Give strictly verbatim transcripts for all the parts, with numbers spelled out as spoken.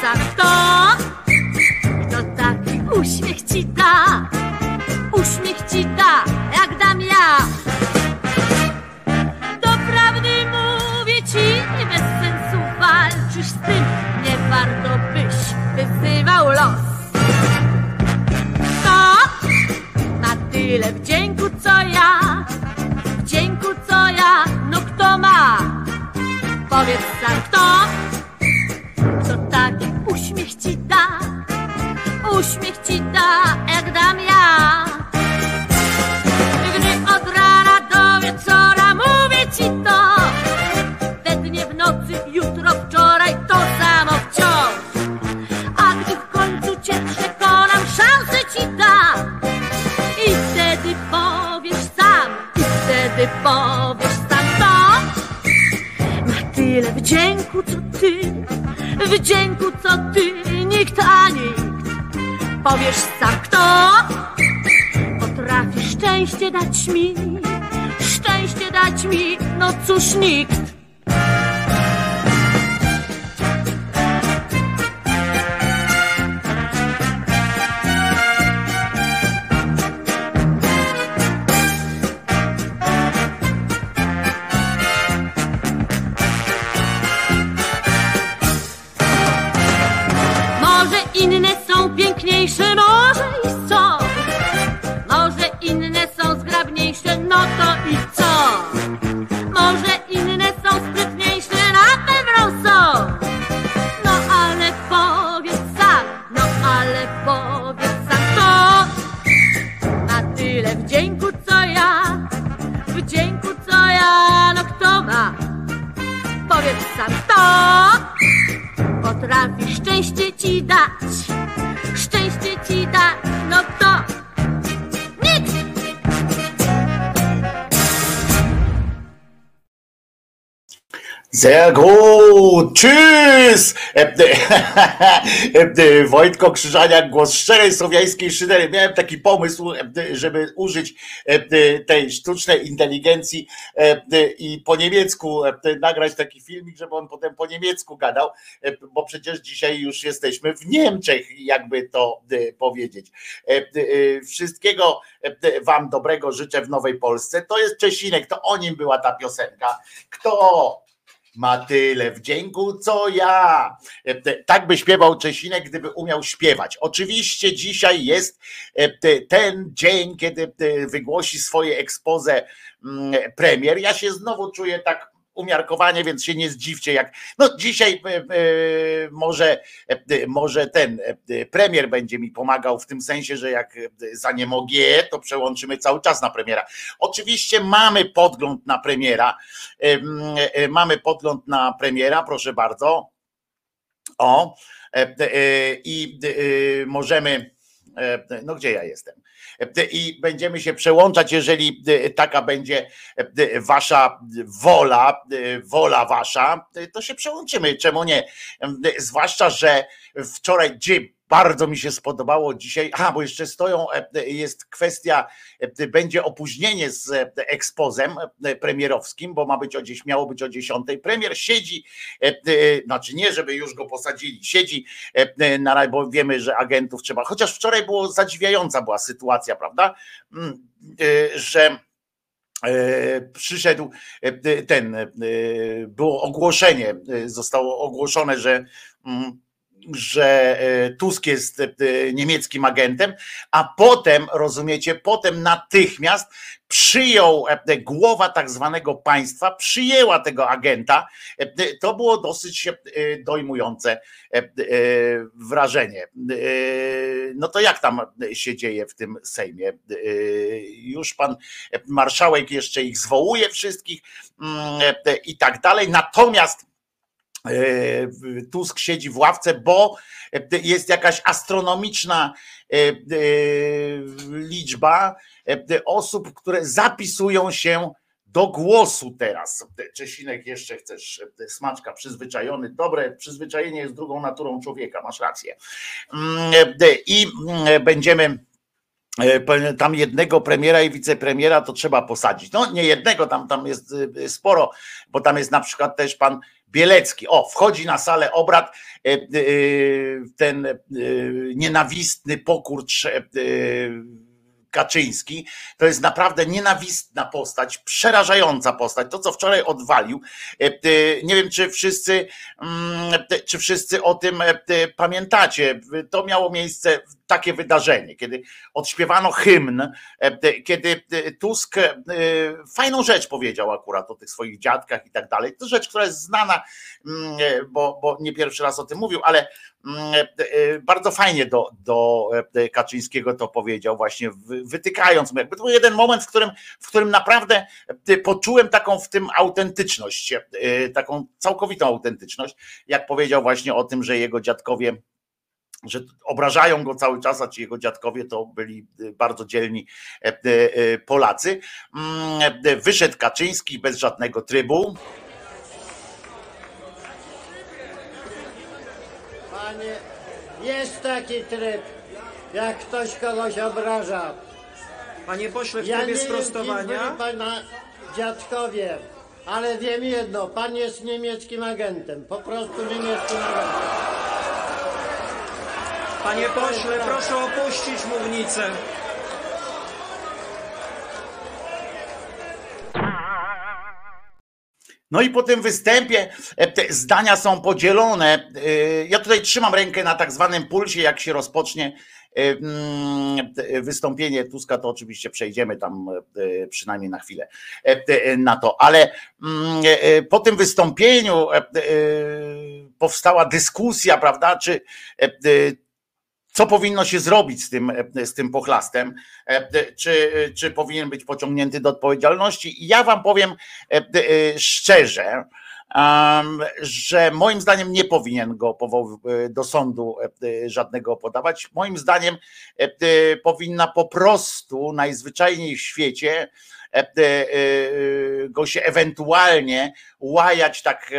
sam kto, kto taki uśmiech ci da, uśmiech ci da, jak dam ja. Doprawdy mówię ci, bez sensu walczysz z tym, nie warto byś wyzywał los. Kto ma tyle wdzięku co ja, wdzięku co ja, no kto ma? Powiedz sam kto, kto taki uśmiech ci da, uśmiech ci da, jak dam ja. Gdy od rana do wieczora mówię ci to, we dnie, w nocy, jutro, wczoraj, to samo wciąż. A gdy w końcu cię przekonam, szansę ci dam, i wtedy powiesz sam, i wtedy powiesz sam to. Ma tyle wdzięku co ty, wdzięku co ty, nikt a nikt. Powiesz sam kto potrafi szczęście dać mi, szczęście dać mi, no cóż nikt. Może inne są piękniejsze, może i są, może inne są zgrabniejsze, no to i co? Może inne są sprytniejsze, na pewno są. No ale powiedz sam, no ale powiedz sam kto ma tyle wdzięku co ja, wdzięku co ja, no kto ma? Powiedz sam kto potrafi szczęście ci dać, szczęście ci dać, no kto? Nikt! Sehr gut, tschüss! Wojtko Krzyżaniak, głos szczerej słowiańskiej szydery. Miałem taki pomysł, żeby użyć tej sztucznej inteligencji i po niemiecku nagrać taki filmik, żeby on potem po niemiecku gadał, bo przecież dzisiaj już jesteśmy w Niemczech, jakby to powiedzieć. Wszystkiego wam dobrego życzę w Nowej Polsce. To jest Czesinek, to o nim była ta piosenka. Kto ma tyle wdzięku co ja. Tak by śpiewał Czesinek, gdyby umiał śpiewać. Oczywiście dzisiaj jest ten dzień, kiedy wygłosi swoje expose premier. Ja się znowu czuję tak umiarkowanie, więc się nie zdziwcie, jak no dzisiaj e, e, może, e, może ten e, premier będzie mi pomagał w tym sensie, że jak za nie mogę, to przełączymy cały czas na premiera. Oczywiście mamy podgląd na premiera, e, e, mamy podgląd na premiera, proszę bardzo. O, e, e, i e, możemy, e, no gdzie ja jestem? I będziemy się przełączać, jeżeli taka będzie wasza wola, wola wasza, to się przełączymy, czemu nie? Zwłaszcza, że wczoraj bardzo mi się spodobało dzisiaj, a bo jeszcze stoją, jest kwestia, będzie opóźnienie z ekspozem premierowskim, bo ma być o dziś, miało być o dziesiątej. Premier siedzi, znaczy nie, żeby już go posadzili, siedzi na razie, bo wiemy, że agentów trzeba, chociaż wczoraj było zadziwiająca była sytuacja, prawda, że przyszedł ten, było ogłoszenie, zostało ogłoszone, że że Tusk jest niemieckim agentem, a potem, rozumiecie, potem natychmiast przyjął głowa tak zwanego państwa, przyjęła tego agenta. To było dosyć dojmujące wrażenie. No to jak tam się dzieje w tym Sejmie? Już pan marszałek jeszcze ich zwołuje wszystkich i tak dalej. Natomiast Tusk siedzi w ławce, bo jest jakaś astronomiczna liczba osób, które zapisują się do głosu teraz. Czesinek, jeszcze chcesz smaczka, przyzwyczajony. Dobre, przyzwyczajenie jest drugą naturą człowieka, masz rację. I będziemy tam jednego premiera i wicepremiera to trzeba posadzić. No nie jednego, tam, tam jest sporo, bo tam jest na przykład też pan Bielecki. O, wchodzi na salę obrad ten nienawistny pokurcz Kaczyński. To jest naprawdę nienawistna postać, przerażająca postać. To, co wczoraj odwalił, nie wiem, czy wszyscy, czy wszyscy o tym pamiętacie. To miało miejsce, takie wydarzenie, kiedy odśpiewano hymn, kiedy Tusk fajną rzecz powiedział akurat o tych swoich dziadkach i tak dalej. To rzecz, która jest znana, bo, bo nie pierwszy raz o tym mówił, ale bardzo fajnie do, do Kaczyńskiego to powiedział, właśnie wytykając mu. Jakby to był jeden moment, w którym, w którym naprawdę poczułem taką w tym autentyczność, taką całkowitą autentyczność, jak powiedział właśnie o tym, że jego dziadkowie, że obrażają go cały czas, a ci jego dziadkowie to byli bardzo dzielni Polacy. Wyszedł Kaczyński bez żadnego trybu. Panie, jest taki tryb, jak ktoś kogoś obraża. Panie pośle, w Ja trybie nie sprostowania. wiem, kim byli pana dziadkowie, ale wiem jedno, pan jest niemieckim agentem, po prostu niemieckim agentem. Panie pośle, proszę opuścić mównicę. No i po tym występie te zdania są podzielone. Ja tutaj trzymam rękę na tak zwanym pulsie, jak się rozpocznie wystąpienie Tuska, to oczywiście przejdziemy tam przynajmniej na chwilę na to, ale po tym wystąpieniu powstała dyskusja, prawda, czy co powinno się zrobić z tym, z tym pochlastem, czy, czy powinien być pociągnięty do odpowiedzialności. I ja wam powiem szczerze, że moim zdaniem nie powinien go do sądu żadnego podawać. Moim zdaniem powinna po prostu najzwyczajniej w świecie go się ewentualnie łajać tak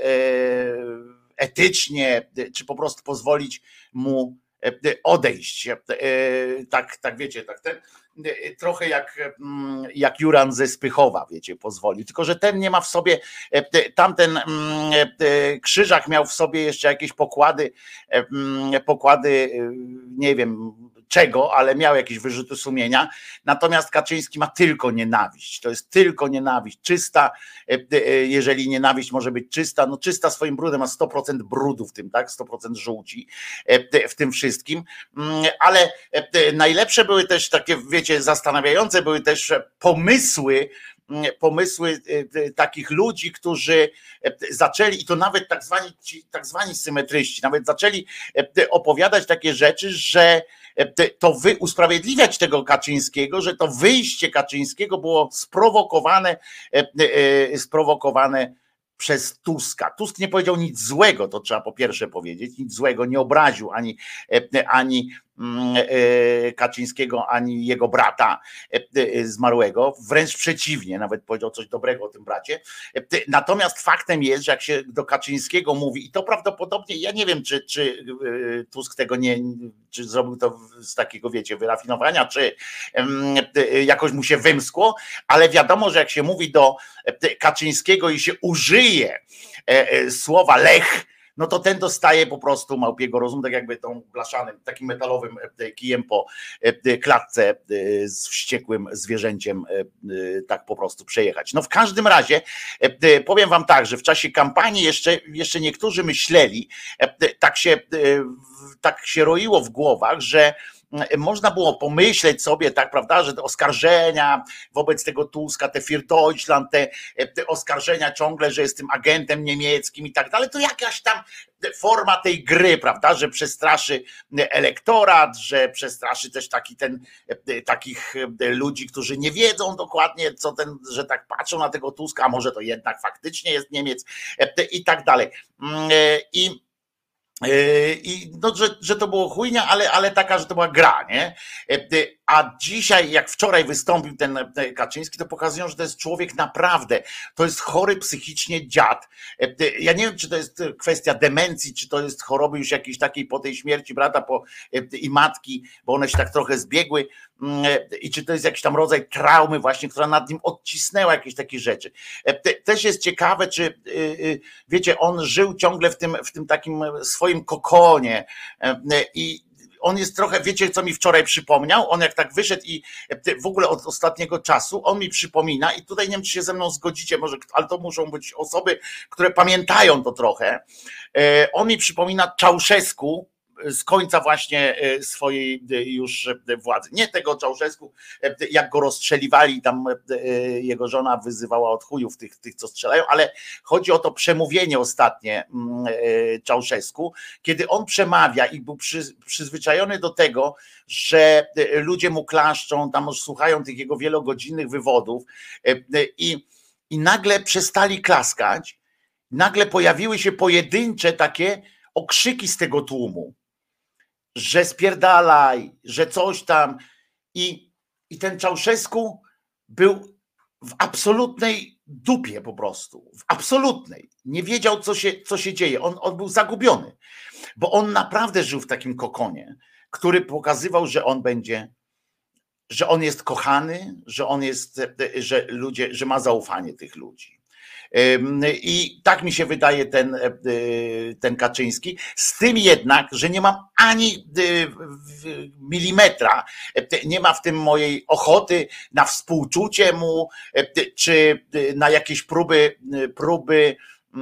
etycznie, czy po prostu pozwolić mu odejść. Tak, tak wiecie, tak ten trochę jak, jak Juran ze Spychowa, wiecie, pozwoli. Tylko że ten nie ma w sobie, tamten Krzyżak miał w sobie jeszcze jakieś pokłady, pokłady, nie wiem czego, ale miał jakieś wyrzuty sumienia. Natomiast Kaczyński ma tylko nienawiść. To jest tylko nienawiść. Czysta, jeżeli nienawiść może być czysta, no czysta swoim brudem, ma sto procent brudu w tym, tak? sto procent żółci w tym wszystkim. Ale najlepsze były też takie, wiecie, zastanawiające były też pomysły, pomysły takich ludzi, którzy zaczęli, i to nawet tak zwani, tak zwani symetryści, nawet zaczęli opowiadać takie rzeczy, że to wy usprawiedliwiać tego Kaczyńskiego, że to wyjście Kaczyńskiego było sprowokowane, sprowokowane przez Tuska. Tusk nie powiedział nic złego, to trzeba po pierwsze powiedzieć, nic złego, nie obraził ani, ani Kaczyńskiego, ani jego brata zmarłego, wręcz przeciwnie, nawet powiedział coś dobrego o tym bracie. Natomiast faktem jest, że jak się do Kaczyńskiego mówi, i to prawdopodobnie, ja nie wiem, czy, czy Tusk tego nie, czy zrobił to z takiego, wiecie, wyrafinowania, czy jakoś mu się wymskło, ale wiadomo, że jak się mówi do Kaczyńskiego i się użyje słowa Lech, no to ten dostaje po prostu małpiego rozum, tak jakby tą blaszanym, takim metalowym kijem po klatce z wściekłym zwierzęciem tak po prostu przejechać. No w każdym razie powiem wam tak, że w czasie kampanii jeszcze, jeszcze niektórzy myśleli, tak się, tak się roiło w głowach, że można było pomyśleć sobie, tak, prawda, że te oskarżenia wobec tego Tuska, te Für Deutschland, te, te oskarżenia ciągle, że jest tym agentem niemieckim i tak dalej, to jakaś tam forma tej gry, prawda, że przestraszy elektorat, że przestraszy też taki ten, takich ludzi, którzy nie wiedzą dokładnie, co ten, że tak patrzą na tego Tuska, a może to jednak faktycznie jest Niemiec i tak dalej. I I no, że, że to było chujnia, ale, ale taka, że to była gra, nie? a dzisiaj, jak wczoraj wystąpił ten Kaczyński, to pokazują, że to jest człowiek naprawdę, to jest chory psychicznie dziad. Ja nie wiem, czy to jest kwestia demencji, czy to jest choroby już jakiejś takiej po tej śmierci brata po, i matki, bo one się tak trochę zbiegły, i czy to jest jakiś tam rodzaj traumy właśnie, która nad nim odcisnęła jakieś takie rzeczy. Też jest ciekawe, czy wiecie, on żył ciągle w tym, w tym takim swoim kokonie i on jest trochę, wiecie, co mi wczoraj przypomniał? On jak tak wyszedł i w ogóle od ostatniego czasu, on mi przypomina i tutaj nie wiem, czy się ze mną zgodzicie, może, ale to muszą być osoby, które pamiętają to trochę. On mi przypomina Ceausescu z końca właśnie swojej już władzy. Nie tego Ceausescu, jak go rozstrzeliwali, tam jego żona wyzywała od chujów tych, tych, co strzelają, ale chodzi o to przemówienie ostatnie Ceausescu, kiedy on przemawia i był przy, przyzwyczajony do tego, że ludzie mu klaszczą, tam już słuchają tych jego wielogodzinnych wywodów i, i nagle przestali klaskać, nagle pojawiły się pojedyncze takie okrzyki z tego tłumu, że spierdalaj, że coś tam. I, i ten Ceausescu był w absolutnej dupie po prostu. W absolutnej. Nie wiedział, co się, co się dzieje. On, on był zagubiony, bo on naprawdę żył w takim kokonie, który pokazywał, że on będzie, że on jest kochany, że on jest, że ludzie, że ma zaufanie tych ludzi. I tak mi się wydaje ten, ten Kaczyński, z tym jednak, że nie mam ani milimetra, nie ma w tym mojej ochoty na współczucie mu, czy na jakieś próby, próby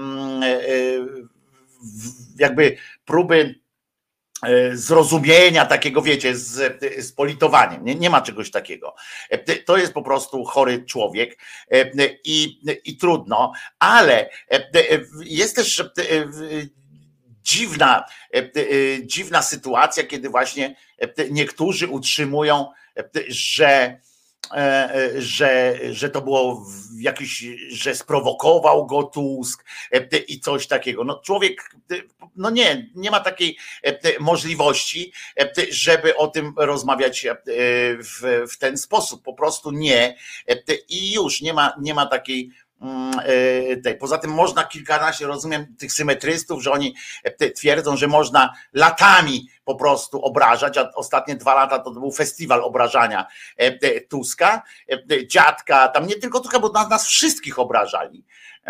jakby próby zrozumienia takiego, wiecie, z, z politowaniem. Nie, nie ma czegoś takiego. To jest po prostu chory człowiek i, i trudno, ale jest też dziwna, dziwna sytuacja, kiedy właśnie niektórzy utrzymują, że Że, że to było jakiś, że sprowokował go Tusk i coś takiego. No człowiek, no nie, nie ma takiej możliwości, żeby o tym rozmawiać w, w ten sposób. Po prostu nie. I już nie ma, nie ma takiej tej. Poza tym można kilkanaście, rozumiem, tych symetrystów, że oni twierdzą, że można latami po prostu obrażać, a ostatnie dwa lata to był festiwal obrażania Tuska, dziadka, tam nie tylko Tuska, bo nas wszystkich obrażali.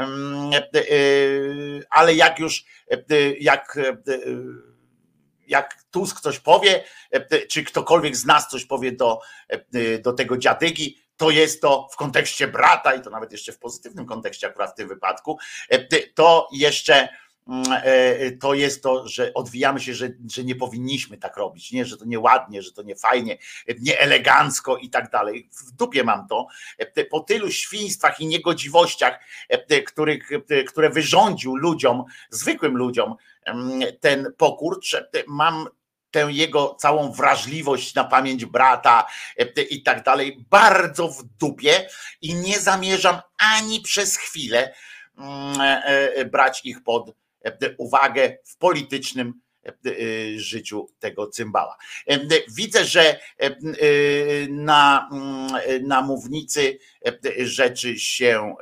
Ale jak już, jak jak Tusk coś powie, czy ktokolwiek z nas coś powie do, do tego dziadygi, to jest to w kontekście brata i to nawet jeszcze w pozytywnym kontekście akurat w tym wypadku, to jeszcze to jest to, że odwijamy się, że, że nie powinniśmy tak robić, nie, że to nieładnie, że to nie fajnie, nie elegancko i tak dalej. W dupie mam to. Po tylu świństwach i niegodziwościach, których, które wyrządził ludziom, zwykłym ludziom ten pokurcz, mam tę jego całą wrażliwość na pamięć brata i tak dalej, bardzo w dupie i nie zamierzam ani przez chwilę brać ich pod uwagę w politycznym życiu tego cymbała. Widzę, że na, na mównicy rzeczy się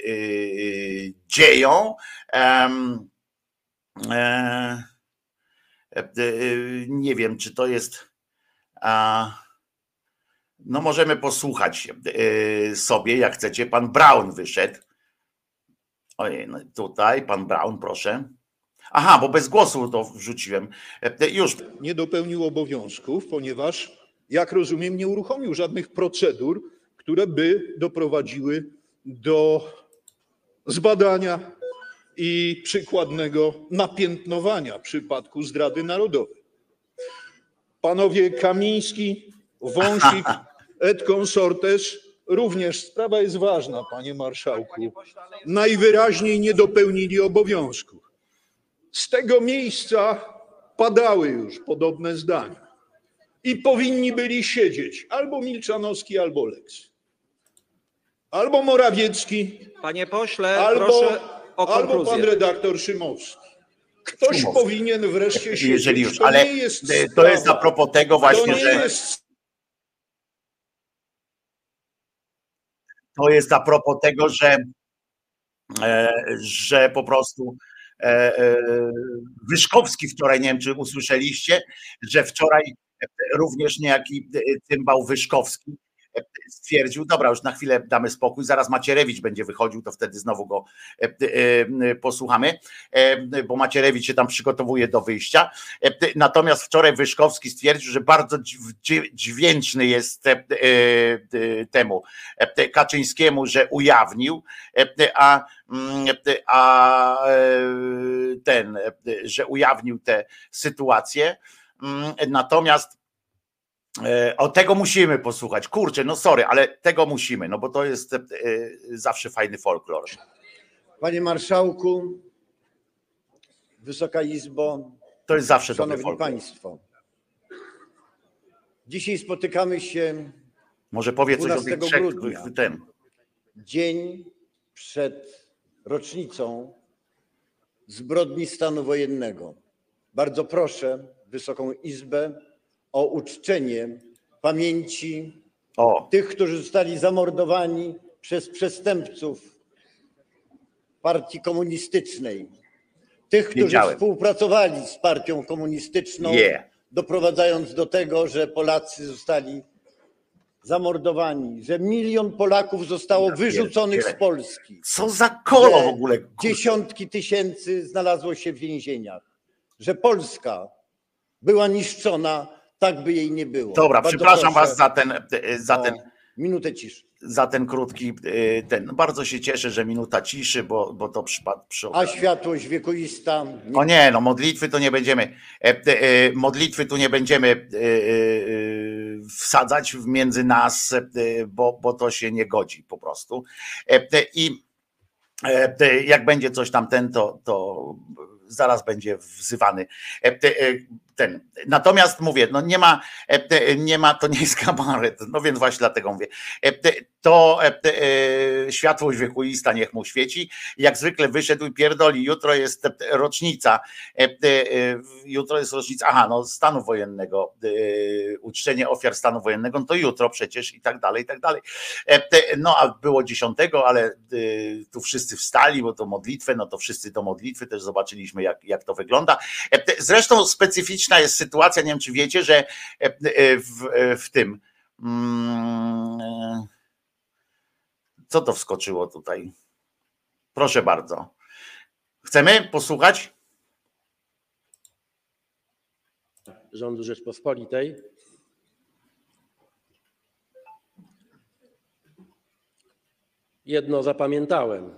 dzieją. Nie wiem, czy to jest. No, możemy posłuchać sobie, jak chcecie. Pan Braun wyszedł. Ojej, no tutaj pan Braun, proszę. Aha, bo bez głosu to wrzuciłem. Już. Nie dopełnił obowiązków, ponieważ, jak rozumiem, nie uruchomił żadnych procedur, które by doprowadziły do zbadania i przykładnego napiętnowania przypadku zdrady narodowej. Panowie Kamiński, Wąsik, et consortes, również sprawa jest ważna, panie marszałku, najwyraźniej nie dopełnili obowiązków. Z tego miejsca padały już podobne zdania i powinni byli siedzieć albo Milczanowski, albo Lex, albo Morawiecki, Panie pośle, albo, proszę o albo konkluzję. pan redaktor Szymowski. Ktoś Szymowski. powinien wreszcie siedzieć. Jeżeli już, to ale nie jest to jest a sprawa. propos tego To właśnie, nie że jest to jest a propos tego, że, że po prostu Wyszkowski wczoraj, nie wiem czy usłyszeliście, że wczoraj również niejaki cymbał Wyszkowski stwierdził, dobra, już na chwilę damy spokój, zaraz Macierewicz będzie wychodził, to wtedy znowu go posłuchamy, bo Macierewicz się tam przygotowuje do wyjścia. Natomiast wczoraj Wyszkowski stwierdził, że bardzo dźwięczny jest temu Kaczyńskiemu, że ujawnił, a, a ten, że ujawnił tę sytuację. Natomiast o tego musimy posłuchać. Kurczę, no sorry, ale tego musimy, no bo to jest zawsze fajny folklor. Panie Marszałku, Wysoka Izbo, to jest zawsze Szanowni dobry folklor. Państwo, dzisiaj spotykamy się może powie coś o tych trzech, grudnia, ten. dzień przed rocznicą zbrodni stanu wojennego. Bardzo proszę Wysoką Izbę o uczczenie pamięci o. tych, którzy zostali zamordowani przez przestępców partii komunistycznej, tych, którzy Wiedziałem. współpracowali z partią komunistyczną, yeah. doprowadzając do tego, że Polacy zostali zamordowani, że milion Polaków zostało ja wyrzuconych z Polski. Co za kolo w ogóle? Dziesiątki tysięcy znalazło się w więzieniach, że Polska była niszczona, tak by jej nie było. Dobra, bardzo przepraszam was za ten, za ten minutę ciszy. Za ten krótki ten. Bardzo się cieszę, że minuta ciszy, bo, bo to przypadł przy okazji. A światłość wiekuista. Nie... O nie, no modlitwy to nie będziemy. Modlitwy tu nie będziemy wsadzać między nas, bo, bo to się nie godzi po prostu. I jak będzie coś tam ten, to, to zaraz będzie wzywany ten. Natomiast mówię, no nie ma, nie ma, to nie jest kabaret, no więc właśnie dlatego mówię, to światłość wiekuista niech mu świeci. Jak zwykle wyszedł i pierdoli, jutro jest rocznica, jutro jest rocznica, aha, no stanu wojennego, uczczenie ofiar stanu wojennego, no to jutro przecież i tak dalej, i tak dalej. No a było dziesiątego, ale tu wszyscy wstali, bo to modlitwę, no to wszyscy do modlitwy też zobaczyliśmy, jak, jak to wygląda. Zresztą specyficzna jest sytuacja, nie wiem czy wiecie, że w, w tym co to wskoczyło tutaj? Proszę bardzo. Chcemy posłuchać? Rządu Rzeczpospolitej. Jedno zapamiętałem.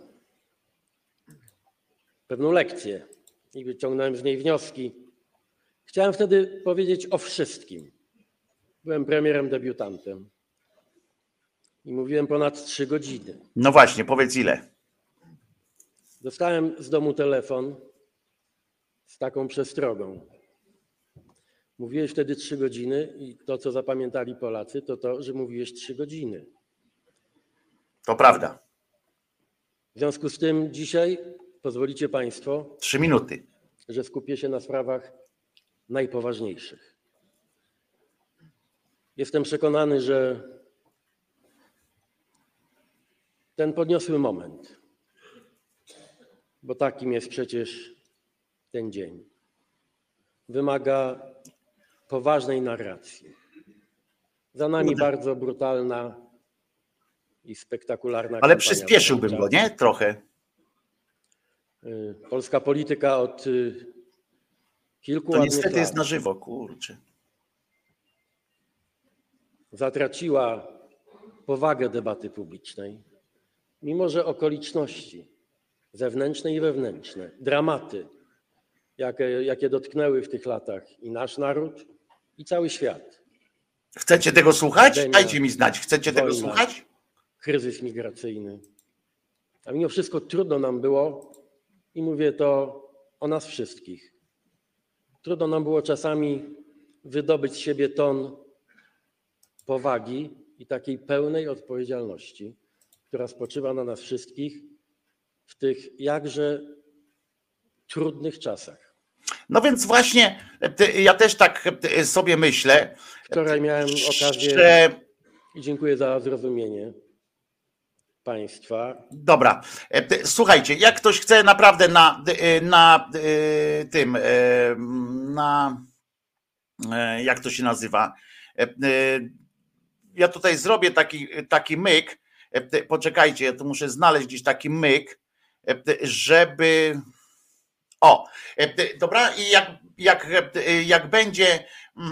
Pewną lekcję i wyciągnąłem z niej wnioski. Chciałem wtedy powiedzieć o wszystkim. Byłem premierem debiutantem i mówiłem ponad trzy godziny. No właśnie, powiedz ile. Dostałem z domu telefon z taką przestrogą. Mówiłeś wtedy trzy godziny i to, co zapamiętali Polacy, to to, że mówiłeś trzy godziny. To prawda. W związku z tym dzisiaj pozwolicie Państwo... Trzy minuty. Że skupię się na sprawach najpoważniejszych. Jestem przekonany, że ten podniosły moment, bo takim jest przecież ten dzień, wymaga poważnej narracji. Za nami bardzo brutalna i spektakularna. Ale przyspieszyłbym go, nie? Trochę. Polska polityka od kilku lat. To ładnych niestety lat jest na żywo, kurczę. Zatraciła powagę debaty publicznej, mimo że okoliczności zewnętrzne i wewnętrzne, dramaty, jakie, jakie dotknęły w tych latach i nasz naród, i cały świat. Chcecie tego słuchać? Pandemia, dajcie mi znać. Chcecie wojna, tego słuchać? Kryzys migracyjny. A mimo wszystko trudno nam było, i mówię to o nas wszystkich, trudno nam było czasami wydobyć z siebie ton powagi i takiej pełnej odpowiedzialności, która spoczywa na nas wszystkich w tych jakże trudnych czasach. No więc właśnie ja też tak sobie myślę. Wczoraj miałem okazję, że... i dziękuję za zrozumienie, państwa. Dobra, słuchajcie, jak ktoś chce naprawdę na, na tym, na, jak to się nazywa, ja tutaj zrobię taki, taki myk, poczekajcie, ja tu muszę znaleźć gdzieś taki myk, żeby, o, dobra, i jak, jak, jak będzie,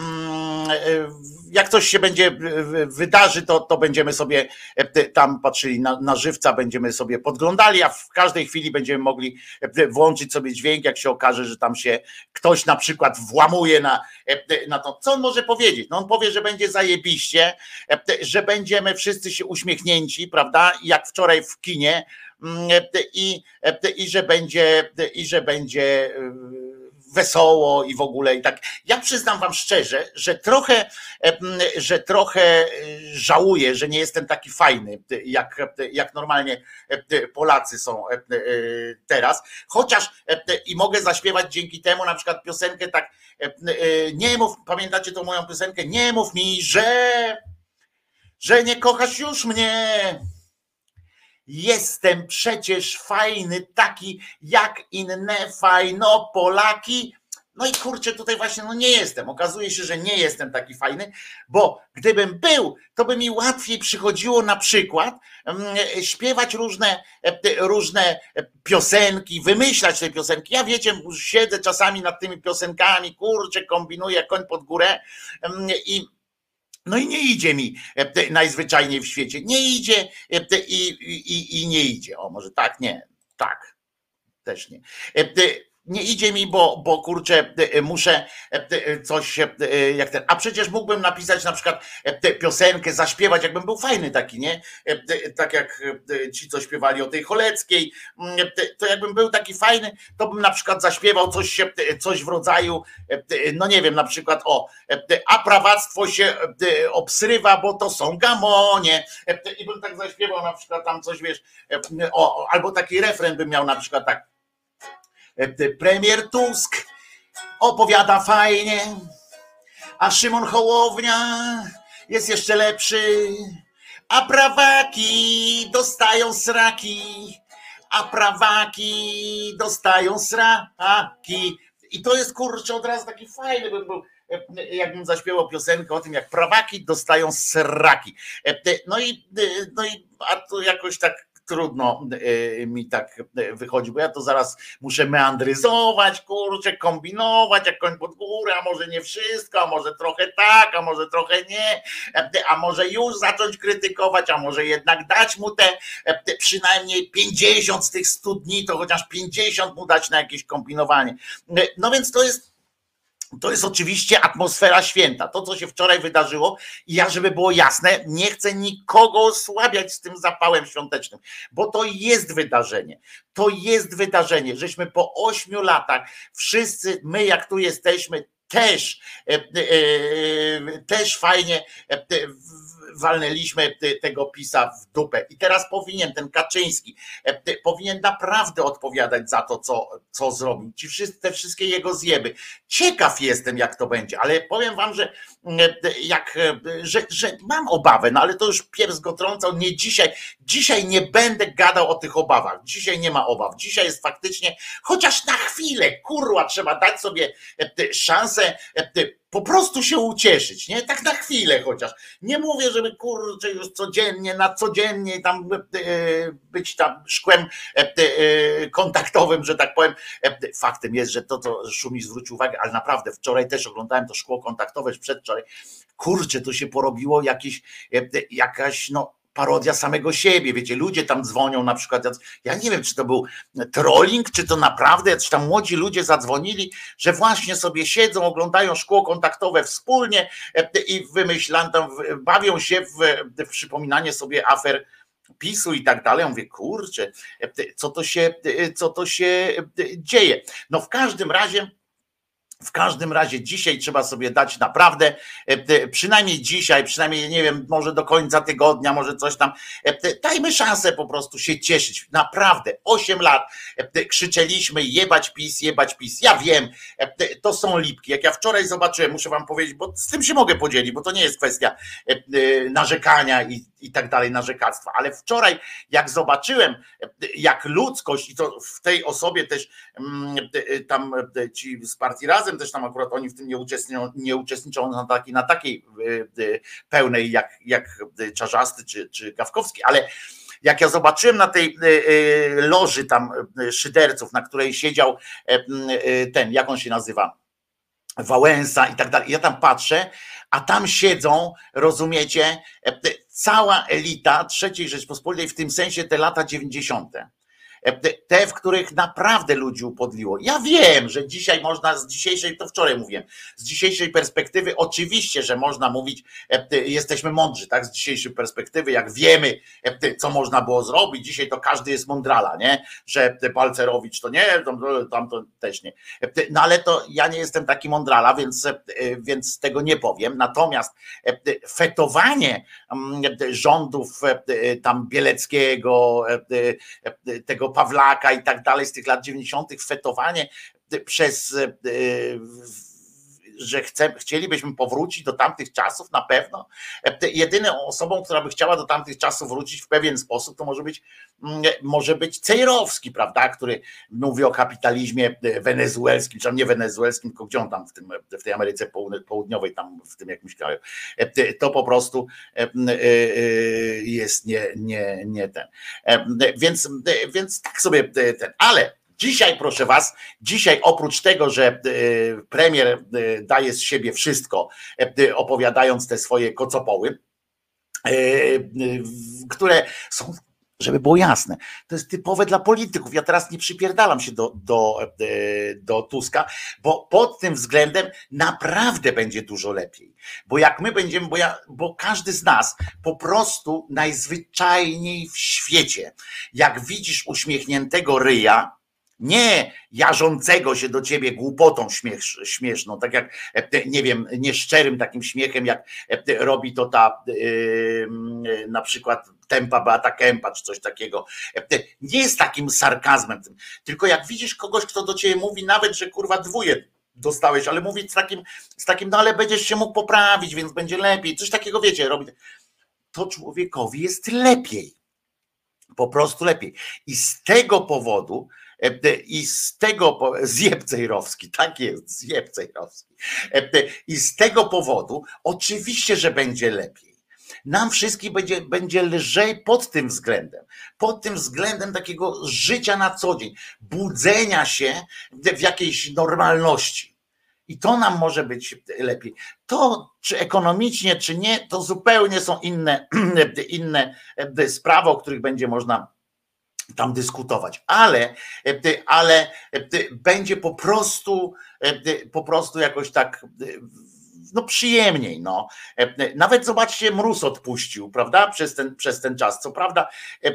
jak coś się będzie wydarzy, to, to będziemy sobie tam patrzyli na, na żywca, będziemy sobie podglądali, a w każdej chwili będziemy mogli włączyć sobie dźwięk, jak się okaże, że tam się ktoś na przykład włamuje na, na to. Co on może powiedzieć? No on powie, że będzie zajebiście, że będziemy wszyscy się uśmiechnięci, prawda, jak wczoraj w kinie, i, i że będzie, i że będzie wesoło i w ogóle i tak. Ja przyznam wam szczerze, że trochę, że trochę żałuję, że nie jestem taki fajny, jak, jak normalnie Polacy są teraz, chociaż i mogę zaśpiewać dzięki temu na przykład piosenkę tak, nie mów, pamiętacie tą moją piosenkę, nie mów mi, że, że nie kochasz już mnie. Jestem przecież fajny, taki jak inne fajno Polaki. No i kurczę, tutaj właśnie no nie jestem. Okazuje się, że nie jestem taki fajny, bo gdybym był, to by mi łatwiej przychodziło na przykład um, śpiewać różne, różne piosenki, wymyślać te piosenki. Ja wiecie, siedzę czasami nad tymi piosenkami, kurczę, kombinuję koń pod górę um, i no i nie idzie mi najzwyczajniej w świecie. Nie idzie i, i, i nie idzie. O, może tak? Nie. Tak. Też nie. Nie idzie mi, bo, bo kurczę, muszę coś jak ten. A przecież mógłbym napisać na przykład piosenkę, zaśpiewać, jakbym był fajny taki, nie? Tak jak ci, co śpiewali o tej Choleckiej, to jakbym był taki fajny, to bym na przykład zaśpiewał coś, coś w rodzaju, no nie wiem, na przykład o, a prawactwo się obsrywa, bo to są gamonie. I bym tak zaśpiewał na przykład tam coś, wiesz, o, albo taki refren bym miał na przykład tak. Premier Tusk opowiada fajnie, a Szymon Hołownia jest jeszcze lepszy, a prawaki dostają sraki, a prawaki dostają sraki. I to jest kurczę od razu taki fajny bym był, jakbym zaśpiewał piosenkę o tym, jak prawaki dostają sraki. No i, no i a to jakoś tak trudno mi tak wychodzi, bo ja to zaraz muszę meandryzować, kurczę, kombinować jak koń pod górę, a może nie wszystko, a może trochę tak, a może trochę nie, a może już zacząć krytykować, a może jednak dać mu te przynajmniej pięćdziesiąt z tych stu dni, to chociaż pięćdziesiąt mu dać na jakieś kombinowanie. No więc to jest To jest oczywiście atmosfera święta. To, co się wczoraj wydarzyło, i ja, żeby było jasne, nie chcę nikogo osłabiać z tym zapałem świątecznym, bo to jest wydarzenie. To jest wydarzenie, żeśmy po ośmiu latach, wszyscy my, jak tu jesteśmy, też, e, e, też fajnie e, walnęliśmy tego PiS-a w dupę. I teraz powinien ten Kaczyński e, powinien naprawdę odpowiadać za to, co, co zrobił. Ci wszyscy, te wszystkie jego zjeby. Ciekaw jestem, jak to będzie, ale powiem wam, że, jak, że, że mam obawę, no ale to już pies go trącał, nie dzisiaj. Dzisiaj nie będę gadał o tych obawach. Dzisiaj nie ma obaw. Dzisiaj jest faktycznie, chociaż na chwilę, kurwa, trzeba dać sobie szansę po prostu się ucieszyć, nie? Tak na chwilę chociaż. Nie mówię, żeby kurczę już codziennie, na codziennie tam być tam szkłem kontaktowym, że tak powiem. Faktem jest, że to, co Szumi zwrócił uwagę, ale naprawdę wczoraj też oglądałem to szkło kontaktowe, przedwczoraj. Kurczę, to się porobiło jakieś, jakaś, no, parodia samego siebie, wiecie, ludzie tam dzwonią na przykład, ja nie wiem, czy to był trolling, czy to naprawdę, czy tam młodzi ludzie zadzwonili, że właśnie sobie siedzą, oglądają szkło kontaktowe wspólnie i wymyślają, tam bawią się w, w przypominanie sobie afer PiS-u i tak dalej. Ja mówię, kurczę, co to się, co to się dzieje. No w każdym razie W każdym razie dzisiaj trzeba sobie dać naprawdę, przynajmniej dzisiaj, przynajmniej nie wiem, może do końca tygodnia, może coś tam, dajmy szansę po prostu się cieszyć. Naprawdę, osiem lat krzyczeliśmy jebać PiS, jebać PiS. Ja wiem, to są lipki. Jak ja wczoraj zobaczyłem, muszę wam powiedzieć, bo z tym się mogę podzielić, bo to nie jest kwestia narzekania i, i tak dalej, narzekactwa. Ale wczoraj, jak zobaczyłem, jak ludzkość, i to w tej osobie też tam ci z partii Razem, też tam akurat oni w tym nie uczestniczą, nie uczestniczą na, taki, na takiej pełnej jak, jak Czarzasty czy, czy Gawkowski, ale jak ja zobaczyłem na tej loży tam szyderców, na której siedział ten, jak on się nazywa, Wałęsa i tak dalej, ja tam patrzę, a tam siedzą, rozumiecie, cała elita trzeciej Rzeczpospolitej, w tym sensie te lata dziewięćdziesiąte. Te, w których naprawdę ludzi upodliło. Ja wiem, że dzisiaj można z dzisiejszej, to wczoraj mówiłem, z dzisiejszej perspektywy oczywiście, że można mówić, jesteśmy mądrzy, tak, z dzisiejszej perspektywy, jak wiemy, co można było zrobić, dzisiaj to każdy jest mądrala, nie, że Balcerowicz to nie, tam to też nie. No ale to ja nie jestem taki mądrala, więc, więc tego nie powiem, natomiast fetowanie rządów tam Bieleckiego, tego Pawlaka i tak dalej z tych lat dziewięćdziesiątych, fetowanie przez, że chce, chcielibyśmy powrócić do tamtych czasów, na pewno. Jedyną osobą, która by chciała do tamtych czasów wrócić w pewien sposób, to może być, może być Cejrowski, prawda, który mówi o kapitalizmie wenezuelskim, czy nie wenezuelskim, tylko gdzie on tam w, tym, w tej Ameryce Południowej, tam w tym jakimś kraju. To po prostu jest nie, nie, nie ten. Więc, więc tak sobie ten, ale dzisiaj, proszę was, dzisiaj oprócz tego, że premier daje z siebie wszystko, opowiadając te swoje kocopoły, które są, żeby było jasne, to jest typowe dla polityków. Ja teraz nie przypierdalam się do, do, do Tuska, bo pod tym względem naprawdę będzie dużo lepiej. Bo jak my będziemy, bo, ja, bo każdy z nas po prostu najzwyczajniej w świecie, jak widzisz uśmiechniętego ryja, nie jarzącego się do ciebie głupotą śmiesz, śmieszną, tak jak, nie wiem, nieszczerym takim śmiechem, jak robi to ta yy, na przykład Tempa Beata Kępa, czy coś takiego. Nie jest takim sarkazmem, tylko jak widzisz kogoś, kto do ciebie mówi, nawet, że kurwa dwóje dostałeś, ale mówi z takim, z takim, no ale będziesz się mógł poprawić, więc będzie lepiej, coś takiego, wiecie, robi, to człowiekowi jest lepiej. Po prostu lepiej. I z tego powodu I z tego, zjeb Cejrowski, tak jest, zjeb Cejrowski. I z tego powodu oczywiście, że będzie lepiej. Nam wszystkim będzie, będzie lżej pod tym względem, pod tym względem takiego życia na co dzień, budzenia się w jakiejś normalności. I to nam może być lepiej. To, czy ekonomicznie, czy nie, to zupełnie są inne, inne sprawy, o których będzie można tam dyskutować, ale, ale będzie po prostu, po prostu jakoś tak no przyjemniej. No. Nawet zobaczcie, mróz odpuścił, prawda, przez ten, przez ten czas. Co prawda,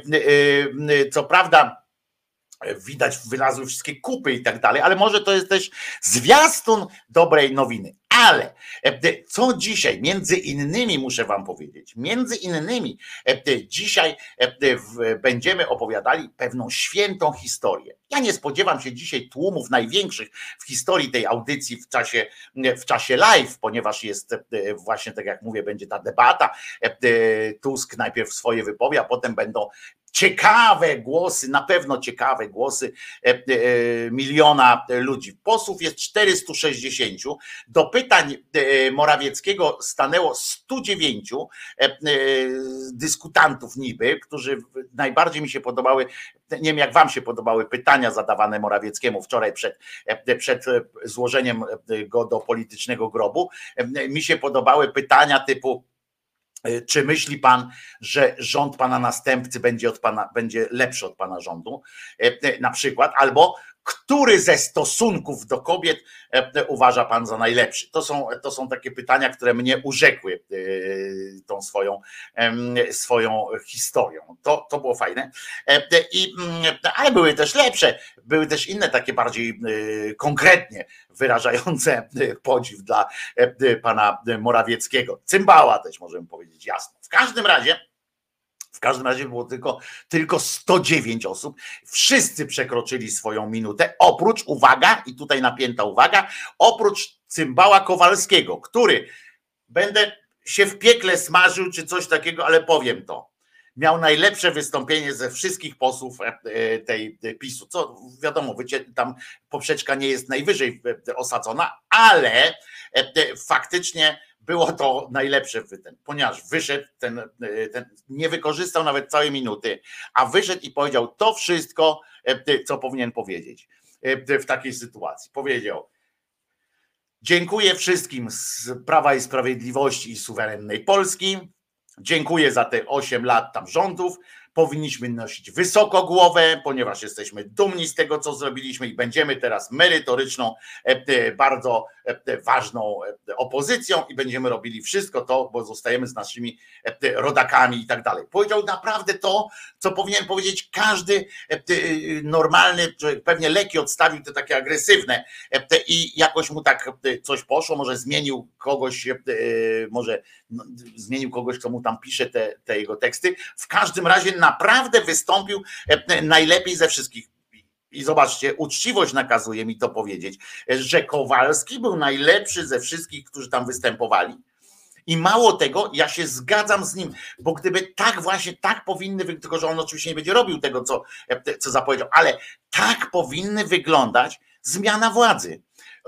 co prawda widać, wylazły wszystkie kupy i tak dalej, ale może to jest też zwiastun dobrej nowiny. Ale co dzisiaj, między innymi muszę wam powiedzieć, między innymi dzisiaj będziemy opowiadali pewną świętą historię. Ja nie spodziewam się dzisiaj tłumów największych w historii tej audycji w czasie, w czasie live, ponieważ jest właśnie, tak jak mówię, będzie ta debata. Tusk najpierw swoje wypowie, a potem będą ciekawe głosy, na pewno ciekawe głosy miliona ludzi. Posłów jest czterysta sześćdziesiąt. Do pytań Morawieckiego stanęło sto dziewięć dyskutantów niby, którzy najbardziej mi się podobały, nie wiem jak wam się podobały pytania zadawane Morawieckiemu wczoraj przed, przed złożeniem go do politycznego grobu. Mi się podobały pytania typu: czy myśli pan, że rząd pana następcy będzie, od pana, będzie lepszy od pana rządu? Na przykład, albo który ze stosunków do kobiet uważa pan za najlepszy? To są, to są takie pytania, które mnie urzekły tą swoją, swoją historią. To, to było fajne. I, ale były też lepsze, były też inne takie bardziej konkretnie wyrażające podziw dla pana Morawieckiego. Cymbała też możemy powiedzieć, jasno. W każdym razie W każdym razie było tylko, tylko sto dziewięć osób. Wszyscy przekroczyli swoją minutę, oprócz, uwaga, i tutaj napięta uwaga, oprócz Cymbała Kowalskiego, który, będę się w piekle smażył, czy coś takiego, ale powiem to. Miał najlepsze wystąpienie ze wszystkich posłów tej PiSu. Co wiadomo, tam poprzeczka nie jest najwyżej osadzona, ale faktycznie było to najlepsze, ponieważ wyszedł, ten, ten nie wykorzystał nawet całej minuty, a wyszedł i powiedział to wszystko, co powinien powiedzieć w takiej sytuacji. Powiedział: dziękuję wszystkim z Prawa i Sprawiedliwości i suwerennej Polski. Dziękuję za te osiem lat tam rządów. Powinniśmy nosić wysoko głowę, ponieważ jesteśmy dumni z tego, co zrobiliśmy i będziemy teraz merytoryczną, bardzo ważną opozycją i będziemy robili wszystko to, bo zostajemy z naszymi rodakami i tak dalej. Powiedział naprawdę to, co powinien powiedzieć każdy normalny człowiek. Pewnie leki odstawił, te takie agresywne i jakoś mu tak coś poszło, może zmienił kogoś, może zmienił kogoś, kto mu tam pisze te, te jego teksty. W każdym razie naprawdę wystąpił najlepiej ze wszystkich. I zobaczcie, uczciwość nakazuje mi to powiedzieć, że Kowalski był najlepszy ze wszystkich, którzy tam występowali. I mało tego, ja się zgadzam z nim, bo gdyby tak właśnie, tak powinny, tylko że on oczywiście nie będzie robił tego, co, co zapowiedział, ale tak powinny wyglądać zmiana władzy.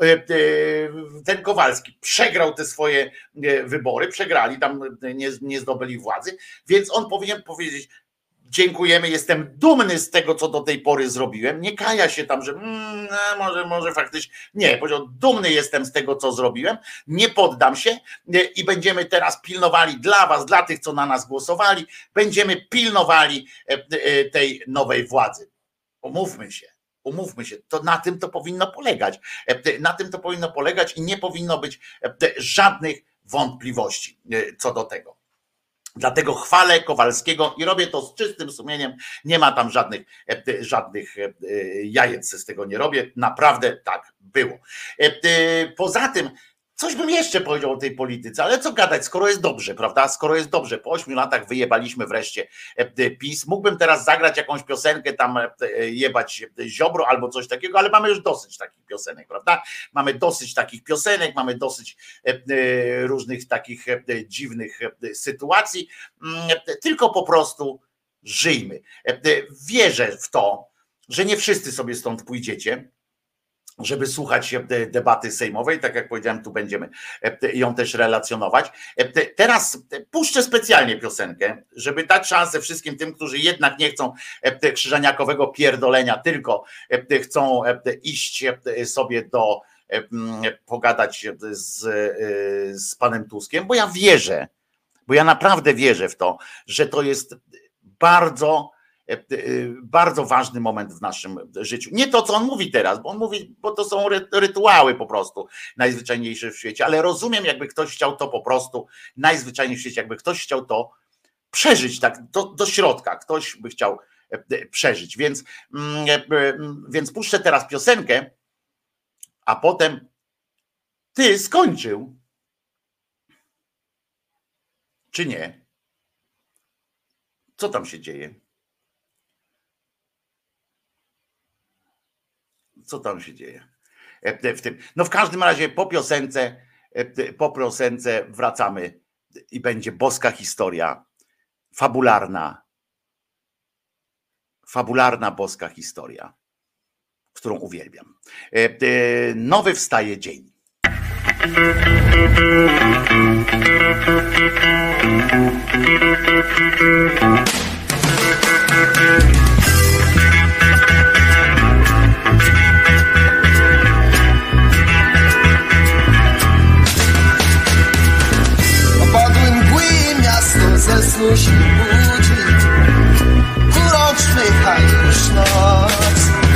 Ten Kowalski przegrał te swoje wybory, przegrali, tam nie, nie zdobyli władzy, więc on powinien powiedzieć: dziękujemy, jestem dumny z tego, co do tej pory zrobiłem. Nie kaja się tam, że mm, no, może, może faktycznie. Nie, powiedział: dumny jestem z tego, co zrobiłem, nie poddam się i będziemy teraz pilnowali dla was, dla tych, co na nas głosowali, będziemy pilnowali tej nowej władzy. Umówmy się. Umówmy się, to na tym to powinno polegać. Na tym to powinno polegać i nie powinno być żadnych wątpliwości co do tego. Dlatego chwalę Kowalskiego i robię to z czystym sumieniem. Nie ma tam żadnych, żadnych jajec, z tego nie robię. Naprawdę tak było. Poza tym, coś bym jeszcze powiedział o tej polityce, ale co gadać, skoro jest dobrze, prawda? Skoro jest dobrze, po ośmiu latach wyjebaliśmy wreszcie PiS. Mógłbym teraz zagrać jakąś piosenkę, tam jebać Ziobro albo coś takiego, ale mamy już dosyć takich piosenek, prawda? Mamy dosyć takich piosenek, mamy dosyć różnych takich dziwnych sytuacji, tylko po prostu żyjmy. Wierzę w to, że nie wszyscy sobie stąd pójdziecie, żeby słuchać debaty sejmowej, tak jak powiedziałem, tu będziemy ją też relacjonować. Teraz puszczę specjalnie piosenkę, żeby dać szansę wszystkim tym, którzy jednak nie chcą krzyżaniakowego pierdolenia, tylko chcą iść sobie do pogadać z, z panem Tuskiem, bo ja wierzę, bo ja naprawdę wierzę w to, że to jest bardzo bardzo ważny moment w naszym życiu. Nie to, co on mówi teraz, bo on mówi, bo to są rytuały po prostu najzwyczajniejsze w świecie, ale rozumiem, jakby ktoś chciał to po prostu najzwyczajniej w świecie, jakby ktoś chciał to przeżyć tak do, do środka, ktoś by chciał przeżyć, więc, więc puszczę teraz piosenkę, a potem ty skończył, czy nie? Co tam się dzieje? Co tam się dzieje w tym? No w każdym razie po piosence, po piosence wracamy i będzie boska historia, fabularna, fabularna boska historia, którą uwielbiam. Nowy wstaje dzień. Ze snu się budzi, górą czmycha już noc.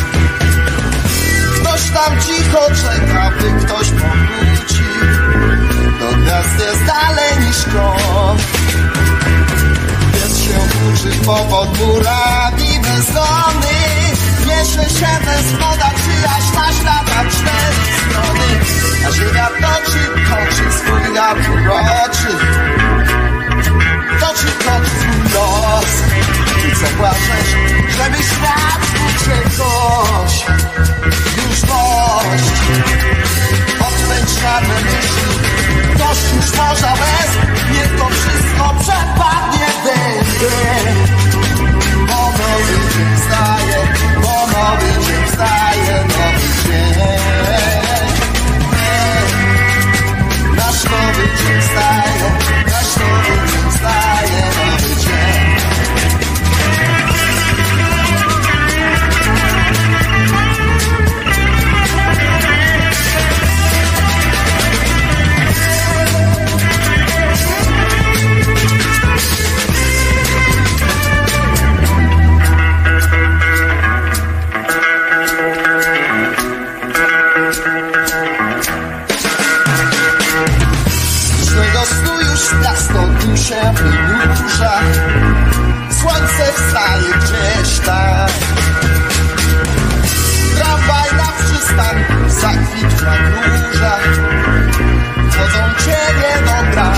Ktoś tam cicho czeka, by ktoś powrócił. Do gwiazd jest dalej niż krąg. Pies się uczy popod murami bezdomny. Mieszy się bezwoda, czyjaś naślada cztery strony. A ziemia toczy, toczy swój wiatr uroczy. Toczy, toczy swój los. Ty co płaczesz, żeby świat uciekłoś. Już dość. Odpędź czarne myśli. Dość już morza bez dzień wstaje, nasz nowy dzień wstaje, nowy dzień. Się wynurza, słońce wstaje gdzieś tam. Tramwaj na przystanku zakwitł jak róża, wodą ciebie do bram.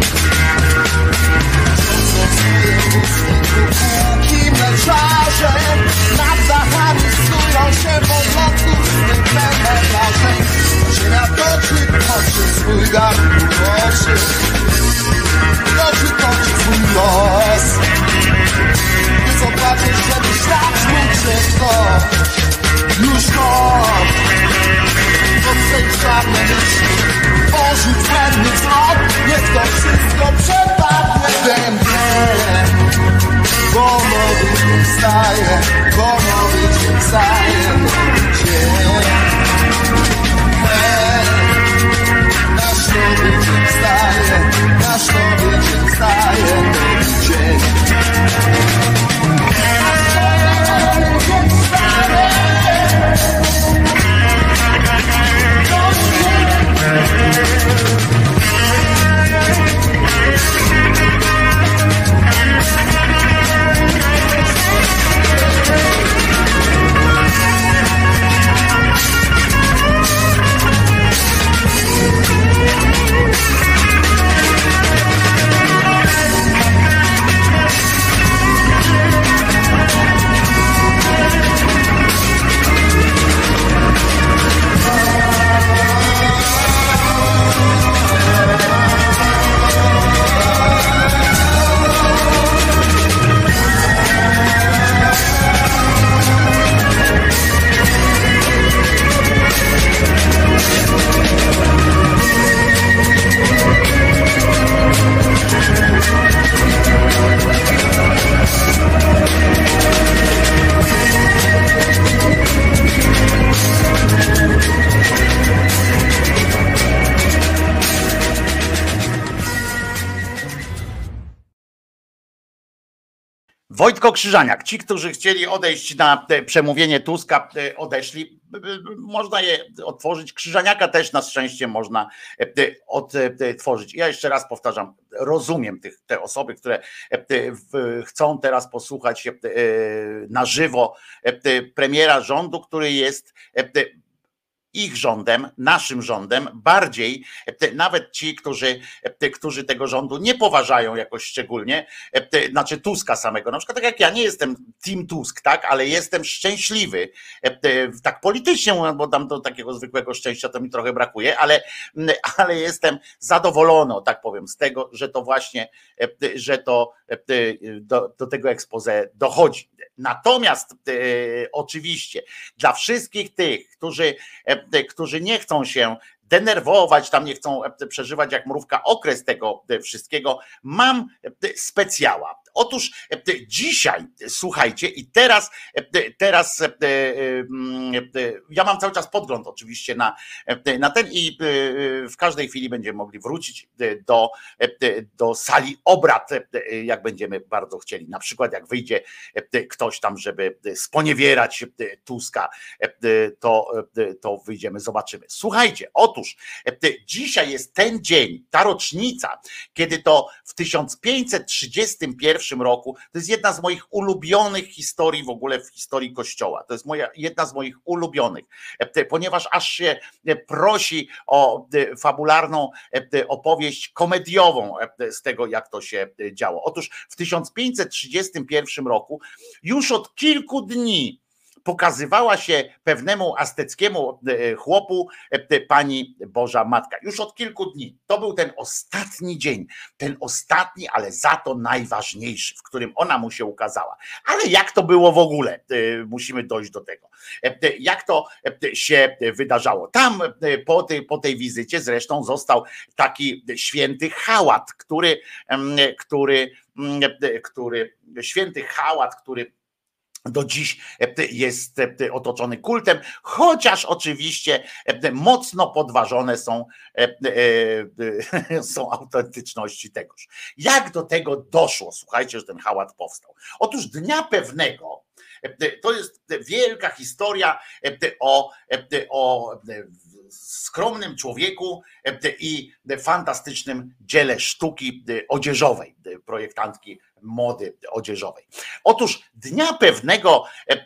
Wiązuje wózki półki męczarze, nad dachami snują się podlotów z tym metrażem. Ziemia toczy, toczy swój garnek oczy. Toczy, toczy twój los. Ty co płaczesz, żeby świat mógł się to. Już chodź. Odsejdź czarne myśli, porzuć błędny wzrok. Niech to wszystko przepadnie. Wiem, wiem, bo nowy dzień wstaje, bo nowy dzień wstaje, nowy dzień. Nasz nowy dzień wstaje, nasz nowy dzień wstaje, nowy dzień. Nasz nowy dzień wstaje, Wojtko Krzyżaniak. Ci, którzy chcieli odejść na przemówienie Tuska, odeszli. Można je otworzyć. Krzyżaniaka też na szczęście można odtworzyć. Ja jeszcze raz powtarzam, rozumiem tych, te osoby, które chcą teraz posłuchać na żywo premiera rządu, który jest ich rządem, naszym rządem, bardziej nawet ci, którzy, którzy tego rządu nie poważają jakoś szczególnie, znaczy Tuska samego, na przykład tak jak ja nie jestem Team Tusk, tak, ale jestem szczęśliwy, tak politycznie, bo tam do takiego zwykłego szczęścia to mi trochę brakuje, ale, ale jestem zadowolony, tak powiem, z tego, że to właśnie, że to do, do tego expose dochodzi. Natomiast e, oczywiście dla wszystkich tych, którzy, e, którzy nie chcą się denerwować, tam nie chcą przeżywać jak mrówka okres tego wszystkiego, mam specjała. Otóż dzisiaj, słuchajcie, i teraz, teraz ja mam cały czas podgląd oczywiście na, na ten i w każdej chwili będziemy mogli wrócić do, do sali obrad, jak będziemy bardzo chcieli. Na przykład jak wyjdzie ktoś tam, żeby sponiewierać Tuska, to, to wyjdziemy, zobaczymy. Słuchajcie, otóż dzisiaj jest ten dzień, ta rocznica, kiedy to w tysiąc pięćset trzydziestym pierwszym roku, to jest jedna z moich ulubionych historii w ogóle w historii Kościoła. To jest moja, jedna z moich ulubionych, ponieważ aż się prosi o fabularną opowieść komediową z tego, jak to się działo. Otóż w tysiąc pięćset trzydziestym pierwszym roku już od kilku dni pokazywała się pewnemu azteckiemu chłopu pani Boża Matka. Już od kilku dni. To był ten ostatni dzień, ten ostatni, ale za to najważniejszy, w którym ona mu się ukazała. Ale jak to było w ogóle? Musimy dojść do tego. Jak to się wydarzało? Tam po tej, po tej wizycie zresztą został taki święty hałat, który, który, który święty hałat, który do dziś jest otoczony kultem, chociaż oczywiście mocno podważone są, są autentyczności tegoż. Jak do tego doszło? Słuchajcie, że ten hałat powstał. Otóż dnia pewnego, to jest wielka historia o, o skromnym człowieku i fantastycznym dziele sztuki odzieżowej, projektantki mody odzieżowej. Otóż dnia pewnego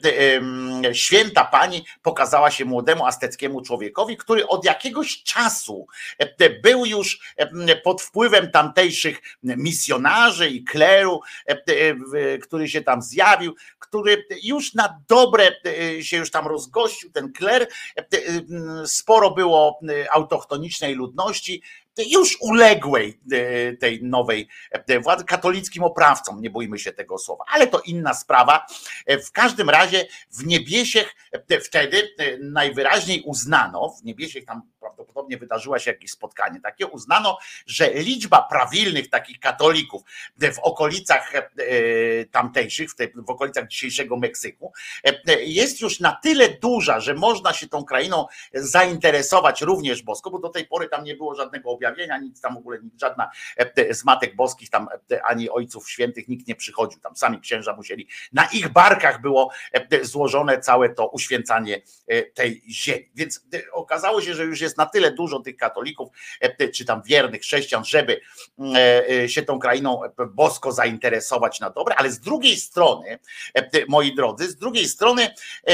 święta pani pokazała się młodemu azteckiemu człowiekowi, który od jakiegoś czasu był już pod wpływem tamtejszych misjonarzy i kleru, który się tam zjawił, który już na dobre się już tam rozgościł, ten kler, sporo było autochtonicznej ludności, już uległej tej nowej władzy, katolickim oprawcom, nie bójmy się tego słowa, ale to inna sprawa. W każdym razie w Niebiesiech wtedy najwyraźniej uznano, w Niebiesiech tam prawdopodobnie wydarzyło się jakieś spotkanie takie, uznano, że liczba prawilnych takich katolików w okolicach tamtejszych, w okolicach dzisiejszego Meksyku jest już na tyle duża, że można się tą krainą zainteresować również bosko, bo do tej pory tam nie było żadnego objawienia, nic tam w ogóle, żadna z matek boskich tam ani ojców świętych nikt nie przychodził, tam sami księża musieli, na ich barkach było złożone całe to uświęcanie tej ziemi, więc okazało się, że już jest na tyle dużo tych katolików, czy tam wiernych chrześcijan, żeby się tą krainą bosko zainteresować na dobre, ale z drugiej strony, moi drodzy, z drugiej strony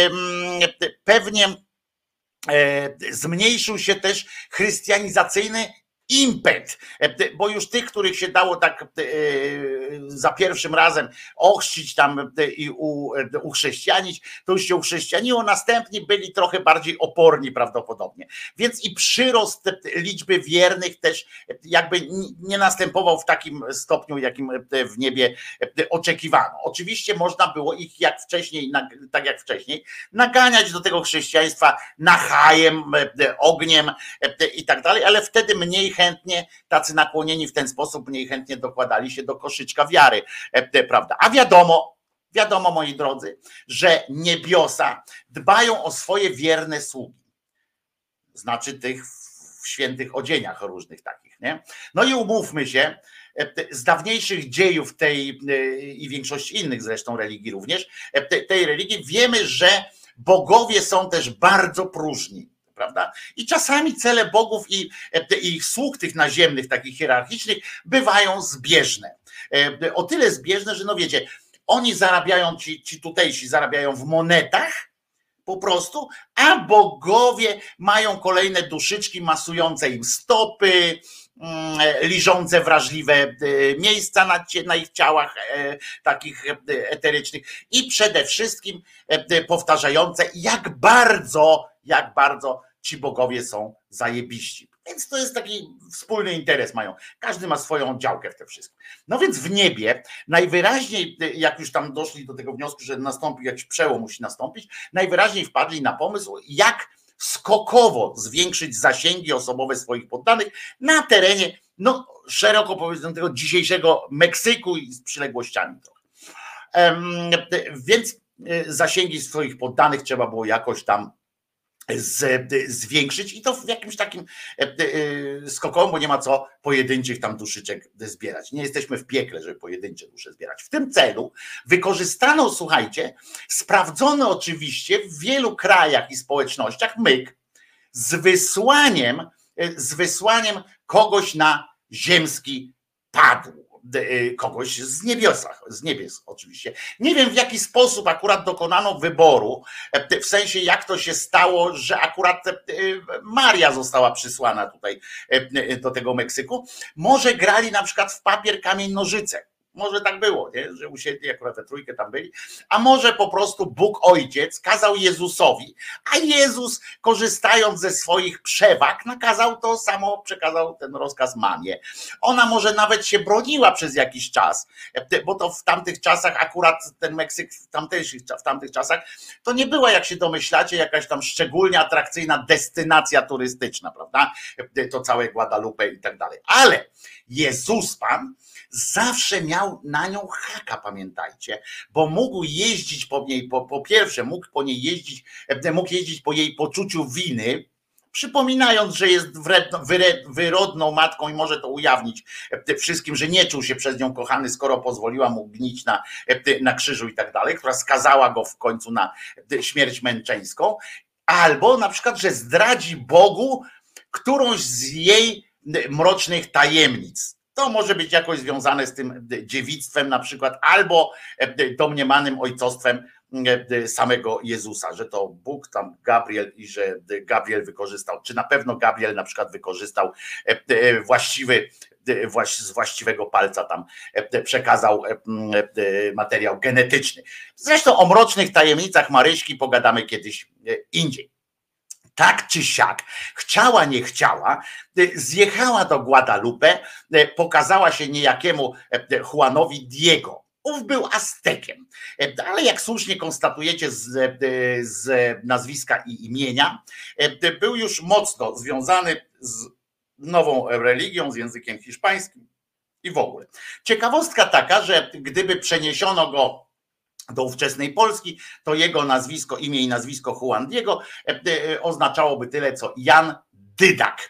pewnie zmniejszył się też chrystianizacyjny impet, bo już tych, których się dało tak za pierwszym razem ochrzcić tam i uchrześcianić, to już się uchrześcianiło, następni byli trochę bardziej oporni prawdopodobnie. Więc i przyrost liczby wiernych też jakby nie następował w takim stopniu, jakim w niebie oczekiwano. Oczywiście można było ich jak wcześniej, tak jak wcześniej, naganiać do tego chrześcijaństwa nachajem, ogniem i tak dalej, ale wtedy mniej chętnie, tacy nakłonieni w ten sposób, mniej chętnie dokładali się do koszyczka wiary, prawda? A wiadomo, wiadomo, moi drodzy, że niebiosa dbają o swoje wierne sługi, znaczy tych w świętych odzieniach różnych takich, nie? No i umówmy się, z dawniejszych dziejów tej i większości innych zresztą religii również, tej religii wiemy, że bogowie są też bardzo próżni. Prawda? I czasami cele bogów i, i ich sług tych naziemnych, takich hierarchicznych, bywają zbieżne. O tyle zbieżne, że no wiecie, oni zarabiają, ci, ci tutejsi zarabiają w monetach po prostu, a bogowie mają kolejne duszyczki masujące im stopy, liżące wrażliwe miejsca na, na ich ciałach takich eterycznych i przede wszystkim powtarzające, jak bardzo, jak bardzo ci bogowie są zajebiści. Więc to jest taki wspólny interes mają. Każdy ma swoją działkę w tym wszystkim. No więc w niebie najwyraźniej, jak już tam doszli do tego wniosku, że nastąpi jakiś przełom, musi nastąpić, najwyraźniej wpadli na pomysł, jak skokowo zwiększyć zasięgi osobowe swoich poddanych na terenie, no szeroko powiedzmy tego dzisiejszego Meksyku i z przyległościami trochę. Więc zasięgi swoich poddanych trzeba było jakoś tam Z, zwiększyć i to w jakimś takim skokowym, bo nie ma co pojedynczych tam duszyczek zbierać. Nie jesteśmy w piekle, żeby pojedyncze dusze zbierać. W tym celu wykorzystano, słuchajcie, sprawdzony oczywiście w wielu krajach i społecznościach myk z wysłaniem, z wysłaniem kogoś na ziemski padł. Kogoś z niebiosach, z niebios oczywiście. Nie wiem, w jaki sposób akurat dokonano wyboru, w sensie jak to się stało, że akurat Maria została przysłana tutaj do tego Meksyku. Może grali na przykład w papier, kamień, nożyce. Może tak było, nie? Że usiedli akurat we trójkę tam byli, a może po prostu Bóg Ojciec kazał Jezusowi, a Jezus, korzystając ze swoich przewag, nakazał to samo, przekazał ten rozkaz mamie. Ona może nawet się broniła przez jakiś czas, bo to w tamtych czasach akurat ten Meksyk w tamtych, w tamtych czasach to nie była, jak się domyślacie, jakaś tam szczególnie atrakcyjna destynacja turystyczna, prawda? To całe Guadalupe i tak dalej. Ale Jezus Pan zawsze miał na nią haka, pamiętajcie, bo mógł jeździć po niej, po, po pierwsze mógł po niej jeździć, mógł jeździć po jej poczuciu winy, przypominając, że jest wyrodną matką i może to ujawnić wszystkim, że nie czuł się przez nią kochany, skoro pozwoliła mu gnić na, na krzyżu i tak dalej, która skazała go w końcu na śmierć męczeńską, albo na przykład, że zdradzi Bogu którąś z jej mrocznych tajemnic. To może być jakoś związane z tym dziewictwem na przykład, albo domniemanym ojcostwem samego Jezusa, że to Bóg tam Gabriel i że Gabriel wykorzystał, czy na pewno Gabriel na przykład wykorzystał właściwy, z właściwego palca tam przekazał materiał genetyczny. Zresztą o mrocznych tajemnicach Maryśki pogadamy kiedyś indziej. Tak czy siak, chciała, nie chciała, zjechała do Guadalupe, pokazała się niejakiemu Juanowi Diego. Ów był Aztekiem, ale jak słusznie konstatujecie z, z nazwiska i imienia, był już mocno związany z nową religią, z językiem hiszpańskim i w ogóle. Ciekawostka taka, że gdyby przeniesiono go do ówczesnej Polski, to jego nazwisko, imię i nazwisko Juan Diego oznaczałoby tyle, co Jan Dydak.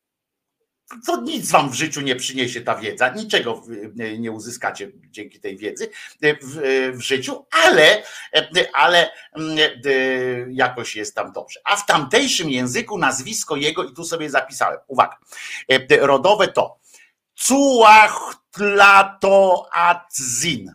To nic wam w życiu nie przyniesie ta wiedza, niczego nie uzyskacie dzięki tej wiedzy w, w życiu, ale, ale jakoś jest tam dobrze. A w tamtejszym języku nazwisko jego, i tu sobie zapisałem, uwaga, rodowe to Cuauhtlacoatzin.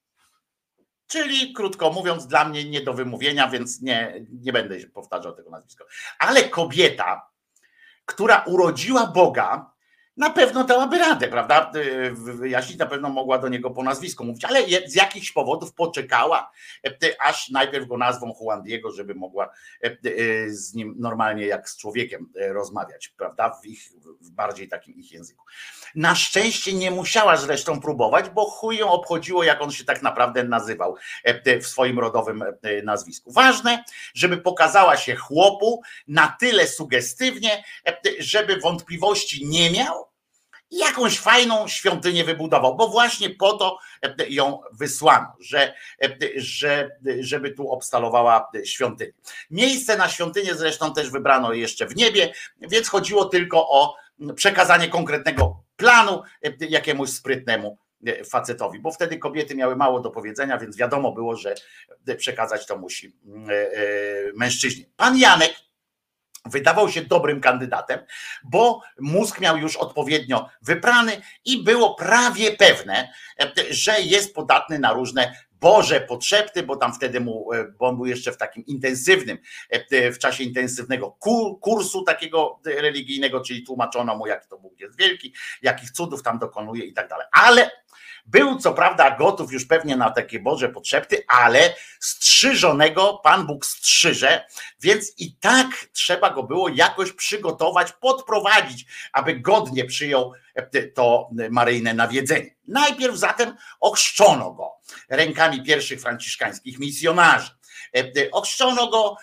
Czyli krótko mówiąc, dla mnie nie do wymówienia, więc nie, nie będę powtarzał tego nazwiska. Ale kobieta, która urodziła Boga, na pewno dałaby radę, prawda? Wyjaśnić, na pewno mogła do niego po nazwisku mówić, ale z jakichś powodów poczekała, aż najpierw go nazwą Juan Diego, żeby mogła z nim normalnie jak z człowiekiem rozmawiać, prawda? W ich, w bardziej takim ich języku. Na szczęście nie musiała zresztą próbować, bo chuj ją obchodziło, jak on się tak naprawdę nazywał w swoim rodowym nazwisku. Ważne, żeby pokazała się chłopu na tyle sugestywnie, żeby wątpliwości nie miał, i jakąś fajną świątynię wybudował, bo właśnie po to ją wysłano, że, że, żeby tu obstalowała świątynię. Miejsce na świątynię zresztą też wybrano jeszcze w niebie, więc chodziło tylko o przekazanie konkretnego planu jakiemuś sprytnemu facetowi, bo wtedy kobiety miały mało do powiedzenia, więc wiadomo było, że przekazać to musi mężczyźnie. Pan Janek wydawał się dobrym kandydatem, bo mózg miał już odpowiednio wyprany i było prawie pewne, że jest podatny na różne Boże podszepty, bo tam wtedy mu, bo on był jeszcze w takim intensywnym, w czasie intensywnego kursu takiego religijnego, czyli tłumaczono mu, jaki to Bóg jest wielki, jakich cudów tam dokonuje i tak dalej. Ale był co prawda gotów już pewnie na takie Boże podszepty, ale strzyżonego Pan Bóg strzyże, więc i tak trzeba go było jakoś przygotować, podprowadzić, aby godnie przyjął to maryjne nawiedzenie. Najpierw zatem ochrzczono go rękami pierwszych franciszkańskich misjonarzy. Ochrzczono go,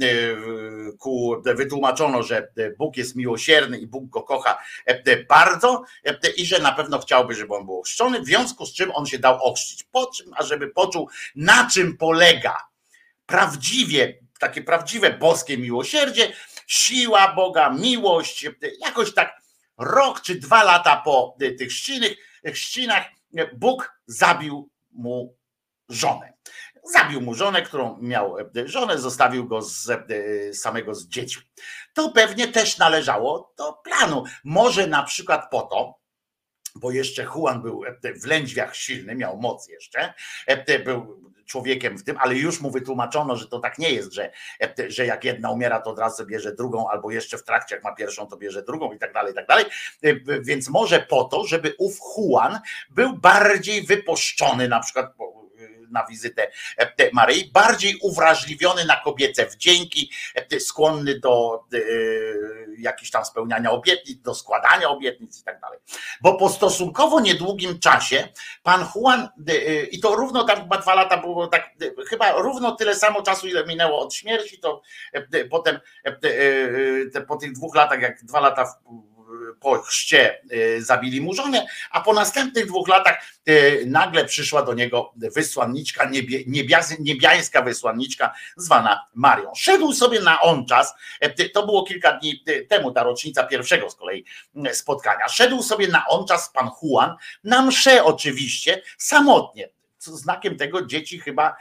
wytłumaczono, że Bóg jest miłosierny i Bóg go kocha bardzo i że na pewno chciałby, żeby on był ochrzczony, w związku z czym on się dał ochrzcić. Po czym, ażeby poczuł, na czym polega prawdziwie, takie prawdziwe boskie miłosierdzie, siła Boga, miłość, jakoś tak rok czy dwa lata po tych chrzcinach Bóg zabił mu żonę. Zabił mu żonę, którą miał żonę, zostawił go z, samego z dziećmi. To pewnie też należało do planu. Może na przykład po to, bo jeszcze Juan był w lędźwiach silny, miał moc jeszcze, był człowiekiem w tym, ale już mu wytłumaczono, że to tak nie jest, że, że jak jedna umiera, to od razu bierze drugą, albo jeszcze w trakcie, jak ma pierwszą, to bierze drugą i tak dalej, i tak dalej. Więc może po to, żeby ów Juan był bardziej wypuszczony, na przykład na wizytę Maryi, bardziej uwrażliwiony na kobiece wdzięki, skłonny do jakichś tam spełniania obietnic, do składania obietnic i tak dalej. Bo po stosunkowo niedługim czasie pan Juan, i to równo tam chyba dwa lata było, tak chyba równo tyle samo czasu, ile minęło od śmierci, to potem po tych dwóch latach, jak dwa lata po chrzcie zabili mu żonę, a po następnych dwóch latach nagle przyszła do niego wysłanniczka, niebie, niebiańska wysłanniczka zwana Marią. Szedł sobie na on czas, to było kilka dni temu, ta rocznica pierwszego z kolei spotkania, szedł sobie na on czas pan Juan, na mszę oczywiście, samotnie. Znakiem tego dzieci chyba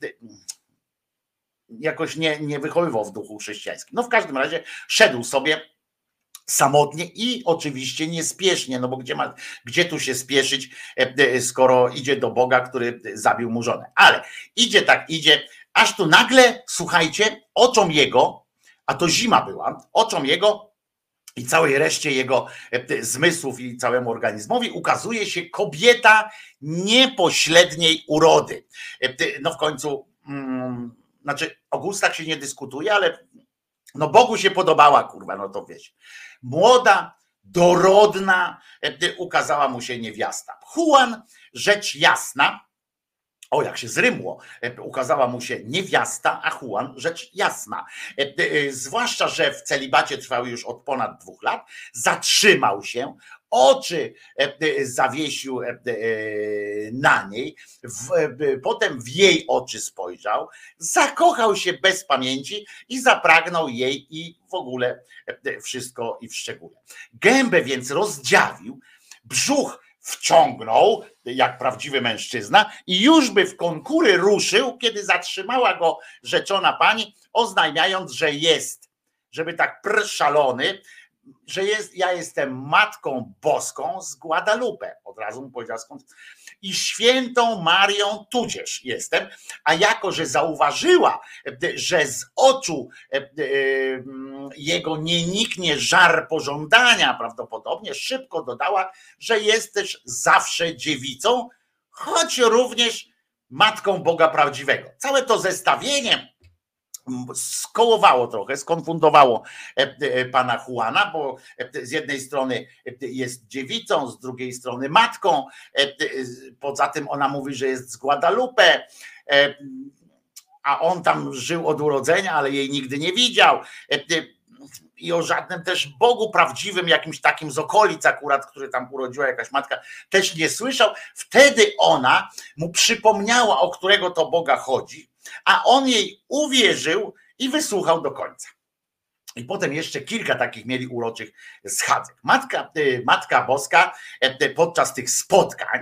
jakoś nie, nie wychowywał w duchu chrześcijańskim. No w każdym razie szedł sobie samotnie i oczywiście niespiesznie, no bo gdzie, ma, gdzie tu się spieszyć, skoro idzie do Boga, który zabił mu żonę. Ale idzie tak, idzie, aż tu nagle, słuchajcie, oczom jego, a to zima była, oczom jego i całej reszcie jego zmysłów i całemu organizmowi ukazuje się kobieta niepośredniej urody. No w końcu, hmm, znaczy o gustach się nie dyskutuje, ale no Bogu się podobała, kurwa, no to wiecie. Młoda, dorodna, ukazała mu się niewiasta. Juan, rzecz jasna, o jak się zrymło, ukazała mu się niewiasta, a Juan, rzecz jasna. Zwłaszcza, że w celibacie trwał już od ponad dwóch lat, zatrzymał się, oczy zawiesił na niej, potem w jej oczy spojrzał, zakochał się bez pamięci i zapragnął jej i w ogóle wszystko i w szczególe. Gębę więc rozdziawił, brzuch wciągnął, jak prawdziwy mężczyzna, i już by w konkury ruszył, kiedy zatrzymała go rzeczona pani, oznajmiając, że jest, żeby tak pr szalony, że jest, ja jestem Matką Boską z Guadalupe. Od razu mu powiedział skąd. I świętą Marią tudzież jestem, a jako, że zauważyła, że z oczu jego nie niknie żar pożądania prawdopodobnie, szybko dodała, że jest też zawsze dziewicą, choć również Matką Boga Prawdziwego. Całe to zestawienie skołowało trochę, skonfundowało pana Juana, bo z jednej strony jest dziewicą, z drugiej strony matką, poza tym ona mówi, że jest z Guadalupe, a on tam żył od urodzenia, ale jej nigdy nie widział i o żadnym też Bogu prawdziwym, jakimś takim z okolic akurat, który tam urodziła jakaś matka, też nie słyszał. Wtedy ona mu przypomniała, o którego to Boga chodzi, a on jej uwierzył i wysłuchał do końca. I potem jeszcze kilka takich mieli uroczych schadzek. Matka, Matka Boska podczas tych spotkań,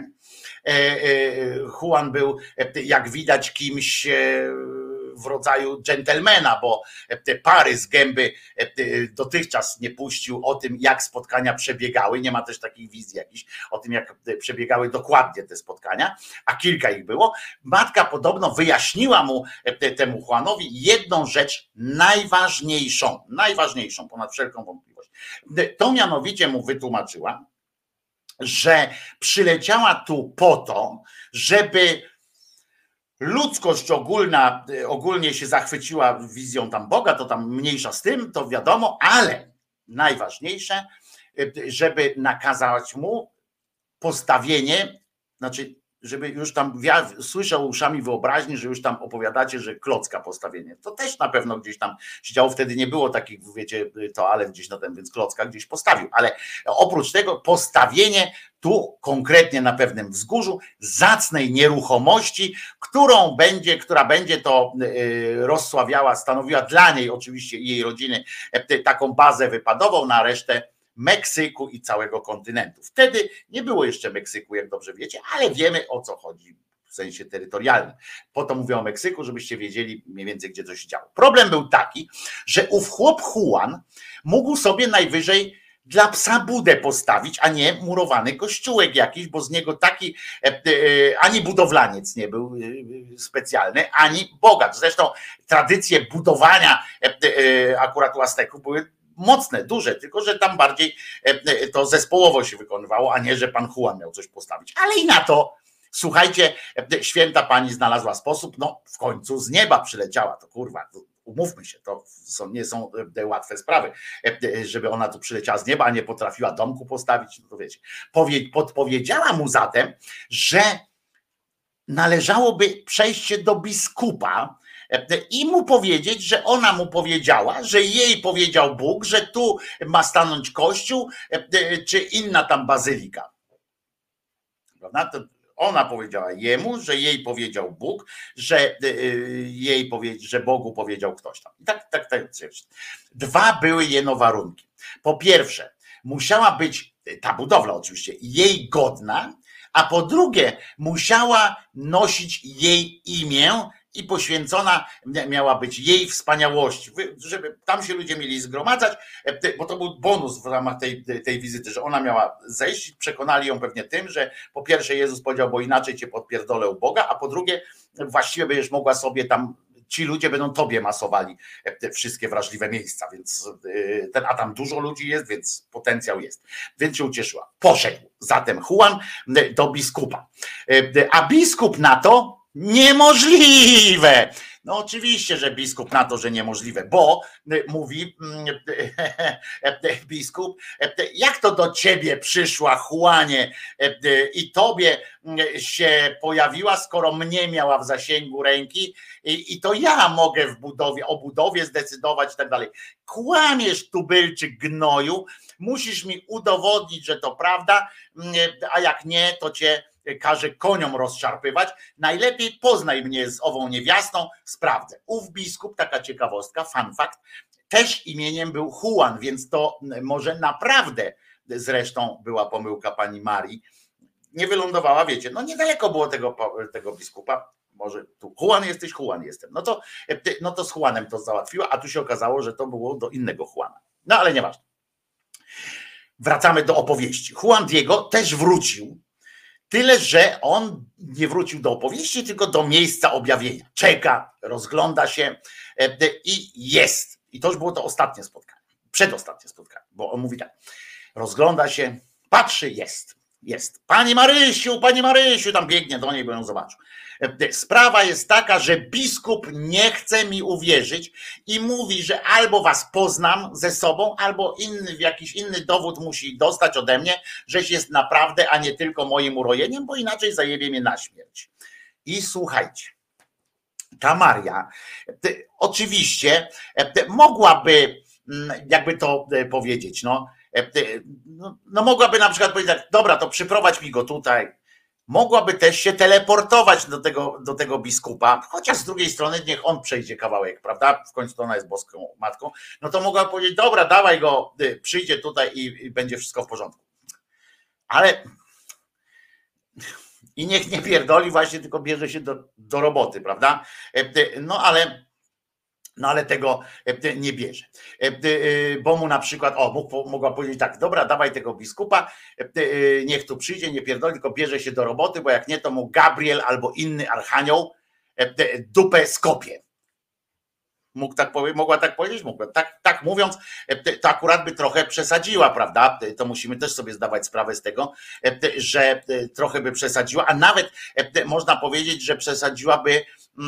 Juan był, jak widać, kimś w rodzaju dżentelmena, bo te pary z gęby dotychczas nie puścił o tym, jak spotkania przebiegały. Nie ma też takich wizji jakichś o tym, jak przebiegały dokładnie te spotkania, a kilka ich było. Matka podobno wyjaśniła mu, temu Juanowi, jedną rzecz najważniejszą, najważniejszą ponad wszelką wątpliwość. To mianowicie mu wytłumaczyła, że przyleciała tu po to, żeby ludzkość ogólna, ogólnie się zachwyciła wizją tam Boga, to tam mniejsza z tym, to wiadomo, ale najważniejsze, żeby nakazać mu postawienie, znaczy, żeby już tam, ja słyszę uszami wyobraźni, że już tam opowiadacie, że klocka postawienie. To też na pewno gdzieś tam się działo, wtedy nie było takich, wiecie, toalet gdzieś na ten, więc klocka gdzieś postawił, ale oprócz tego postawienie tu konkretnie na pewnym wzgórzu zacnej nieruchomości, którą będzie, która będzie to rozsławiała, stanowiła dla niej oczywiście i jej rodziny taką bazę wypadową na resztę Meksyku i całego kontynentu. Wtedy nie było jeszcze Meksyku, jak dobrze wiecie, ale wiemy, o co chodzi w sensie terytorialnym. Po to mówię o Meksyku, żebyście wiedzieli mniej więcej, gdzie to się działo. Problem był taki, że ów chłop Juan mógł sobie najwyżej dla psa budę postawić, a nie murowany kościółek jakiś, bo z niego taki ani budowlaniec nie był specjalny, ani bogacz. Zresztą tradycje budowania akurat u Azteków były mocne, duże, tylko że tam bardziej to zespołowo się wykonywało, a nie, że pan Juan miał coś postawić. Ale i na to, słuchajcie, święta pani znalazła sposób, no w końcu z nieba przyleciała, to kurwa, umówmy się, to są, nie są łatwe sprawy, żeby ona tu przyleciała z nieba, a nie potrafiła domku postawić, no to wiecie. Podpowiedziała mu zatem, że należałoby przejść się do biskupa i mu powiedzieć, że ona mu powiedziała, że jej powiedział Bóg, że tu ma stanąć kościół, czy inna tam bazylika. Prawda? To ona powiedziała jemu, że jej powiedział Bóg, że jej powie, że Bogu powiedział ktoś tam. I tak, tak, tak. Dwa były jeno warunki. Po pierwsze, musiała być ta budowla oczywiście jej godna, a po drugie, musiała nosić jej imię i poświęcona miała być jej wspaniałości, żeby tam się ludzie mieli zgromadzać, bo to był bonus w ramach tej, tej wizyty, że ona miała zejść, przekonali ją pewnie tym, że po pierwsze Jezus powiedział, bo inaczej cię podpierdolę u Boga, a po drugie właściwie będziesz mogła sobie tam, ci ludzie będą tobie masowali te wszystkie wrażliwe miejsca, więc ten, a tam dużo ludzi jest, więc potencjał jest. Więc się ucieszyła. Poszedł zatem Juan do biskupa. A biskup na to niemożliwe. No oczywiście, że biskup na to, że niemożliwe, bo mówi biskup, jak to do ciebie przyszła, Juanie, i tobie się pojawiła, skoro mnie miała w zasięgu ręki i, i to ja mogę w budowie, o budowie zdecydować i tak dalej. Kłamiesz, tubylczyk gnoju, musisz mi udowodnić, że to prawda, a jak nie, to cię każe koniom rozszarpywać. Najlepiej poznaj mnie z ową niewiastą, sprawdzę. Ów biskup, taka ciekawostka, fun fact, też imieniem był Juan, więc to może naprawdę zresztą była pomyłka pani Marii. Nie wylądowała, wiecie, no niedaleko było tego, tego biskupa. Może tu Juan jesteś, Juan jestem. No to, no to z Juanem to załatwiła, a tu się okazało, że to było do innego Juana. No ale nieważne. Wracamy do opowieści. Juan Diego też wrócił. Tyle, że on nie wrócił do opowieści, tylko do miejsca objawienia. Czeka, rozgląda się i jest. I to już było to ostatnie spotkanie. Przedostatnie spotkanie, bo on mówi tak. Rozgląda się, patrzy, jest. Jest. Pani Marysiu, pani Marysiu, tam biegnie do niej, bo ją zobaczył. Sprawa jest taka, że biskup nie chce mi uwierzyć i mówi, że albo was poznam ze sobą, albo inny, jakiś inny dowód musi dostać ode mnie, żeś jest naprawdę, a nie tylko moim urojeniem, bo inaczej zajebie mnie na śmierć. I słuchajcie, ta Maria oczywiście mogłaby, jakby to powiedzieć, no, no, no mogłaby na przykład powiedzieć tak, dobra, to przyprowadź mi go tutaj. Mogłaby też się teleportować do tego, do tego biskupa, chociaż z drugiej strony niech on przejdzie kawałek, prawda? W końcu to ona jest boską matką. No to mogłaby powiedzieć, dobra, dawaj go, przyjdzie tutaj i, i będzie wszystko w porządku. Ale i niech nie pierdoli właśnie, tylko bierze się do, do roboty, prawda? No ale No ale tego nie bierze, bo mu na przykład, o, mógł, mogła powiedzieć tak, dobra, dawaj tego biskupa, niech tu przyjdzie, nie pierdoli, tylko bierze się do roboty, bo jak nie, to mu Gabriel albo inny archanioł dupę skopie. Mógł tak powiedzieć, mogła tak powiedzieć, mogła. Tak, tak mówiąc, to akurat by trochę przesadziła, prawda? To musimy też sobie zdawać sprawę z tego, że trochę by przesadziła, a nawet można powiedzieć, że przesadziłaby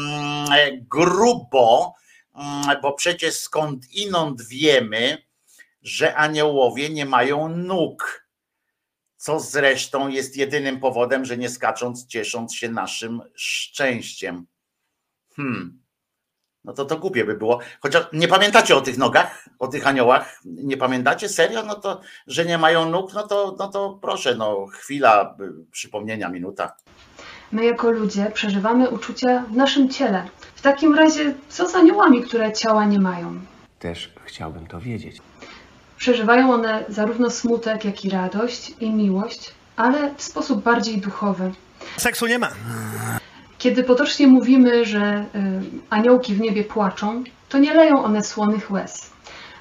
grubo, bo przecież skądinąd wiemy, że aniołowie nie mają nóg, co zresztą jest jedynym powodem, że nie skacząc, ciesząc się naszym szczęściem. Hmm. No to to głupie by było. Chociaż nie pamiętacie o tych nogach, o tych aniołach? Nie pamiętacie? Serio? No to, że nie mają nóg, no to, no to proszę, no chwila przypomnienia, minuta. My jako ludzie przeżywamy uczucia w naszym ciele. W takim razie co z aniołami, które ciała nie mają? Też chciałbym to wiedzieć. Przeżywają one zarówno smutek, jak i radość i miłość, ale w sposób bardziej duchowy. Seksu nie ma. Kiedy potocznie mówimy, że y, aniołki w niebie płaczą, to nie leją one słonych łez.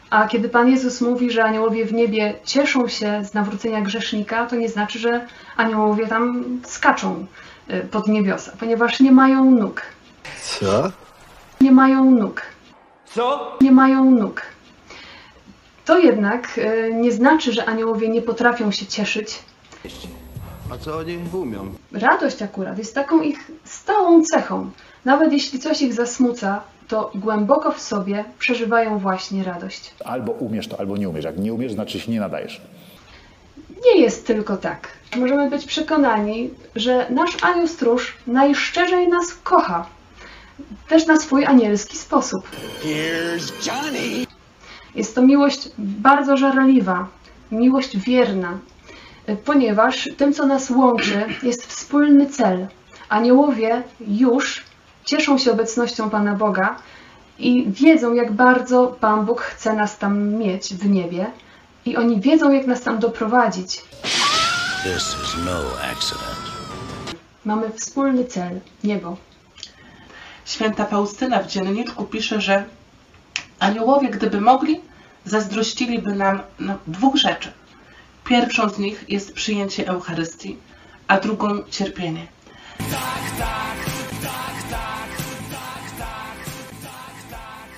A kiedy Pan Jezus mówi, że aniołowie w niebie cieszą się z nawrócenia grzesznika, to nie znaczy, że aniołowie tam skaczą pod niebiosa, ponieważ nie mają nóg. Co? Nie mają nóg. Co? Nie mają nóg. To jednak nie znaczy, że aniołowie nie potrafią się cieszyć. A co oni umią? Radość akurat jest taką ich stałą cechą. Nawet jeśli coś ich zasmuca, to głęboko w sobie przeżywają właśnie radość. Albo umiesz to, albo nie umiesz. Jak nie umiesz, znaczy się nie nadajesz. Nie jest tylko tak. Możemy być przekonani, że nasz anioł stróż najszczerzej nas kocha. Też na swój anielski sposób. Here's Johnny. Jest to miłość bardzo żarliwa, miłość wierna, ponieważ tym, co nas łączy, jest wspólny cel. Aniołowie już cieszą się obecnością Pana Boga i wiedzą, jak bardzo Pan Bóg chce nas tam mieć w niebie i oni wiedzą, jak nas tam doprowadzić. This is no accident. Mamy wspólny cel, niebo. Święta Faustyna w dzienniczku pisze, że aniołowie, gdyby mogli, zazdrościliby nam no, dwóch rzeczy. Pierwszą z nich jest przyjęcie Eucharystii, a drugą cierpienie. Tak, tak, tak, tak, tak, tak, tak, tak.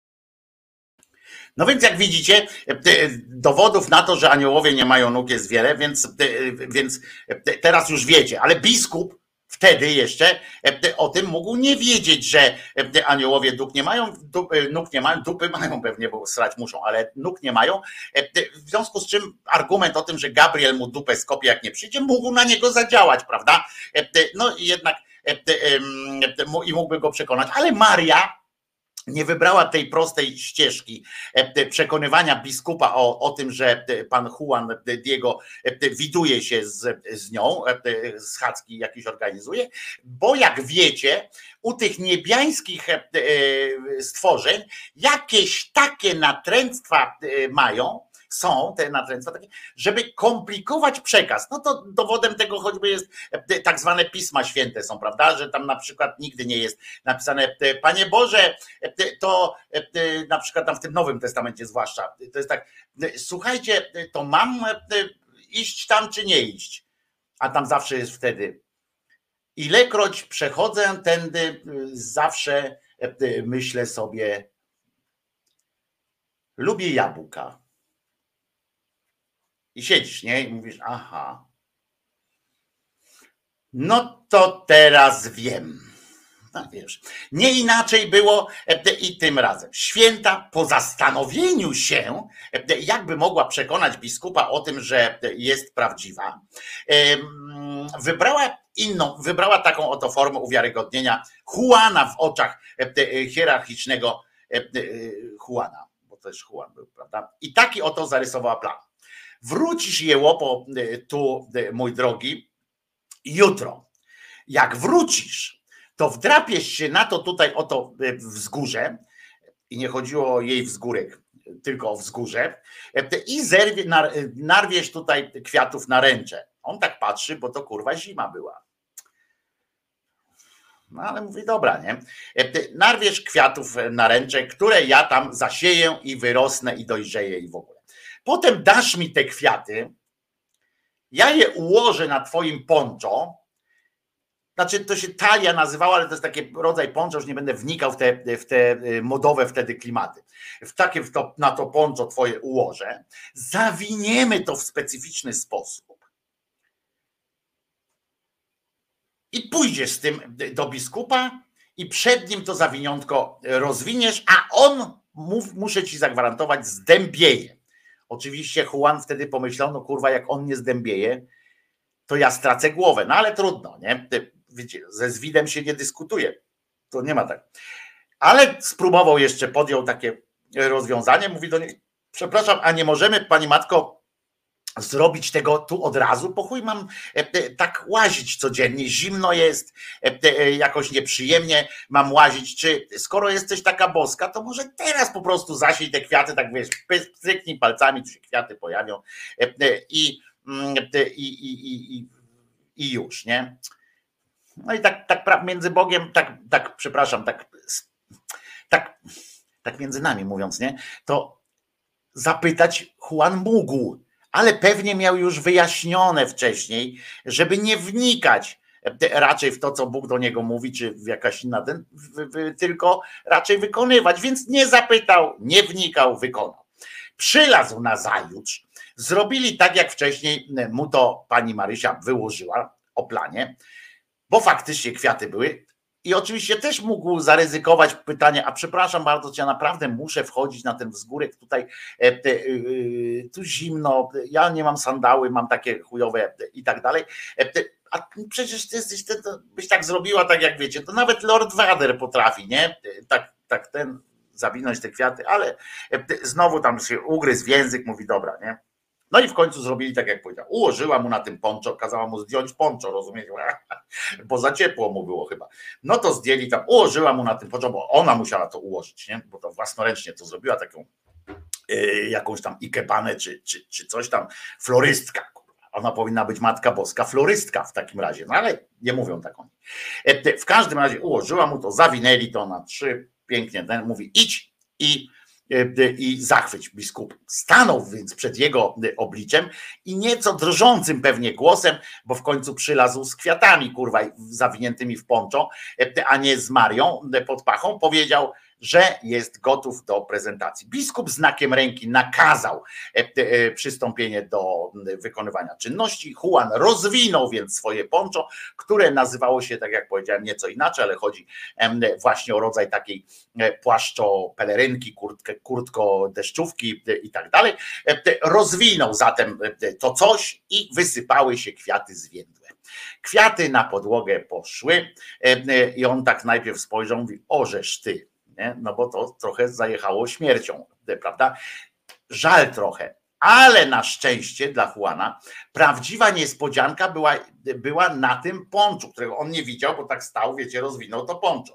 No więc jak widzicie, dowodów na to, że aniołowie nie mają nóg jest wiele, więc, więc teraz już wiecie, ale biskup wtedy jeszcze o tym mógł nie wiedzieć, że aniołowie nóg nie mają, nóg nie mają, dupy mają pewnie, bo srać muszą, ale nóg nie mają. W związku z czym argument o tym, że Gabriel mu dupę skopie jak nie przyjdzie, mógł na niego zadziałać, prawda? No i jednak i mógłby go przekonać, ale Maria nie wybrała tej prostej ścieżki przekonywania biskupa o, o tym, że pan Juan Diego widuje się z, z nią, schadzki jakieś organizuje, bo jak wiecie, u tych niebiańskich stworzeń jakieś takie natręctwa mają, są te natręctwa takie, żeby komplikować przekaz. No to dowodem tego choćby jest tak zwane Pisma Święte są, prawda, że tam na przykład nigdy nie jest napisane Panie Boże, to na przykład tam w tym Nowym Testamencie zwłaszcza, to jest tak, słuchajcie, to mam iść tam czy nie iść? A tam zawsze jest wtedy ilekroć przechodzę tędy, zawsze myślę sobie lubię jabłka. I siedzisz, nie? I mówisz, aha, no to teraz wiem. No wiesz, nie inaczej było i tym razem. Święta po zastanowieniu się, jakby mogła przekonać biskupa o tym, że jest prawdziwa, wybrała inną, wybrała taką oto formę uwiarygodnienia Juana w oczach hierarchicznego Juana, bo to też Juan był, prawda? I taki oto zarysowała plan. Wrócisz, jełopo, tu, mój drogi, jutro. Jak wrócisz, to wdrapiesz się na to tutaj oto wzgórze i nie chodziło o jej wzgórek, tylko o wzgórze i zerwie, narwiesz tutaj kwiatów na ręcze. On tak patrzy, bo to kurwa zima była. No ale mówi, dobra, nie? Narwiesz kwiatów na ręcze, które ja tam zasieję i wyrosnę i dojrzeję i w ogóle. Potem dasz mi te kwiaty, ja je ułożę na twoim poncho, znaczy to się talia nazywała, ale to jest taki rodzaj poncho, już nie będę wnikał w te, w te modowe wtedy klimaty. W takie w to, na to poncho twoje ułożę, zawiniemy to w specyficzny sposób i pójdziesz z tym do biskupa i przed nim to zawiniątko rozwiniesz, a on, mów, muszę ci zagwarantować, zdębieje. Oczywiście Juan wtedy pomyślał, no kurwa, jak on nie zdębieje, to ja stracę głowę. No ale trudno, nie? Wiecie, ze zwidem się nie dyskutuje. To nie ma tak. Ale spróbował jeszcze, podjął takie rozwiązanie, mówi do niej, przepraszam, a nie możemy, pani matko, zrobić tego tu od razu? Po chuj mam tak łazić codziennie, zimno jest, jakoś nieprzyjemnie mam łazić. Czy skoro jesteś taka boska, to może teraz po prostu zasiej te kwiaty, tak wiesz, stryknij palcami, tu się kwiaty pojawią i, i, i, i, i już, nie? No i tak, tak między Bogiem, tak, tak przepraszam, tak, tak, tak między nami mówiąc, nie? To zapytać Juan mógł, ale pewnie miał już wyjaśnione wcześniej, żeby nie wnikać raczej w to, co Bóg do niego mówi, czy w jakaś inna, ten, w, w, tylko raczej wykonywać, więc nie zapytał, nie wnikał, wykonał. Przylazł nazajutrz, zrobili tak, jak wcześniej mu to pani Marysia wyłożyła o planie, bo faktycznie kwiaty były i oczywiście też mógł zaryzykować pytanie, a przepraszam bardzo, ja naprawdę muszę wchodzić na ten wzgórek, tutaj tu zimno, ja nie mam sandały, mam takie chujowe i tak dalej, a przecież ty jesteś, ty byś tak zrobiła, tak jak wiecie, to nawet Lord Vader potrafi, nie? Tak, tak ten zawinąć te kwiaty, ale znowu tam się ugryzł w język, mówi dobra, nie? No i w końcu zrobili tak, jak powiedział. Ułożyła mu na tym poncho, kazała mu zdjąć poncho, rozumiecie? Bo za ciepło mu było chyba. No to zdjęli tam, ułożyła mu na tym poncho, bo ona musiała to ułożyć, nie? Bo to własnoręcznie to zrobiła, taką yy, jakąś tam ikebanę, czy, czy, czy coś tam, florystka. Ona powinna być Matka Boska, florystka w takim razie, no ale nie mówią tak oni. W każdym razie ułożyła mu to, zawinęli to na trzy, pięknie, ten mówi idź i i zachwyć biskup. Stanął więc przed jego obliczem i nieco drżącym pewnie głosem, bo w końcu przylazł z kwiatami, kurwa, zawiniętymi w poncho, a nie z Marią pod pachą, powiedział, że jest gotów do prezentacji. Biskup znakiem ręki nakazał przystąpienie do wykonywania czynności. Juan rozwinął więc swoje poncho, które nazywało się, tak jak powiedziałem, nieco inaczej, ale chodzi właśnie o rodzaj takiej płaszczo-pelerynki, kurtkę, kurtko-deszczówki i tak dalej. Rozwinął zatem to coś i wysypały się kwiaty zwiędłe. Kwiaty na podłogę poszły i on tak najpierw spojrzał, mówi, ożeż ty, nie? No bo to trochę zajechało śmiercią, prawda? Żal trochę, ale na szczęście dla Juana prawdziwa niespodzianka była, była na tym ponchu, którego on nie widział, bo tak stał, wiecie, rozwinął to poncho.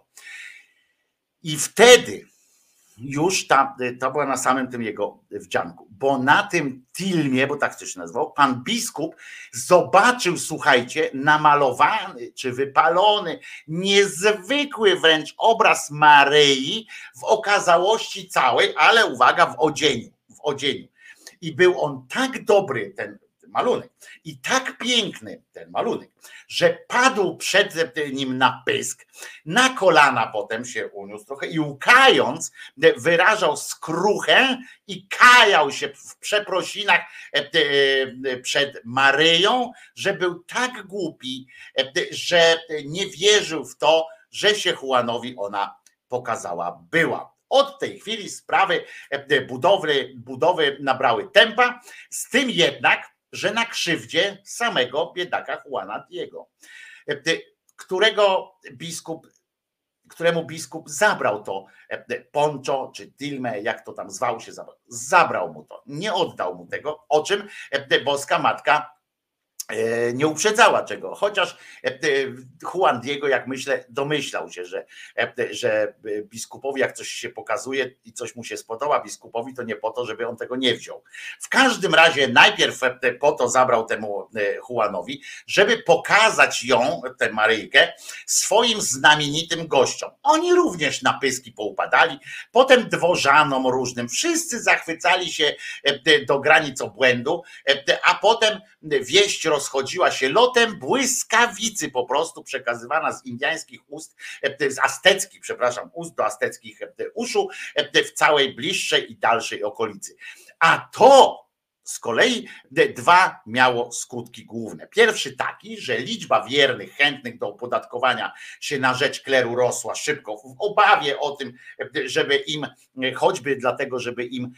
I wtedy już ta, to była na samym tym jego wdzianku, bo na tym tilmie, bo tak to się nazywał, pan biskup zobaczył, słuchajcie, namalowany czy wypalony, niezwykły wręcz obraz Maryi w okazałości całej, ale uwaga, w odzieniu, w odzieniu. I był on tak dobry, ten malunek, i tak piękny ten malunek, że padł przed nim na pysk, na kolana potem się uniósł trochę i łkając wyrażał skruchę i kajał się w przeprosinach przed Maryją, że był tak głupi, że nie wierzył w to, że się Juanowi ona pokazała była. Od tej chwili sprawy budowy, budowy nabrały tempa, z tym jednak, że na krzywdzie samego biedaka Juana Diego, którego biskup, któremu biskup zabrał to poncho, czy tilmę, jak to tam zwał się, zabrał, zabrał mu to, nie oddał mu tego, o czym boska matka nie uprzedzała czego, chociaż Juan Diego, jak myślę, domyślał się, że, że biskupowi jak coś się pokazuje i coś mu się spodoba biskupowi, to nie po to, żeby on tego nie wziął. W każdym razie najpierw po to zabrał temu Juanowi, żeby pokazać ją, tę Maryjkę, swoim znamienitym gościom. Oni również na pyski poupadali, potem dworzanom różnym, wszyscy zachwycali się do granic obłędu, a potem wieść rozchodziła się lotem błyskawicy, po prostu przekazywana z indiańskich ust, z azteckich, przepraszam, ust do azteckich uszu w całej bliższej i dalszej okolicy. A to z kolei dwa miało skutki główne. Pierwszy taki, że liczba wiernych, chętnych do opodatkowania się na rzecz kleru rosła szybko, w obawie o tym, żeby im, choćby dlatego, żeby im,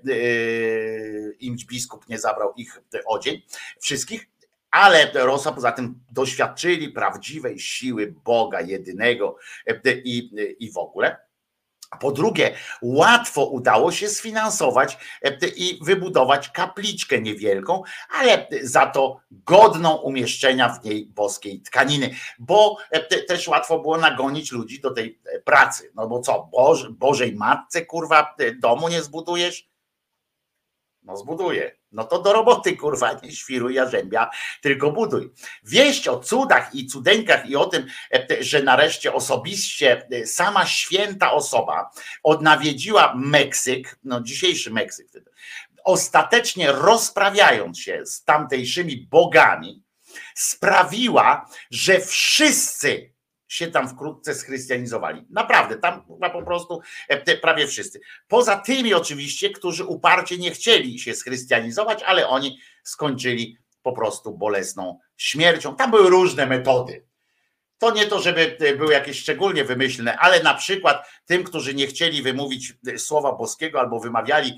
im biskup nie zabrał ich odzień, wszystkich, ale rosła, poza tym doświadczyli prawdziwej siły Boga jedynego i, i w ogóle. Po drugie, łatwo udało się sfinansować i wybudować kapliczkę niewielką, ale za to godną umieszczenia w niej boskiej tkaniny, bo też łatwo było nagonić ludzi do tej pracy. No bo co, Boż, Bożej Matce, kurwa, domu nie zbudujesz? No zbuduję. No to do roboty, kurwa, nie świruj jarzębia, tylko buduj. Wieść o cudach i cudeńkach i o tym, że nareszcie osobiście sama święta osoba odnawiedziła Meksyk, no dzisiejszy Meksyk, ostatecznie rozprawiając się z tamtejszymi bogami, sprawiła, że wszyscy się tam wkrótce schrystianizowali. Naprawdę, tam po prostu prawie wszyscy. Poza tymi oczywiście, którzy uparcie nie chcieli się schrystianizować, ale oni skończyli po prostu bolesną śmiercią. Tam były różne metody. To nie to, żeby były jakieś szczególnie wymyślne, ale na przykład tym, którzy nie chcieli wymówić słowa boskiego albo wymawiali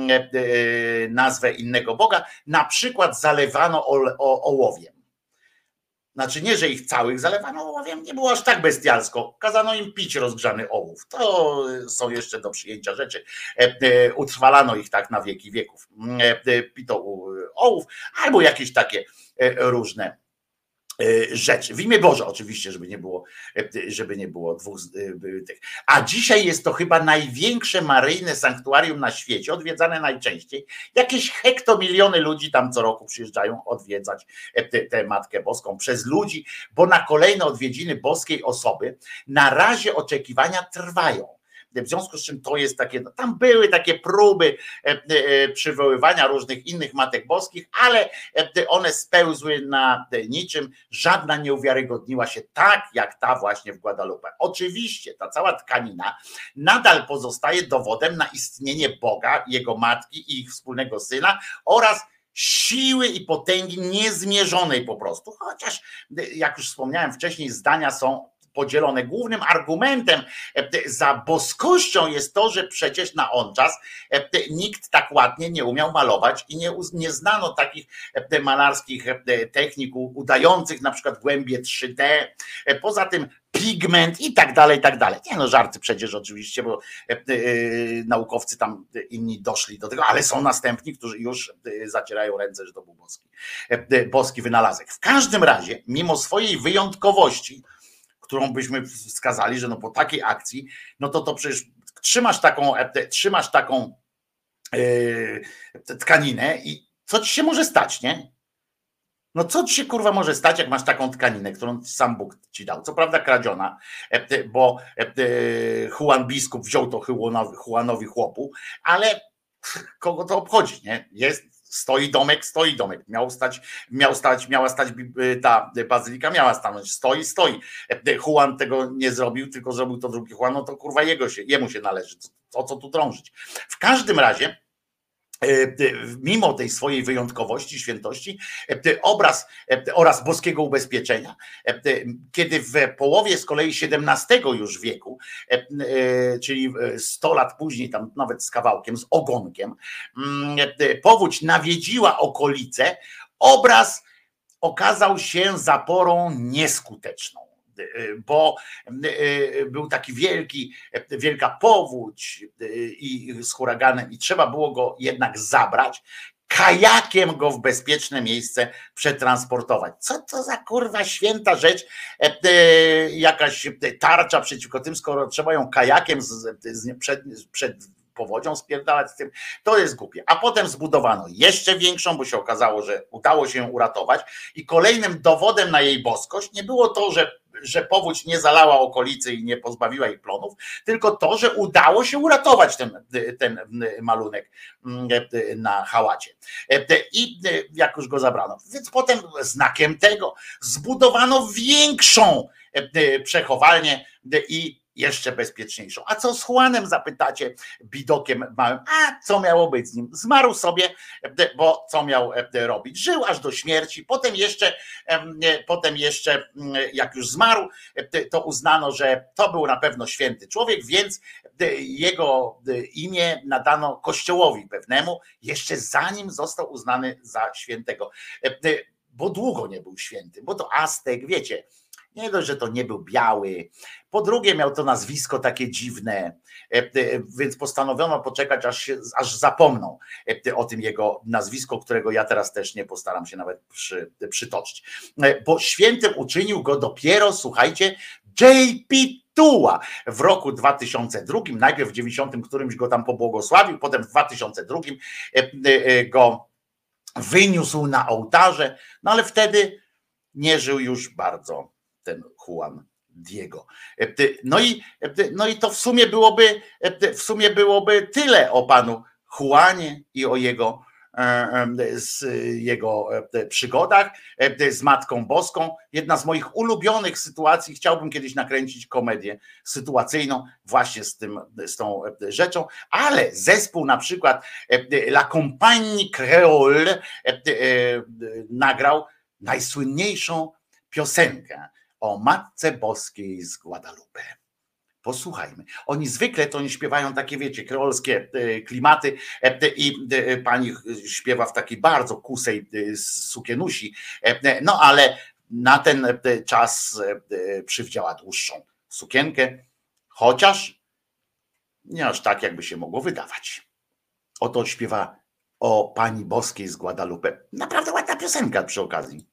nazwę innego Boga, na przykład zalewano ołowiem. Znaczy nie, że ich całych zalewano ołowiem, nie było aż tak bestialsko. Kazano im pić rozgrzany ołów. To są jeszcze do przyjęcia rzeczy. Utrwalano ich tak na wieki wieków. Pito ołów albo jakieś takie różne rzeczy. W imię Boże oczywiście, żeby nie było, żeby nie było dwóch tych. A dzisiaj jest to chyba największe maryjne sanktuarium na świecie, odwiedzane najczęściej. Jakieś hektomiliony ludzi tam co roku przyjeżdżają odwiedzać tę Matkę Boską przez ludzi, bo na kolejne odwiedziny boskiej osoby na razie oczekiwania trwają. W związku z czym to jest takie, no tam były takie próby przywoływania różnych innych matek boskich, ale one spełzły na niczym, żadna nie uwiarygodniła się tak, jak ta właśnie w Guadalupe. Oczywiście ta cała tkanina nadal pozostaje dowodem na istnienie Boga, Jego matki i ich wspólnego syna oraz siły i potęgi niezmierzonej po prostu, chociaż jak już wspomniałem wcześniej, zdania są podzielone. Głównym argumentem za boskością jest to, że przecież na on czas nikt tak ładnie nie umiał malować i nie, nie znano takich malarskich technik udających na przykład głębie trzy D. Poza tym pigment i tak dalej, i tak dalej. Nie no, żarty przecież oczywiście, bo naukowcy tam inni doszli do tego, ale są następni, którzy już zacierają ręce, że to był boski, boski wynalazek. W każdym razie, mimo swojej wyjątkowości, którą byśmy wskazali, że no po takiej akcji, no to to przecież trzymasz taką, trzymasz taką yy, tkaninę i co ci się może stać, nie? No co ci się kurwa może stać, jak masz taką tkaninę, którą sam Bóg ci dał. Co prawda kradziona, bo Juan biskup wziął to Juanowi chłopu, ale kogo to obchodzi, nie? Jest Stoi domek, stoi domek. Miał stać, miał stać, miała stać ta bazylika, miała stanąć. Stoi, stoi. Juan tego nie zrobił, tylko zrobił to drugi Juan, no to kurwa jego się, jemu się należy. O co tu drążyć? W każdym razie, mimo tej swojej wyjątkowości, świętości, obraz oraz boskiego ubezpieczenia, kiedy w połowie z kolei siedemnastego już wieku, czyli sto lat później, tam nawet z kawałkiem, z ogonkiem, powódź nawiedziła okolice, obraz okazał się zaporą nieskuteczną. Bo był taki wielki, wielka powódź i z huraganem i trzeba było go jednak zabrać, kajakiem go w bezpieczne miejsce przetransportować. Co to za kurwa święta rzecz, jakaś tarcza przeciwko tym, skoro trzeba ją kajakiem z, z, przed, przed powodzią spierdalać z tym, to jest głupie. A potem zbudowano jeszcze większą, bo się okazało, że udało się ją uratować i kolejnym dowodem na jej boskość nie było to, że że powódź nie zalała okolicy i nie pozbawiła ich plonów, tylko to, że udało się uratować ten, ten malunek na hałacie. I jak już go zabrano. Więc potem znakiem tego zbudowano większą przechowalnię i jeszcze bezpieczniejszą. A co z Juanem, zapytacie, bidokiem małym? A co miało być z nim? Zmarł sobie, bo co miał robić? Żył aż do śmierci. Potem jeszcze, potem jeszcze jak już zmarł, to uznano, że to był na pewno święty człowiek, więc jego imię nadano kościołowi pewnemu, jeszcze zanim został uznany za świętego. Bo długo nie był święty, bo to Aztek, wiecie, nie dość, że to nie był biały. Po drugie miał to nazwisko takie dziwne, więc postanowiono poczekać, aż, się, aż zapomną o tym jego nazwisku, którego ja teraz też nie postaram się nawet przy, przytoczyć. Bo świętym uczynił go dopiero, słuchajcie, J P Tuła w roku dwa tysiące drugim, najpierw w dziewięćdziesiątym którymś go tam pobłogosławił, potem w dwa tysiące drugim go wyniósł na ołtarze, no ale wtedy nie żył już bardzo ten Juan Diego. No i, no i to w sumie byłoby, w sumie byłoby tyle o panu Juanie i o jego, z jego przygodach z Matką Boską. Jedna z moich ulubionych sytuacji, chciałbym kiedyś nakręcić komedię sytuacyjną właśnie z tym, z tą rzeczą, ale zespół na przykład La Compagnie Creole nagrał najsłynniejszą piosenkę o Matce Boskiej z Guadalupe. Posłuchajmy. Oni zwykle to oni śpiewają takie, wiecie, kreolskie klimaty i pani śpiewa w takiej bardzo kusej sukienusi, no ale na ten czas przywdziała dłuższą sukienkę, chociaż nie aż tak, jakby się mogło wydawać. Oto śpiewa o Pani Boskiej z Guadalupe. Naprawdę ładna piosenka przy okazji.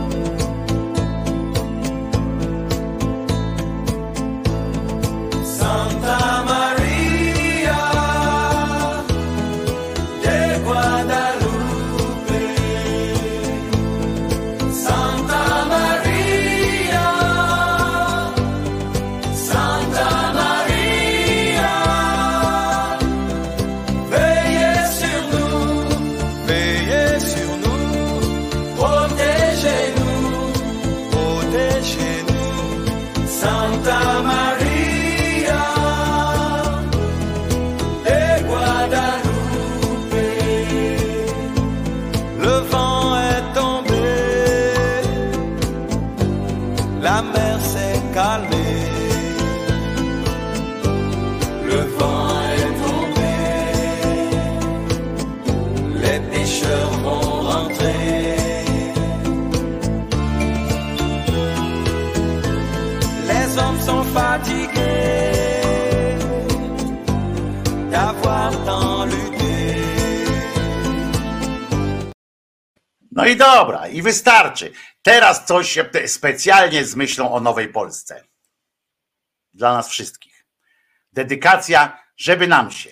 Santa Maria de Guadalupe, Santa Maria, Santa Maria, veillez sur nous, veillez sur nous, protégez-nous, protégez-nous, Santa Maria. La mer s'est calmée, le vent est tombé, les pêcheurs vont rentrer, les hommes sont fatigués d'avoir tant lutté. No i dobra, i wystarczy. Teraz coś specjalnie z myślą o Nowej Polsce. Dla nas wszystkich. Dedykacja, żeby nam się.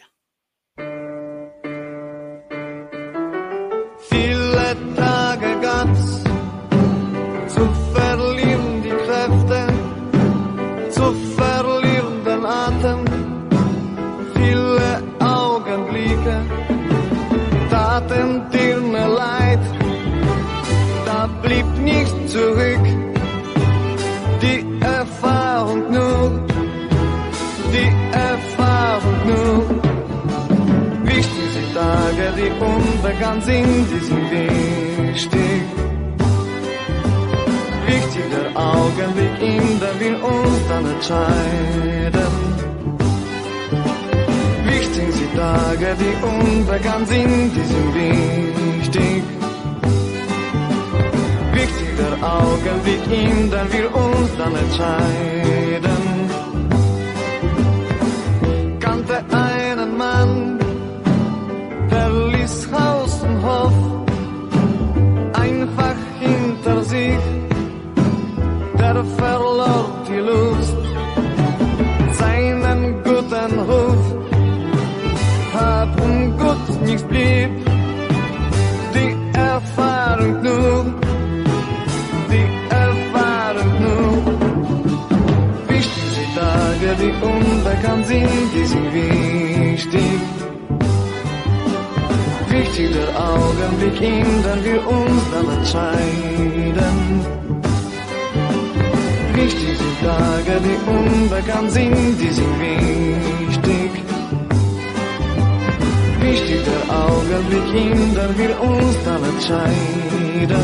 Viele Tage gab's zu verlieren die Kräfte, zu verlieren den Atem. Viele Augenblicke taten dir mir leid. Da blieb nichts zurück, die Erfahrung nur, die Erfahrung nur. Wichtig sind Tage, die unbekannt sind, die sind wichtig. Wichtig der Augenblick, in der wir uns dann entscheiden. Wichtig sind Tage, die unbekannt sind, die sind wichtig. Wichtig der Augenblick, in dem wir uns dann entscheiden. Kannte einen Mann, der ließ Haus und Hof einfach hinter sich, der verlor die Lust, seinen guten Ruf, hab und gut nichts blieb, die Erfahrung nur. Tage, die unbekannt sind, die sind wichtig. Wichtig der Augenblick, in dem wir uns dann entscheiden. Wichtig sind Tage, die unbekannt sind, die sind wichtig. Wichtig der Augenblick, in dem wir uns dann entscheiden.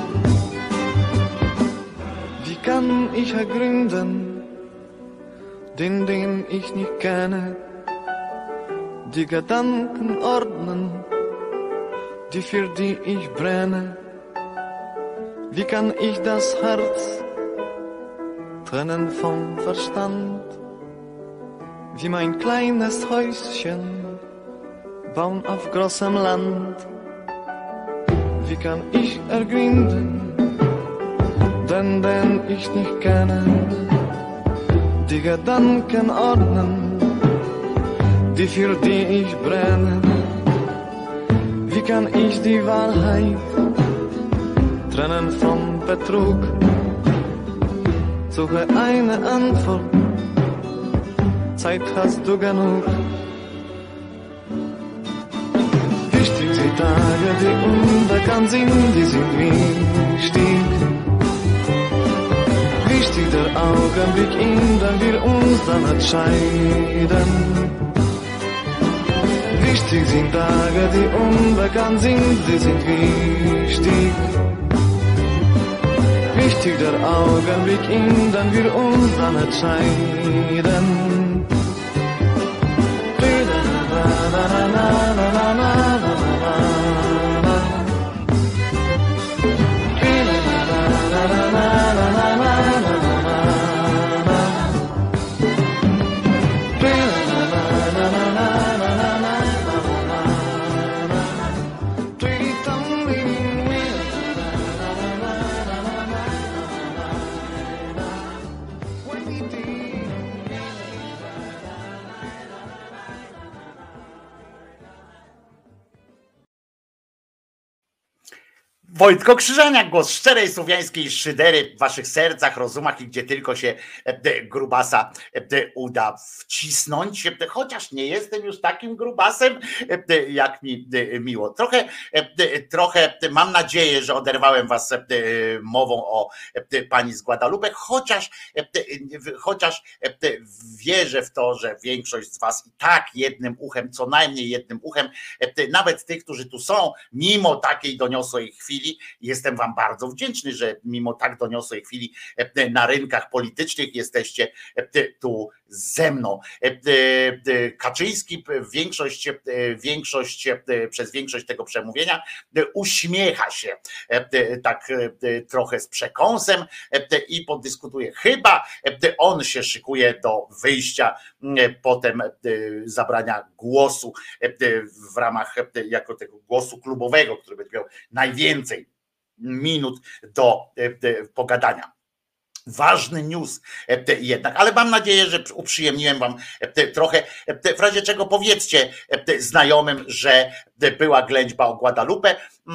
Wie kann ich ergründen, den, den ich nicht kenne, die Gedanken ordnen, die für die ich brenne. Wie kann ich das Herz trennen vom Verstand? Wie mein kleines Häuschen bauen auf großem Land. Wie kann ich ergründen, den, den ich nicht kenne, die Gedanken ordnen, die für die ich brenne. Wie kann ich die Wahrheit trennen vom Betrug? Suche eine Antwort, Zeit hast du genug. Wichtig sind Tage, die unbekannt sind, die sind wichtig. Wichtig der Augenblick, in dem wir uns dann entscheiden. Wichtig sind Tage, die unbekannt sind, die sind wichtig. Wichtig der Augenblick, in dem wir uns dann entscheiden. Wojtko Krzyżaniak, głos szczerej słowiańskiej szydery w waszych sercach, rozumach i gdzie tylko się grubasa uda wcisnąć, chociaż nie jestem już takim grubasem, jak mi miło. Trochę, trochę mam nadzieję, że oderwałem was mową o pani z Guadalupe, chociaż, chociaż wierzę w to, że większość z was i tak jednym uchem, co najmniej jednym uchem, nawet tych, którzy tu są, mimo takiej doniosłej chwili, jestem wam bardzo wdzięczny, że mimo tak doniosłej chwili na rynkach politycznych jesteście tu ze mną. Kaczyński większość, większość, przez większość tego przemówienia uśmiecha się tak trochę z przekąsem i podyskutuje. Chyba on się szykuje do wyjścia, potem zabrania głosu w ramach jako tego głosu klubowego, który będzie miał najwięcej minut do pogadania. Ważny news jednak, ale mam nadzieję, że uprzyjemniłem wam trochę. W razie czego powiedzcie znajomym, że była ględźba o Guadalupe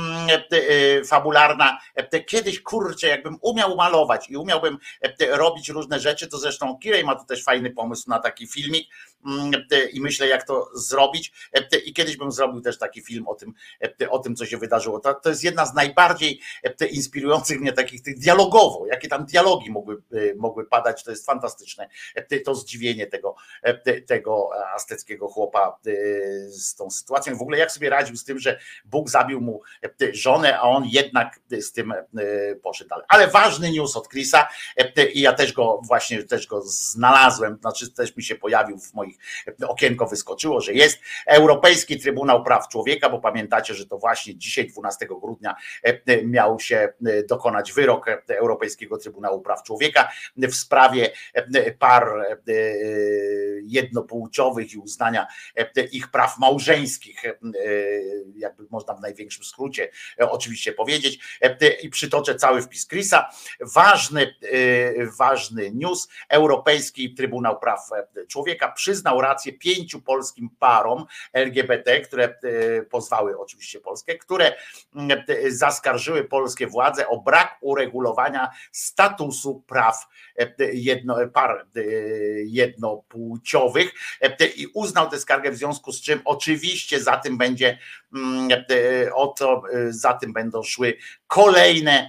fabularna. Kiedyś, kurczę, jakbym umiał malować i umiałbym robić różne rzeczy, to zresztą Kirej ma tu też fajny pomysł na taki filmik i myślę, jak to zrobić. I kiedyś bym zrobił też taki film o tym, o tym, co się wydarzyło. To, to jest jedna z najbardziej inspirujących mnie takich tych dialogowo, jakie tam dialogi mogły, mogły padać, to jest fantastyczne. To zdziwienie tego, tego azteckiego chłopa z tą sytuacją. W ogóle jak sobie radził z tym, że Bóg zabił mu żonę, a on jednak z tym poszedł dalej. Ale ważny news od Chrisa i ja też go właśnie też go znalazłem, znaczy też mi się pojawił w moich okienko wyskoczyło, że jest Europejski Trybunał Praw Człowieka, bo pamiętacie, że to właśnie dzisiaj dwunastego grudnia miał się dokonać wyrok Europejskiego Trybunału Praw Człowieka w sprawie par jednopłciowych i uznania ich praw małżeńskich, jakby można w największym skrócie oczywiście powiedzieć, i przytoczę cały wpis Chrisa. Ważny, ważny news. Europejski Trybunał Praw Człowieka przyznał rację pięciu polskim parom L G B T, które pozwały oczywiście Polskę, które zaskarżyły polskie władze o brak uregulowania statusu praw jedno, par jednopłciowych i uznał tę skargę, w związku z czym oczywiście za tym będzie o to, za tym będą szły kolejne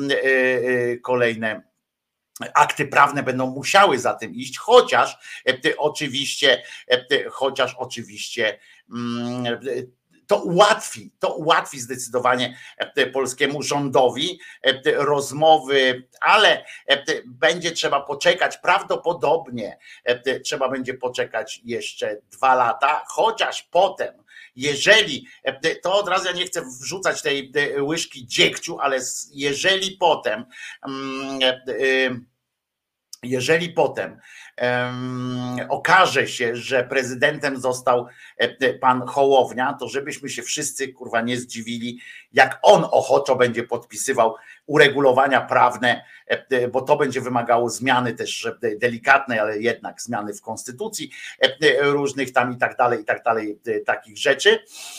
kolejne akty prawne, będą musiały za tym iść, chociaż oczywiście chociaż oczywiście to ułatwi, to ułatwi zdecydowanie polskiemu rządowi rozmowy, ale będzie trzeba poczekać, prawdopodobnie trzeba będzie poczekać jeszcze dwa lata, chociaż potem, jeżeli, to od razu ja nie chcę wrzucać tej łyżki dziegciu, ale jeżeli potem jeżeli potem um, okaże się, że prezydentem został pan Hołownia, to żebyśmy się wszyscy kurwa nie zdziwili, jak on ochoczo będzie podpisywał uregulowania prawne, bo to będzie wymagało zmiany też delikatnej, ale jednak zmiany w konstytucji różnych tam i tak dalej, i tak dalej, takich rzeczy.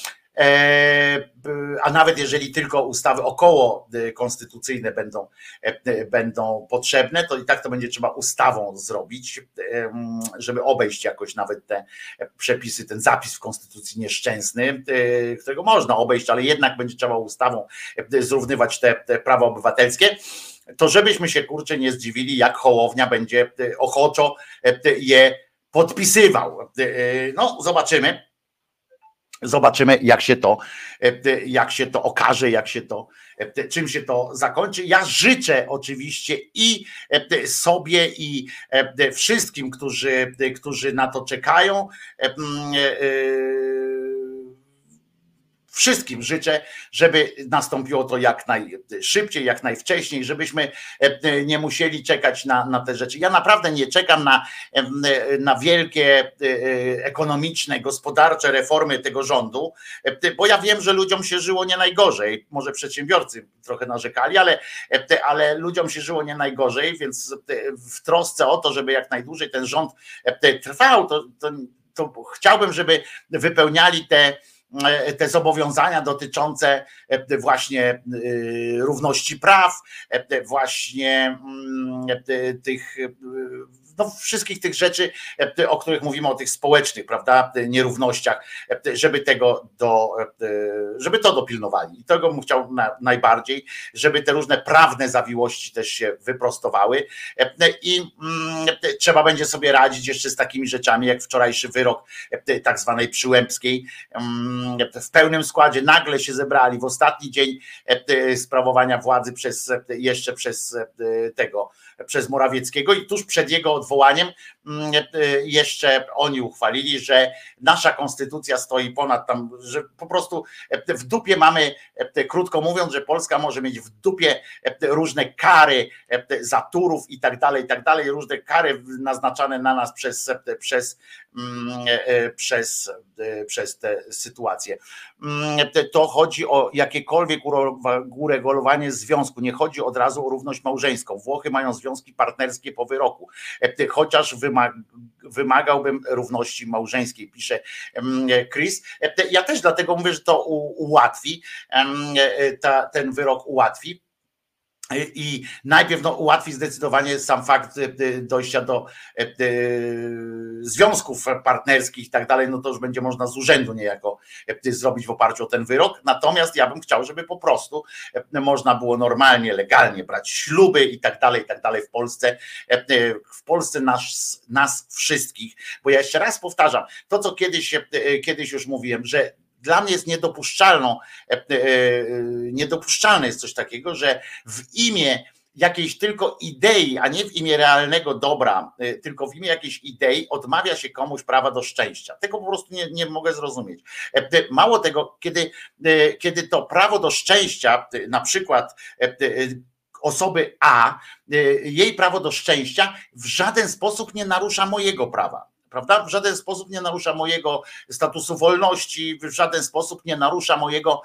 A nawet jeżeli tylko ustawy około konstytucyjne będą, będą potrzebne, to i tak to będzie trzeba ustawą zrobić, żeby obejść jakoś nawet te przepisy, ten zapis w konstytucji nieszczęsny, którego można obejść, ale jednak będzie trzeba ustawą zrównywać te, te prawa obywatelskie. To żebyśmy się kurczę nie zdziwili, jak Hołownia będzie ochoczo je podpisywał. No zobaczymy. Zobaczymy, jak się to, jak się to okaże, jak się to, czym się to zakończy. Ja życzę oczywiście i sobie, i wszystkim, którzy, którzy na to czekają. Wszystkim życzę, żeby nastąpiło to jak najszybciej, jak najwcześniej, żebyśmy nie musieli czekać na, na te rzeczy. Ja naprawdę nie czekam na, na wielkie ekonomiczne, gospodarcze reformy tego rządu, bo ja wiem, że ludziom się żyło nie najgorzej. Może przedsiębiorcy trochę narzekali, ale, ale ludziom się żyło nie najgorzej, więc w trosce o to, żeby jak najdłużej ten rząd trwał, to, to, to chciałbym, żeby wypełniali te te zobowiązania dotyczące właśnie równości praw, właśnie tych no, wszystkich tych rzeczy, o których mówimy, o tych społecznych, prawda, nierównościach, żeby tego do, żeby to dopilnowali. I tego bym chciał na, najbardziej, żeby te różne prawne zawiłości też się wyprostowały i trzeba będzie sobie radzić jeszcze z takimi rzeczami, jak wczorajszy wyrok tak zwanej Przyłębskiej. W pełnym składzie nagle się zebrali w ostatni dzień sprawowania władzy przez jeszcze przez tego, przez Morawieckiego i tuż przed jego odwołaniem jeszcze oni uchwalili, że nasza konstytucja stoi ponad tam, że po prostu w dupie mamy, krótko mówiąc, że Polska może mieć w dupie różne kary za Turów i tak dalej, i tak dalej, różne kary naznaczane na nas przez, przez, przez, przez tę sytuację. To chodzi o jakiekolwiek uregulowanie związku, nie chodzi od razu o równość małżeńską. Włochy mają związki partnerskie po wyroku, chociaż wymagałbym równości małżeńskiej, pisze Chris. Ja też dlatego mówię, że to ułatwi, ta, ten wyrok ułatwi. I najpierw no, ułatwi zdecydowanie sam fakt dojścia do e, e, związków partnerskich i tak dalej, no to już będzie można z urzędu niejako e, zrobić w oparciu o ten wyrok. Natomiast ja bym chciał, żeby po prostu e, można było normalnie, legalnie brać śluby i tak dalej, i tak dalej w Polsce. E, w Polsce nas, nas wszystkich, bo ja jeszcze raz powtarzam, to co kiedyś, e, kiedyś już mówiłem, że dla mnie jest niedopuszczalną, niedopuszczalne jest coś takiego, że w imię jakiejś tylko idei, a nie w imię realnego dobra, tylko w imię jakiejś idei odmawia się komuś prawa do szczęścia. Tego po prostu nie, nie mogę zrozumieć. Mało tego, kiedy, kiedy to prawo do szczęścia, na przykład osoby A, jej prawo do szczęścia w żaden sposób nie narusza mojego prawa. Prawda? W żaden sposób nie narusza mojego statusu wolności, w żaden sposób nie narusza mojego,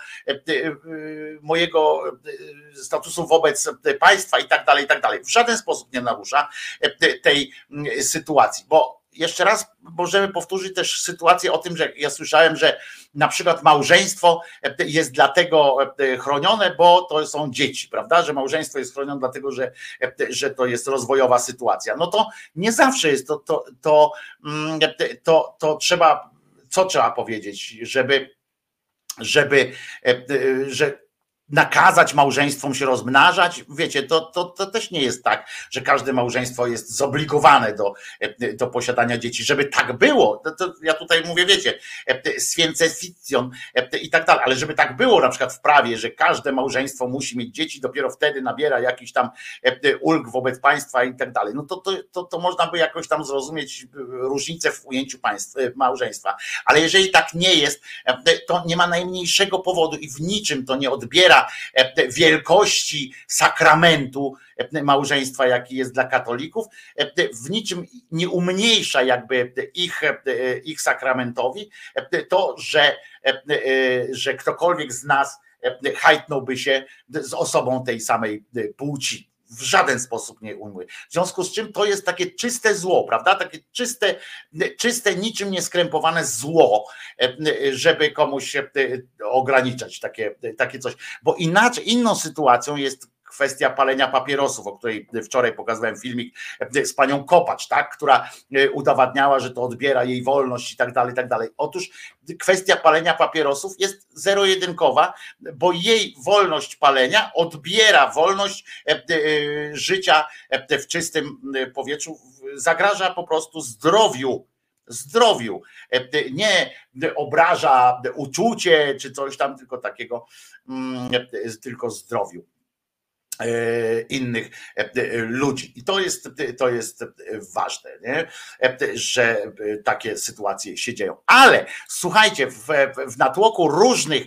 mojego statusu wobec państwa i tak dalej, i tak dalej. W żaden sposób nie narusza tej sytuacji, bo jeszcze raz możemy powtórzyć też sytuację o tym, że ja słyszałem, że na przykład małżeństwo jest dlatego chronione, bo to są dzieci, prawda? Że małżeństwo jest chronione dlatego, że, że to jest rozwojowa sytuacja. No to nie zawsze jest to, to, to, to, to trzeba, co trzeba powiedzieć, żeby, żeby, że nakazać małżeństwom się rozmnażać, wiecie, to, to, to też nie jest tak, że każde małżeństwo jest zobligowane do, do posiadania dzieci, żeby tak było, to, to ja tutaj mówię, wiecie, science fiction i tak dalej, ale żeby tak było na przykład w prawie, że każde małżeństwo musi mieć dzieci, dopiero wtedy nabiera jakiś tam ulg wobec państwa i tak dalej, no to, to, to, to można by jakoś tam zrozumieć różnicę w ujęciu państwa, małżeństwa, ale jeżeli tak nie jest, to nie ma najmniejszego powodu i w niczym to nie odbiera odbiera wielkości sakramentu małżeństwa, jaki jest dla katolików, w niczym nie umniejsza jakby ich, ich sakramentowi to, że, że ktokolwiek z nas hajtnąłby się z osobą tej samej płci. W żaden sposób nie ujmuje. W związku z czym to jest takie czyste zło, prawda? Takie czyste, czyste niczym nieskrępowane zło, żeby komuś ograniczać takie, takie coś. Bo inaczej, inną sytuacją jest kwestia palenia papierosów, o której wczoraj pokazałem filmik z panią Kopacz, tak, która udowadniała, że to odbiera jej wolność i tak dalej, i tak dalej. Otóż kwestia palenia papierosów jest zero-jedynkowa, bo jej wolność palenia odbiera wolność życia w czystym powietrzu, zagraża po prostu zdrowiu. Zdrowiu, nie obraża uczucie czy coś tam, tylko takiego, tylko zdrowiu innych ludzi. I to jest, to jest ważne, nie? Że takie sytuacje się dzieją. Ale słuchajcie, w, w natłoku różnych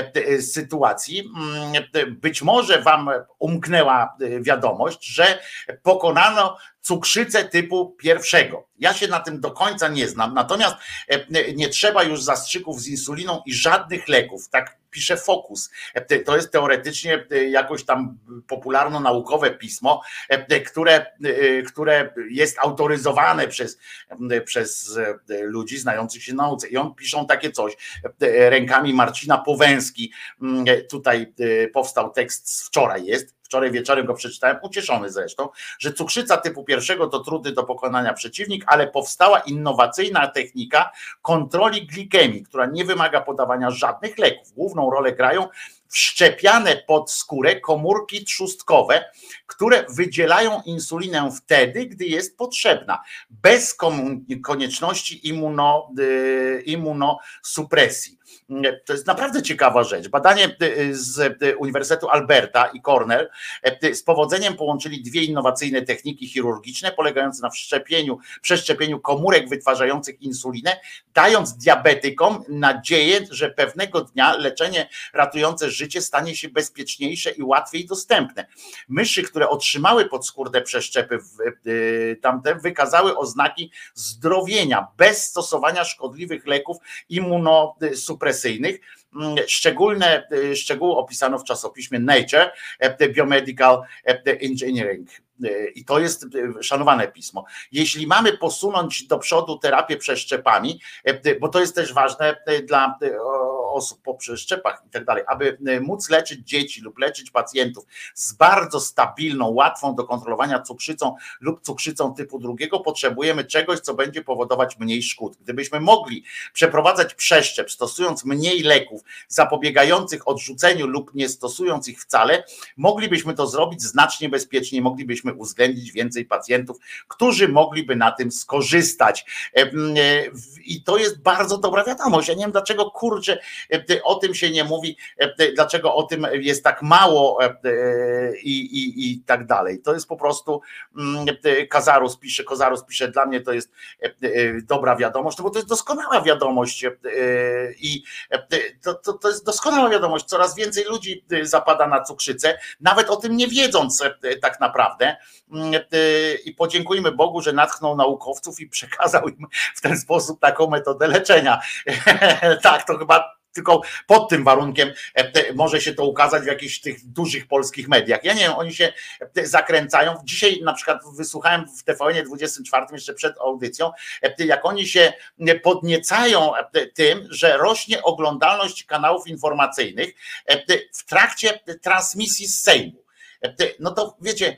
sytuacji być może wam umknęła wiadomość, że pokonano cukrzycę typu pierwszego. Ja się na tym do końca nie znam, natomiast nie trzeba już zastrzyków z insuliną i żadnych leków, tak pisze Focus. To jest teoretycznie jakoś tam popularno-naukowe pismo, które, które jest autoryzowane przez, przez ludzi znających się na nauce. I on piszą takie coś rękami Marcina Powęski. Tutaj powstał tekst z wczoraj jest. Wczoraj wieczorem go przeczytałem, ucieszony zresztą, że cukrzyca typu pierwszego to trudny do pokonania przeciwnik, ale powstała innowacyjna technika kontroli glikemii, która nie wymaga podawania żadnych leków. Główną rolę grają wszczepiane pod skórę komórki trzustkowe, które wydzielają insulinę wtedy, gdy jest potrzebna, bez konieczności immuno, immunosupresji. To jest naprawdę ciekawa rzecz. Badanie z Uniwersytetu Alberta i Cornell z powodzeniem połączyli dwie innowacyjne techniki chirurgiczne polegające na wszczepieniu, przeszczepieniu komórek wytwarzających insulinę, dając diabetykom nadzieję, że pewnego dnia leczenie ratujące życie stanie się bezpieczniejsze i łatwiej dostępne. Myszy, które otrzymały podskórne przeszczepy tamte, wykazały oznaki zdrowienia bez stosowania szkodliwych leków immunosupresyjnych. Szczególne szczegóły opisano w czasopiśmie Nature Biomedical Engineering. I to jest szanowane pismo. Jeśli mamy posunąć do przodu terapię przeszczepami, bo to jest też ważne dla osób po przeszczepach i tak dalej, aby móc leczyć dzieci lub leczyć pacjentów z bardzo stabilną, łatwą do kontrolowania cukrzycą lub cukrzycą typu drugiego, potrzebujemy czegoś, co będzie powodować mniej szkód. Gdybyśmy mogli przeprowadzać przeszczep, stosując mniej leków zapobiegających odrzuceniu lub nie stosując ich wcale, moglibyśmy to zrobić znacznie bezpieczniej, moglibyśmy uwzględnić więcej pacjentów, którzy mogliby na tym skorzystać. I to jest bardzo dobra wiadomość. Ja nie wiem, dlaczego kurczę o tym się nie mówi, dlaczego o tym jest tak mało i, i, i tak dalej. To jest po prostu Kazarus pisze, Kozarus pisze, dla mnie to jest dobra wiadomość, no bo to jest doskonała wiadomość i to, to, to jest doskonała wiadomość. Coraz więcej ludzi zapada na cukrzycę, nawet o tym nie wiedząc tak naprawdę. I podziękujmy Bogu, że natchnął naukowców i przekazał im w ten sposób taką metodę leczenia. Tak, to chyba tylko pod tym warunkiem może się to ukazać w jakichś tych dużych polskich mediach. Ja nie wiem, oni się zakręcają. Dzisiaj na przykład wysłuchałem w T V N dwudziestym czwartym jeszcze przed audycją, jak oni się podniecają tym, że rośnie oglądalność kanałów informacyjnych w trakcie transmisji z Sejmu. No to wiecie,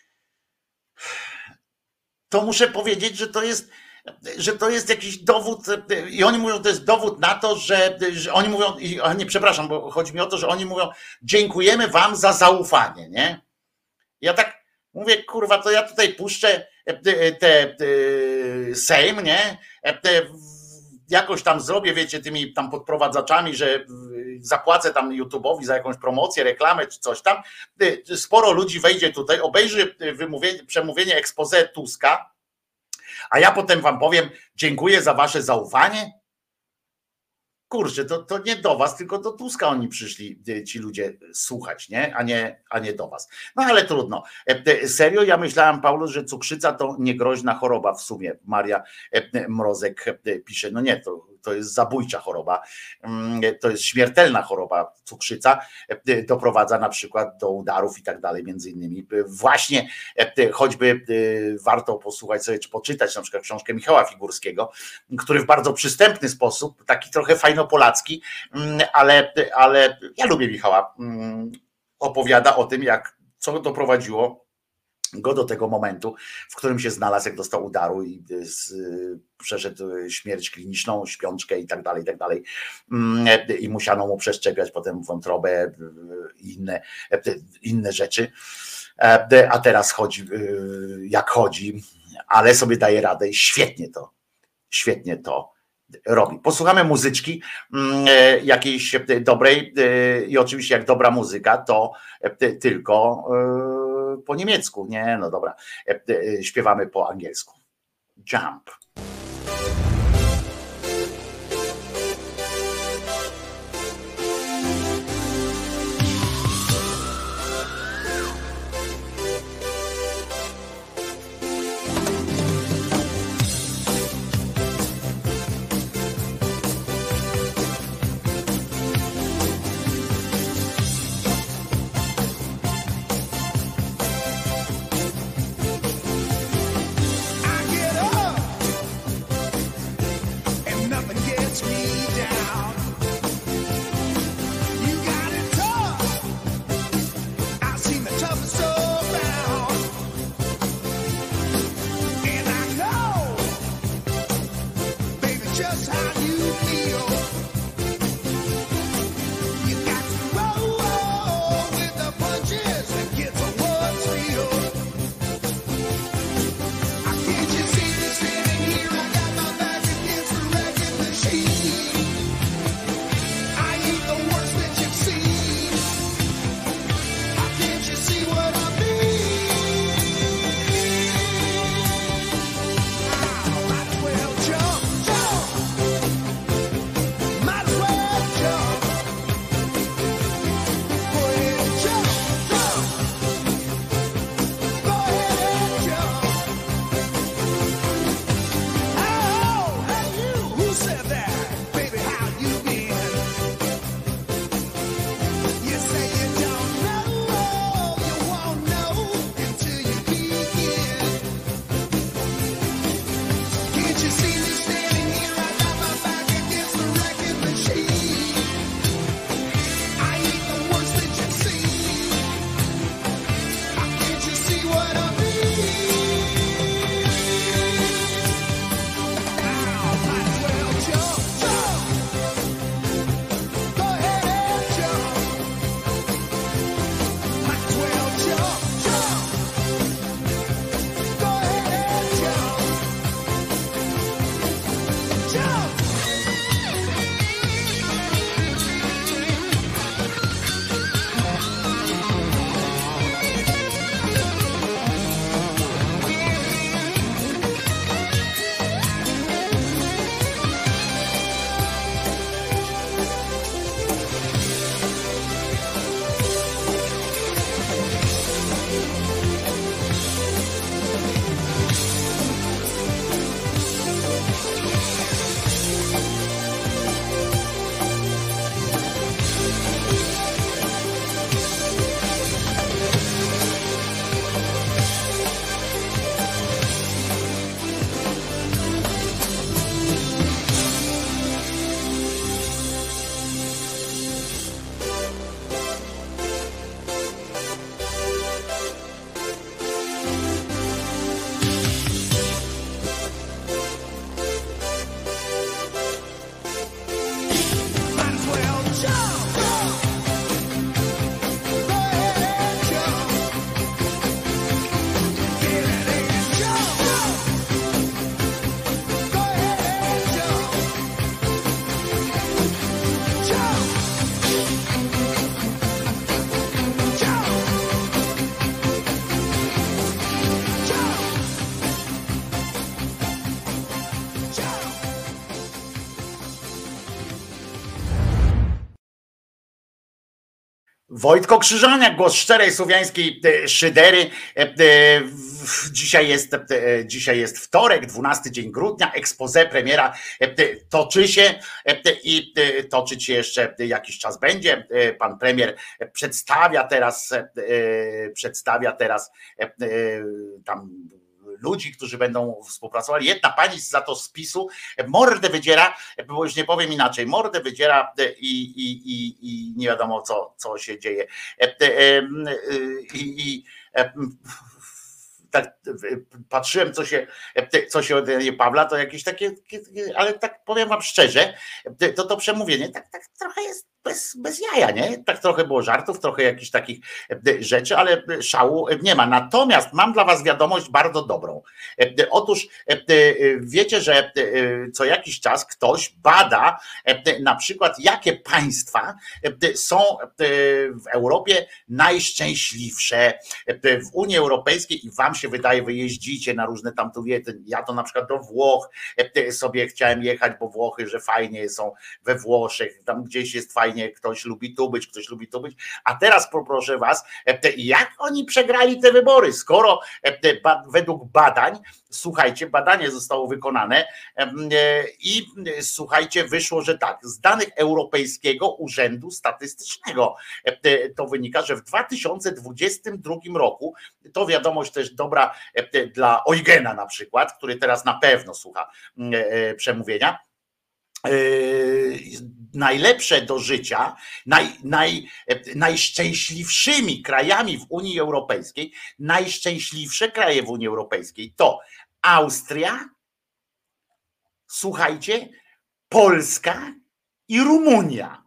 to muszę powiedzieć, że to jest że to jest jakiś dowód i oni mówią, to jest dowód na to, że, że oni mówią, nie przepraszam, bo chodzi mi o to, że oni mówią, dziękujemy wam za zaufanie, nie? Ja tak mówię, kurwa, to ja tutaj puszczę te, te Sejm, nie? Te, jakoś tam zrobię, wiecie, tymi tam podprowadzaczami, że zapłacę tam YouTube'owi za jakąś promocję, reklamę czy coś tam. Sporo ludzi wejdzie tutaj, obejrzy wymówienie, przemówienie expose Tuska, a ja potem wam powiem, dziękuję za wasze zaufanie. kurczę, to, to nie do was, tylko do Tuska oni przyszli, ci ludzie, słuchać, nie? A nie, a nie do was. No ale trudno. Serio, ja myślałem, Paulus, że cukrzyca to niegroźna choroba w sumie. Maria Mrozek pisze, no nie, to, to jest zabójcza choroba, to jest śmiertelna choroba, cukrzyca, doprowadza na przykład do udarów i tak dalej, między innymi. Właśnie choćby warto posłuchać sobie, czy poczytać na przykład książkę Michała Figurskiego, który w bardzo przystępny sposób, taki trochę fajnopolacki, ale, ale ja lubię Michała, opowiada o tym, jak co doprowadziło go do tego momentu, w którym się znalazł, jak dostał udaru i z, przeszedł śmierć kliniczną, śpiączkę i tak dalej, i tak dalej. I musiano mu przeszczepiać potem wątrobę i inne, inne rzeczy. A teraz chodzi jak chodzi, ale sobie daje radę i świetnie to, świetnie to robi. Posłuchamy muzyczki jakiejś dobrej i oczywiście jak dobra muzyka, to tylko po niemiecku. Nie, no dobra. Śpiewamy po angielsku. Jump. Jump, jump. Wojtko Krzyżaniak, głos szczerej słowiańskiej szydery. Dzisiaj jest, dzisiaj jest wtorek, dwunasty dzień grudnia, expose premiera toczy się i toczyć się jeszcze jakiś czas będzie. Pan premier przedstawia teraz, przedstawia teraz tam ludzi, którzy będą współpracowali. Jedna pani za to z PiSu mordę wydziera, bo już nie powiem inaczej, mordę wydziera i, i, i, i nie wiadomo co, co się dzieje. I, i tak patrzyłem, co się, co się od Pawła, to jakieś takie, ale tak powiem wam szczerze, to to przemówienie tak, tak trochę jest bez, bez jaja, nie? Tak trochę było żartów, trochę jakichś takich rzeczy, ale szału nie ma. Natomiast mam dla was wiadomość bardzo dobrą. Otóż wiecie, że co jakiś czas ktoś bada na przykład, jakie państwa są w Europie najszczęśliwsze w Unii Europejskiej i wam się wydaje, wy jeździcie na różne tam tu wie, ja to na przykład do Włoch sobie chciałem jechać, bo Włochy, że fajnie są we Włoszech, tam gdzieś jest fajnie, ktoś lubi tu być, ktoś lubi tu być, a teraz poproszę was, jak oni przegrali te wybory, skoro według badań, słuchajcie, badanie zostało wykonane i słuchajcie, wyszło, że tak, z danych Europejskiego Urzędu Statystycznego to wynika, że w dwa tysiące dwudziestym drugim roku, to wiadomość też dobra dla Eugena na przykład, który teraz na pewno słucha przemówienia, Yy, najlepsze do życia, naj, naj, najszczęśliwszymi krajami w Unii Europejskiej, najszczęśliwsze kraje w Unii Europejskiej to Austria, słuchajcie, Polska i Rumunia.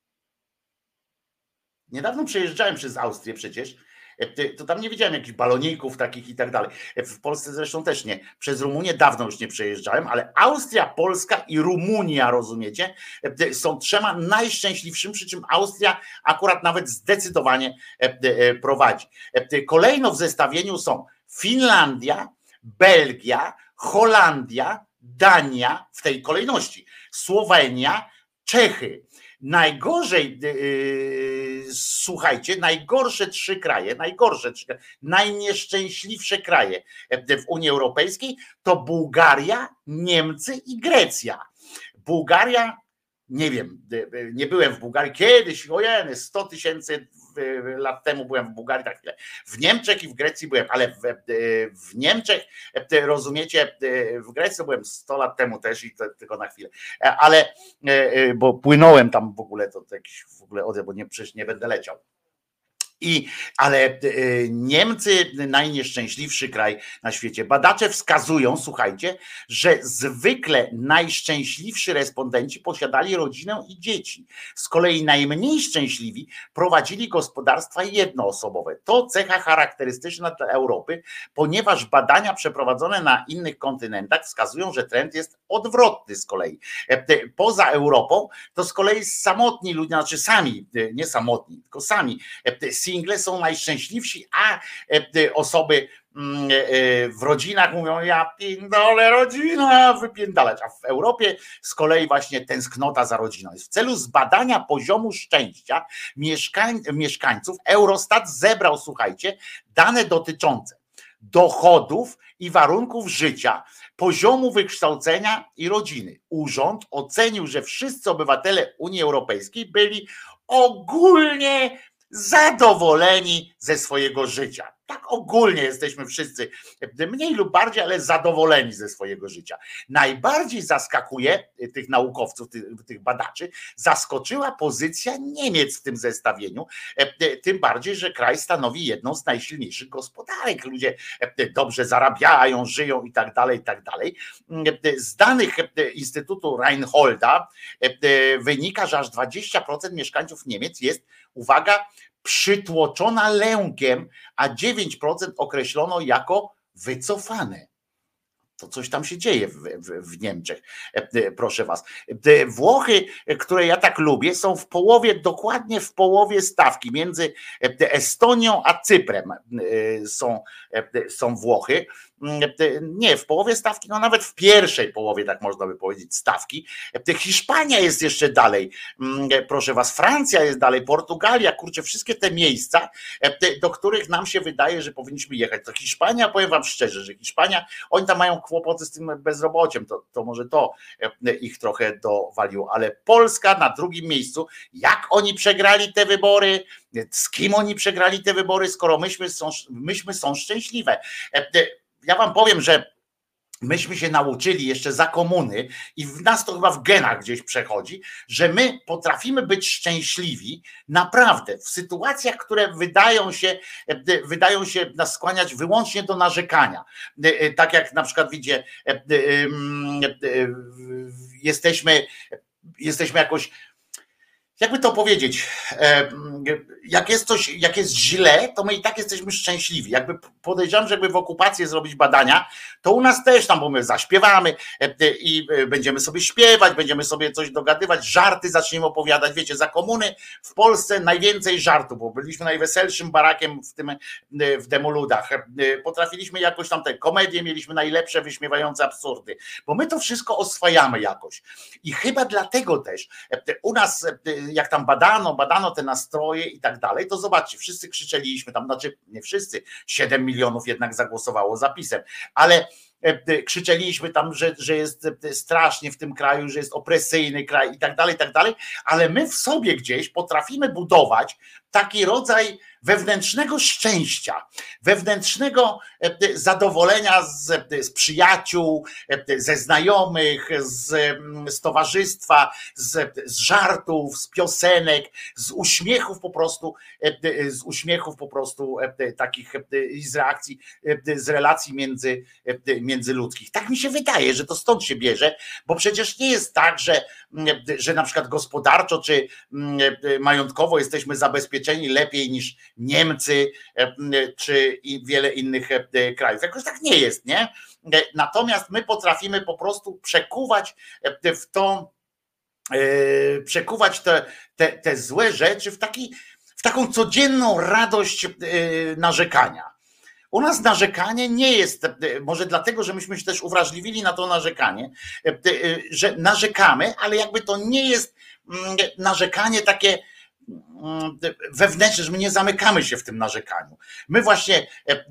Niedawno przejeżdżałem przez Austrię przecież, to tam nie widziałem jakichś baloników takich i tak dalej. W Polsce zresztą też nie. Przez Rumunię dawno już nie przejeżdżałem, ale Austria, Polska i Rumunia, rozumiecie, są trzema najszczęśliwszymi, przy czym Austria akurat nawet zdecydowanie prowadzi. Kolejno w zestawieniu są Finlandia, Belgia, Holandia, Dania w tej kolejności, Słowenia, Czechy. Najgorzej, yy, słuchajcie, najgorsze trzy kraje, najgorsze trzy kraje, najnieszczęśliwsze kraje w Unii Europejskiej to Bułgaria, Niemcy i Grecja. Bułgaria, nie wiem, nie byłem w Bułgarii kiedyś, ojej, sto tysięcy lat temu byłem w Bułgarii, tak chwilę. W Niemczech i w Grecji byłem, ale w, w Niemczech, rozumiecie, w Grecji byłem sto lat temu też i to, tylko na chwilę, ale bo płynąłem tam w ogóle, to, to jakiś w ogóle odjazd, bo nie, przecież nie będę leciał. I, ale Niemcy, najnieszczęśliwszy kraj na świecie. Badacze wskazują, słuchajcie, że zwykle najszczęśliwsi respondenci posiadali rodzinę i dzieci. Z kolei najmniej szczęśliwi prowadzili gospodarstwa jednoosobowe. To cecha charakterystyczna dla Europy, ponieważ badania przeprowadzone na innych kontynentach wskazują, że trend jest odwrotny z kolei. Poza Europą to z kolei samotni ludzie, znaczy sami, nie samotni, tylko sami single są najszczęśliwsi, a osoby w rodzinach mówią, ja pindolę rodzina, wypiędalać, a w Europie z kolei właśnie tęsknota za rodziną jest. W celu zbadania poziomu szczęścia mieszkań, mieszkańców Eurostat zebrał, słuchajcie, dane dotyczące dochodów i warunków życia, poziomu wykształcenia i rodziny. Urząd ocenił, że wszyscy obywatele Unii Europejskiej byli ogólnie zadowoleni ze swojego życia. Tak ogólnie jesteśmy wszyscy mniej lub bardziej, ale zadowoleni ze swojego życia. Najbardziej zaskakuje tych naukowców, tych, tych badaczy, zaskoczyła pozycja Niemiec w tym zestawieniu, tym bardziej, że kraj stanowi jedną z najsilniejszych gospodarek. Ludzie dobrze zarabiają, żyją i tak dalej, i tak dalej. Z danych Instytutu Reinholda wynika, że aż dwadzieścia procent mieszkańców Niemiec jest, uwaga, przytłoczona lękiem, a dziewięć procent określono jako wycofane. To coś tam się dzieje w, w, w Niemczech, proszę was. Włochy, które ja tak lubię, są w połowie, dokładnie w połowie stawki, między Estonią a Cyprem są, są Włochy. nie w połowie stawki, no nawet w pierwszej połowie, tak można by powiedzieć, stawki. Hiszpania jest jeszcze dalej, proszę was, Francja jest dalej, Portugalia, kurczę, wszystkie te miejsca, do których nam się wydaje, że powinniśmy jechać. To Hiszpania, powiem wam szczerze, że Hiszpania, oni tam mają kłopoty z tym bezrobociem, to, to może to ich trochę dowaliło, ale Polska na drugim miejscu. Jak oni przegrali te wybory, z kim oni przegrali te wybory, skoro myśmy są, myśmy są szczęśliwe. Ja wam powiem, że myśmy się nauczyli jeszcze za komuny i w nas to chyba w genach gdzieś przechodzi, że my potrafimy być szczęśliwi naprawdę w sytuacjach, które wydają się, wydają się nas skłaniać wyłącznie do narzekania. Tak jak na przykład widzicie, jesteśmy, jesteśmy jakoś, jakby to powiedzieć, jak jest coś, jak jest źle, to my i tak jesteśmy szczęśliwi. Jakby podejrzewam, że jakby w okupacji zrobić badania, to u nas też tam, bo my zaśpiewamy i będziemy sobie śpiewać, będziemy sobie coś dogadywać, żarty zaczniemy opowiadać. Wiecie, za komuny w Polsce najwięcej żartów, bo byliśmy najweselszym barakiem w tym, w Demoludach. Potrafiliśmy jakoś tam te komedie, mieliśmy najlepsze, wyśmiewające absurdy, bo my to wszystko oswajamy jakoś. I chyba dlatego też u nas, jak tam badano, badano te nastroje i tak dalej, to zobaczcie, wszyscy krzyczeliśmy tam, znaczy nie wszyscy, siedem milionów jednak zagłosowało za PiS-em, ale krzyczeliśmy tam, że, że jest strasznie w tym kraju, że jest opresyjny kraj i tak dalej, i tak dalej, ale my w sobie gdzieś potrafimy budować taki rodzaj wewnętrznego szczęścia, wewnętrznego zadowolenia z, z przyjaciół, ze znajomych, z, z towarzystwa, z, z żartów, z piosenek, z uśmiechów po prostu, z uśmiechów po prostu takich i z reakcji, z relacji między, międzyludzkich. Tak mi się wydaje, że to stąd się bierze, bo przecież nie jest tak, że, że na przykład gospodarczo czy majątkowo jesteśmy zabezpieczeni lepiej niż Niemcy czy wiele innych krajów. Jakoś tak nie jest, nie? Natomiast my potrafimy po prostu przekuwać w to, przekuwać te, te, te złe rzeczy w, taki, w taką codzienną radość narzekania. U nas narzekanie nie jest, może dlatego, że myśmy się też uwrażliwili na to narzekanie, że narzekamy, ale jakby to nie jest narzekanie takie wewnętrzne, że my nie zamykamy się w tym narzekaniu. My właśnie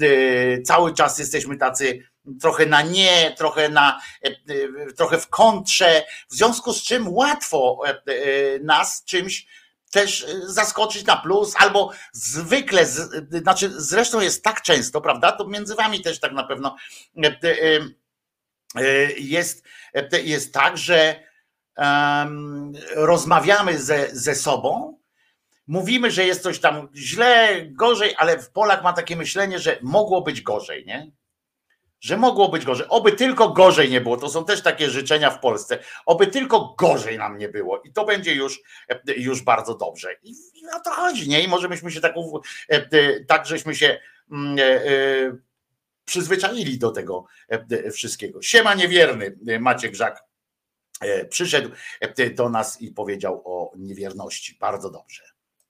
cały czas jesteśmy tacy trochę na nie, trochę na trochę w kontrze, w związku z czym łatwo nas czymś też zaskoczyć na plus, albo zwykle, znaczy zresztą jest tak często, prawda, to między wami też tak na pewno jest, jest tak, że um, rozmawiamy ze, ze sobą, mówimy, że jest coś tam źle, gorzej, ale Polak ma takie myślenie, że mogło być gorzej, nie? Że mogło być gorzej. Oby tylko gorzej nie było. To są też takie życzenia w Polsce. Oby tylko gorzej nam nie było. I to będzie już, już bardzo dobrze. I, i o to chodzi, nie? I może myśmy się tak, tak żeśmy się przyzwyczaili do tego wszystkiego. Siema niewierny, Maciek Żak przyszedł do nas i powiedział o niewierności. Bardzo dobrze.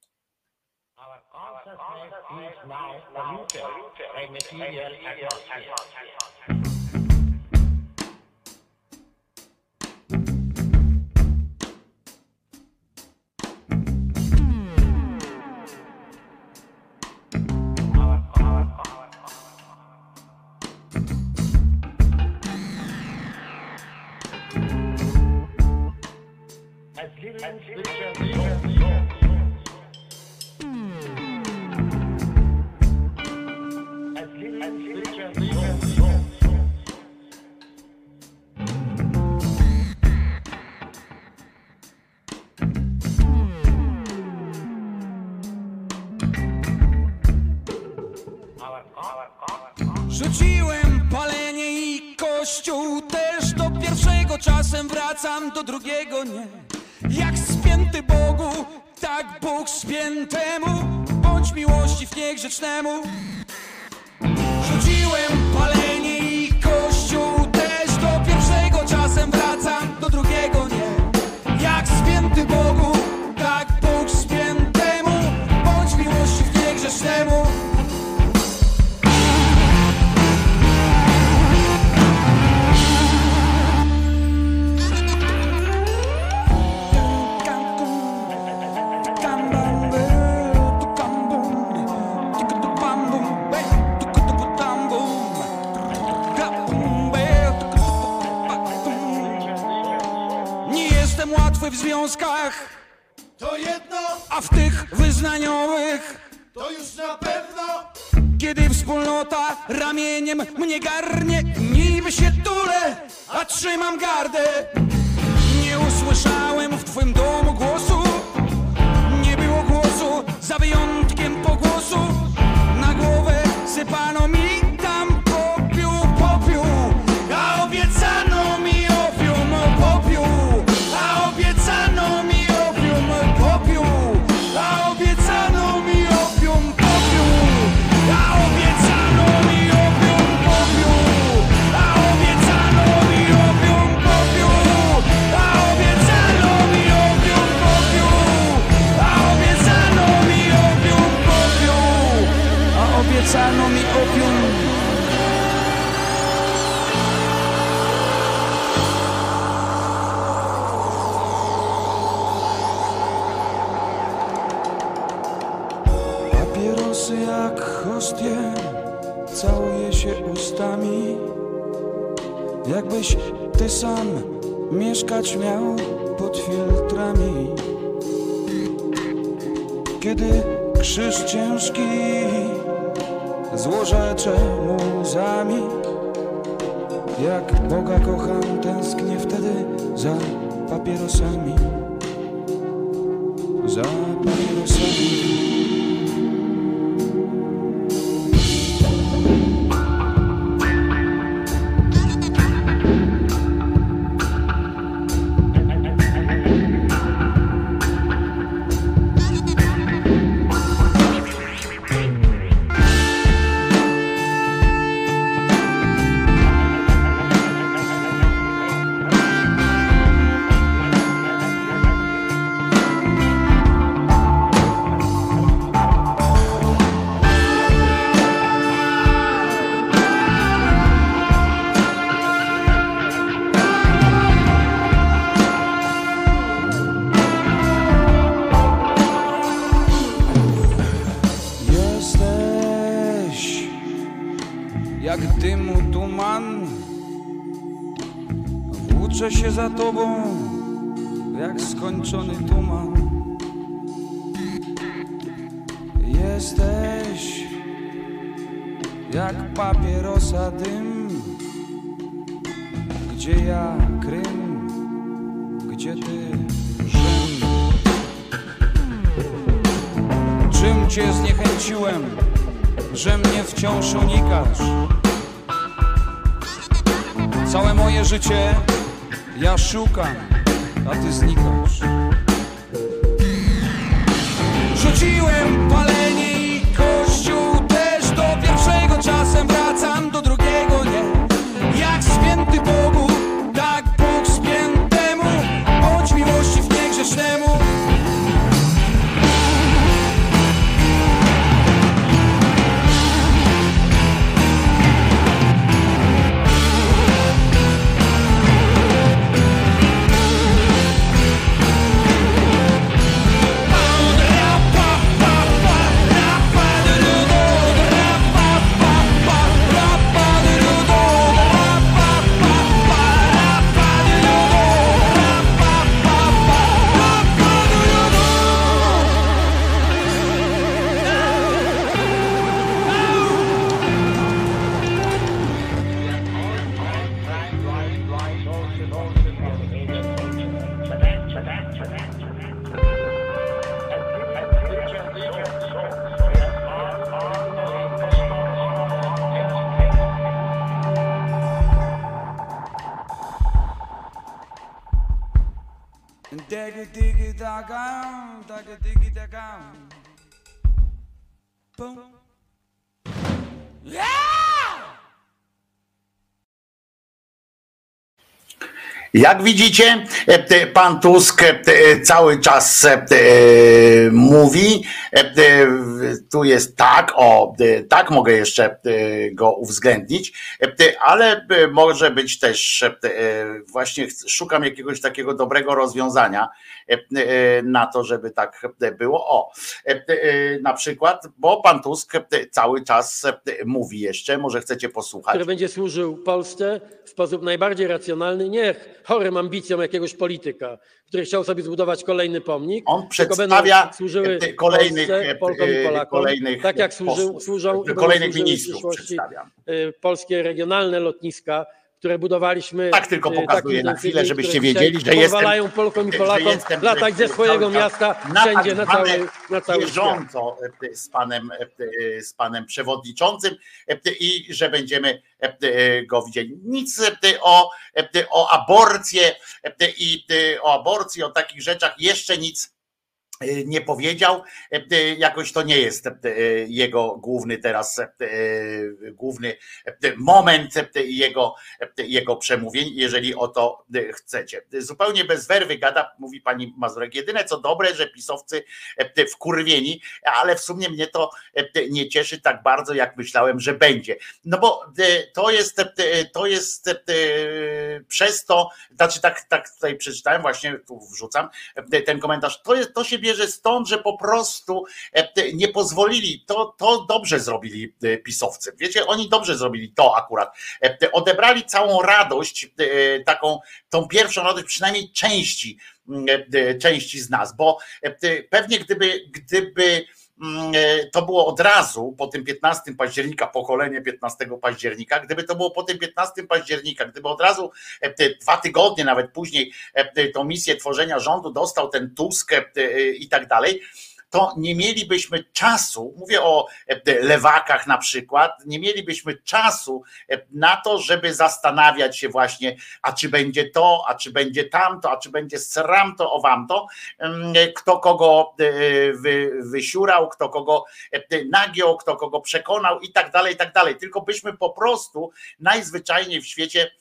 Rzuciłem palenie i kościół też, do pierwszego czasem wracam, do drugiego nie. Jak spięty Bogu, tak Bóg spiętemu, bądź miłości w niegrzecznemu. Rzuciłem palenie i kościół też, do pierwszego czasem wracam, do drugiego nie. Jak spięty Bogu, tak Bóg spiętemu, bądź miłości w niegrzecznemu. warstwy w związkach to jedno, a w tych wyznaniowych to już na pewno. Kiedy wspólnota ramieniem mnie garnie, niby się tulę, a trzymam gardę. Nie usłyszałem w twym domu głosu, nie było głosu, za wyjątkiem pogłosu. Na głowę sypano mi tam popiół, popiół, a obiecano mi opium, popiół, a obiecano mi opium, popiół, a obiecano mi opium, popiół, a obiecano mi opium, popiół, a obiecano mi opium, popiół, a obiecano mi opium, popiół, a obiecano mi opium, popiół, a obiecano mi opium. Papierosy jak hostie, całuje się ustami, jakbyś ty sam mieszkać miał pod filtrami. Kiedy krzyż ciężki złorzecze muzami, jak Boga kocham, tęsknię wtedy za papierosami, za papierosami. Jak dymu tuman włóczę się za tobą, jak skończony tuman. Jesteś jak papierosa dym, gdzie ja Krym, gdzie ty Rzym. Czym cię zniechęciłem, że mnie wciąż unikasz? Całe moje życie ja szukam, a ty znikasz. Rzuciłem palenie i kościół też, do pierwszego czasem wracam, do drugiego nie. Jak święty Bogu, tak Bóg spiętemu, bądź miłości w niegrzesznemu. Digga digga dagam, dagga digga dagam. Boom. Yeah! Jak widzicie, pan Tusk cały czas mówi, tu jest tak, o, tak mogę jeszcze go uwzględnić, ale może być też, właśnie szukam jakiegoś takiego dobrego rozwiązania na to, żeby tak było. O, na przykład, bo pan Tusk cały czas mówi jeszcze, może chcecie posłuchać. Który będzie służył Polsce w sposób najbardziej racjonalny, niech chorym ambicjom jakiegoś polityka, który chciał sobie zbudować kolejny pomnik. On przedstawia służyły kolejnych, Polsce, Polkom i Polakom, kolejnych tak jak służy, posłów, służą i kolejnych służyły w ministrów przyszłości przedstawia. polskie regionalne lotniska, które budowaliśmy. Tak tylko pokazuję na chwilę, żebyście wiedzieli, że pozwalają jestem, Polkom i Polakom jestem latać ze swojego miasta wszędzie na cały, na cały bieżąco z panem, z panem przewodniczącym i że będziemy go widzieli. Nic o, o aborcję i o aborcji, o takich rzeczach jeszcze nic nie powiedział, jakoś to nie jest jego główny teraz, główny moment jego, jego przemówień, jeżeli o to chcecie. Zupełnie bez werwy gada, mówi pani Mazurek, jedyne co dobre, że pisowcy wkurwieni, ale w sumie mnie to nie cieszy tak bardzo, jak myślałem, że będzie. No bo to jest, to jest przez to, znaczy tak, tak tutaj przeczytałem, właśnie tu wrzucam ten komentarz, to, jest, to się bierze stąd, że po prostu nie pozwolili, to, to dobrze zrobili pisowcy. Wiecie, oni dobrze zrobili to akurat. Odebrali całą radość, taką, tą pierwszą radość przynajmniej części, części z nas, bo pewnie gdyby, gdyby to było od razu po tym piętnastego października, pokolenie piętnastego października, gdyby to było po tym piętnastego października, gdyby od razu te dwa tygodnie nawet później tą misję tworzenia rządu dostał ten Tusk i tak dalej, to nie mielibyśmy czasu, mówię o lewakach na przykład, nie mielibyśmy czasu na to, żeby zastanawiać się właśnie, a czy będzie to, a czy będzie tamto, a czy będzie sramto, owamto, kto kogo wy, wysiurał, kto kogo nagiął, kto kogo przekonał i tak dalej, i tak dalej. Tylko byśmy po prostu najzwyczajniej w świecie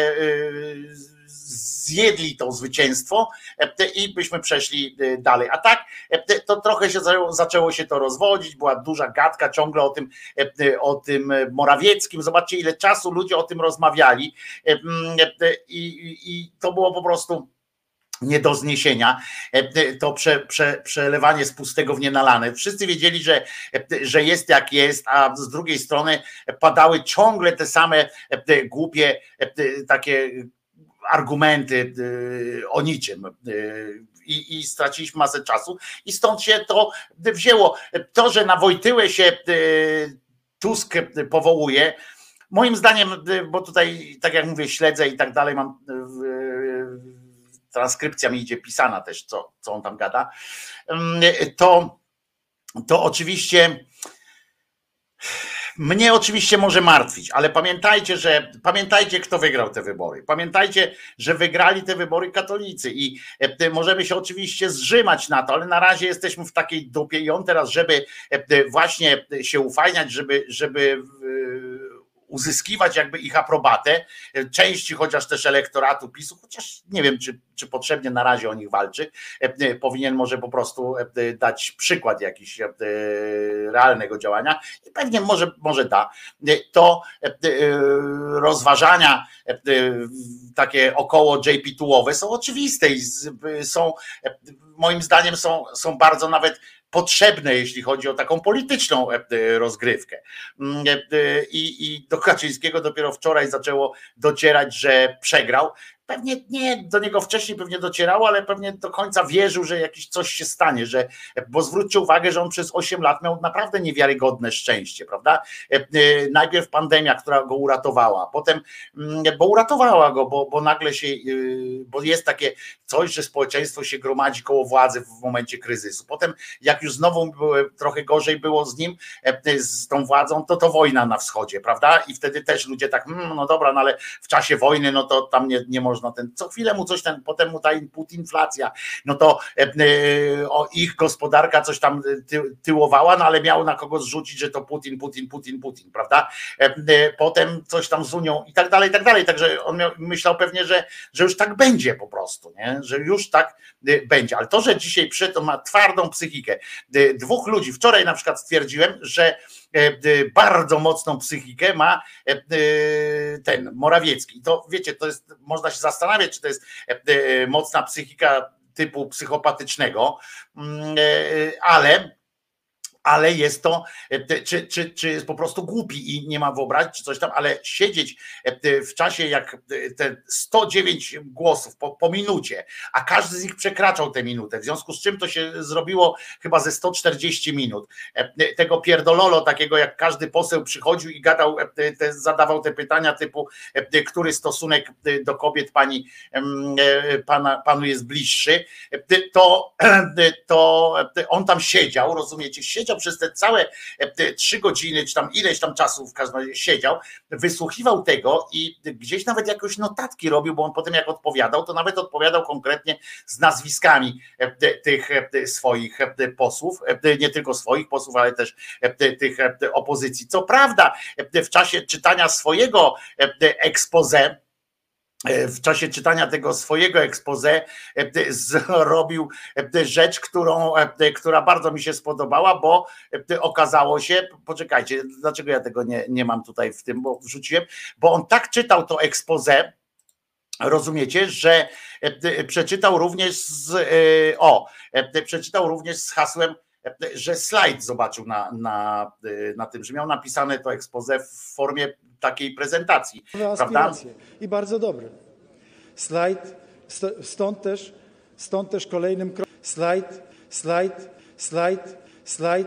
zjedli to zwycięstwo i byśmy przeszli dalej. A tak to trochę się zaczęło się to rozwodzić, była duża gadka ciągle o tym, o tym Morawieckim. Zobaczcie, ile czasu ludzie o tym rozmawiali i, i to było po prostu nie do zniesienia, to prze, prze, przelewanie z pustego w nienalane. Wszyscy wiedzieli, że, że jest jak jest, a z drugiej strony padały ciągle te same głupie takie argumenty o niczym. I, i straciliśmy masę czasu i stąd się to wzięło. To, że na Wojtyłę się Tusk powołuje, moim zdaniem, bo tutaj, tak jak mówię, śledzę i tak dalej, mam transkrypcja mi idzie pisana też, co, co on tam gada, to, to oczywiście mnie oczywiście może martwić, ale pamiętajcie, że pamiętajcie, kto wygrał te wybory. Pamiętajcie, że wygrali te wybory katolicy i możemy się oczywiście zrzymać na to, ale na razie jesteśmy w takiej dupie i on teraz, żeby właśnie się ufajniać, żeby, żeby uzyskiwać jakby ich aprobatę, części chociaż też elektoratu PiSu, chociaż nie wiem, czy, czy potrzebnie na razie o nich walczy, powinien może po prostu dać przykład jakiś realnego działania i pewnie może, może da. To rozważania takie około J P two-owe są oczywiste i są, moim zdaniem są, są bardzo nawet potrzebne, jeśli chodzi o taką polityczną rozgrywkę. I, i do Kaczyńskiego dopiero wczoraj zaczęło docierać, że przegrał. Pewnie nie do niego wcześniej pewnie docierało, ale pewnie do końca wierzył, że jakieś coś się stanie, że, bo zwróćcie uwagę, że on przez osiem lat miał naprawdę niewiarygodne szczęście, prawda? Najpierw pandemia, która go uratowała, potem, bo uratowała go, bo, bo nagle się, bo jest takie coś, że społeczeństwo się gromadzi koło władzy w momencie kryzysu. Potem jak już znowu trochę gorzej było z nim, z tą władzą, to to wojna na wschodzie, prawda? I wtedy też ludzie tak, no dobra, no ale w czasie wojny, no to tam nie, nie można ten, co chwilę mu coś ten, potem mu ta input inflacja, no to e, o, ich gospodarka coś tam ty, tyłowała, no ale miał na kogo zrzucić, że to Putin, Putin, Putin, Putin, prawda? E, e, potem coś tam z Unią i tak dalej, i tak dalej, także on miał, myślał pewnie, że, że już tak będzie po prostu, nie? Że już tak e, będzie, ale to, że dzisiaj przyszedł, to ma twardą psychikę. E, dwóch ludzi, wczoraj na przykład stwierdziłem, że bardzo mocną psychikę ma ten Morawiecki. I to wiecie, to jest, można się zastanawiać, czy to jest mocna psychika typu psychopatycznego, ale ale jest to, czy, czy, czy jest po prostu głupi i nie ma wyobrazić, czy coś tam, ale siedzieć w czasie jak te sto dziewięć głosów po, po minucie, a każdy z nich przekraczał tę minutę, w związku z czym to się zrobiło chyba ze sto czterdzieści minut. Tego pierdololo takiego, jak każdy poseł przychodził i gadał, te, zadawał te pytania typu, który stosunek do kobiet pani, pana, panu jest bliższy, to, to on tam siedział, rozumiecie, siedział przez te całe trzy godziny, czy tam ileś tam czasu w każdym razie siedział, wysłuchiwał tego i gdzieś nawet jakoś notatki robił, bo on potem jak odpowiadał, to nawet odpowiadał konkretnie z nazwiskami tych swoich posłów, nie tylko swoich posłów, ale też tych opozycji. Co prawda w czasie czytania swojego expose, w czasie czytania tego swojego expose zrobił rzecz, którą, która bardzo mi się spodobała, bo okazało się, poczekajcie, dlaczego ja tego nie, nie mam tutaj w tym, bo wrzuciłem, bo on tak czytał to expose, rozumiecie, że przeczytał również z, o, przeczytał również z hasłem, że slajd zobaczył na, na, na tym, że miał napisane to expose w formie takiej prezentacji, prawda? I bardzo dobry. Slajd, stąd też, stąd też kolejnym krokiem. Slajd, slajd, slajd, slajd.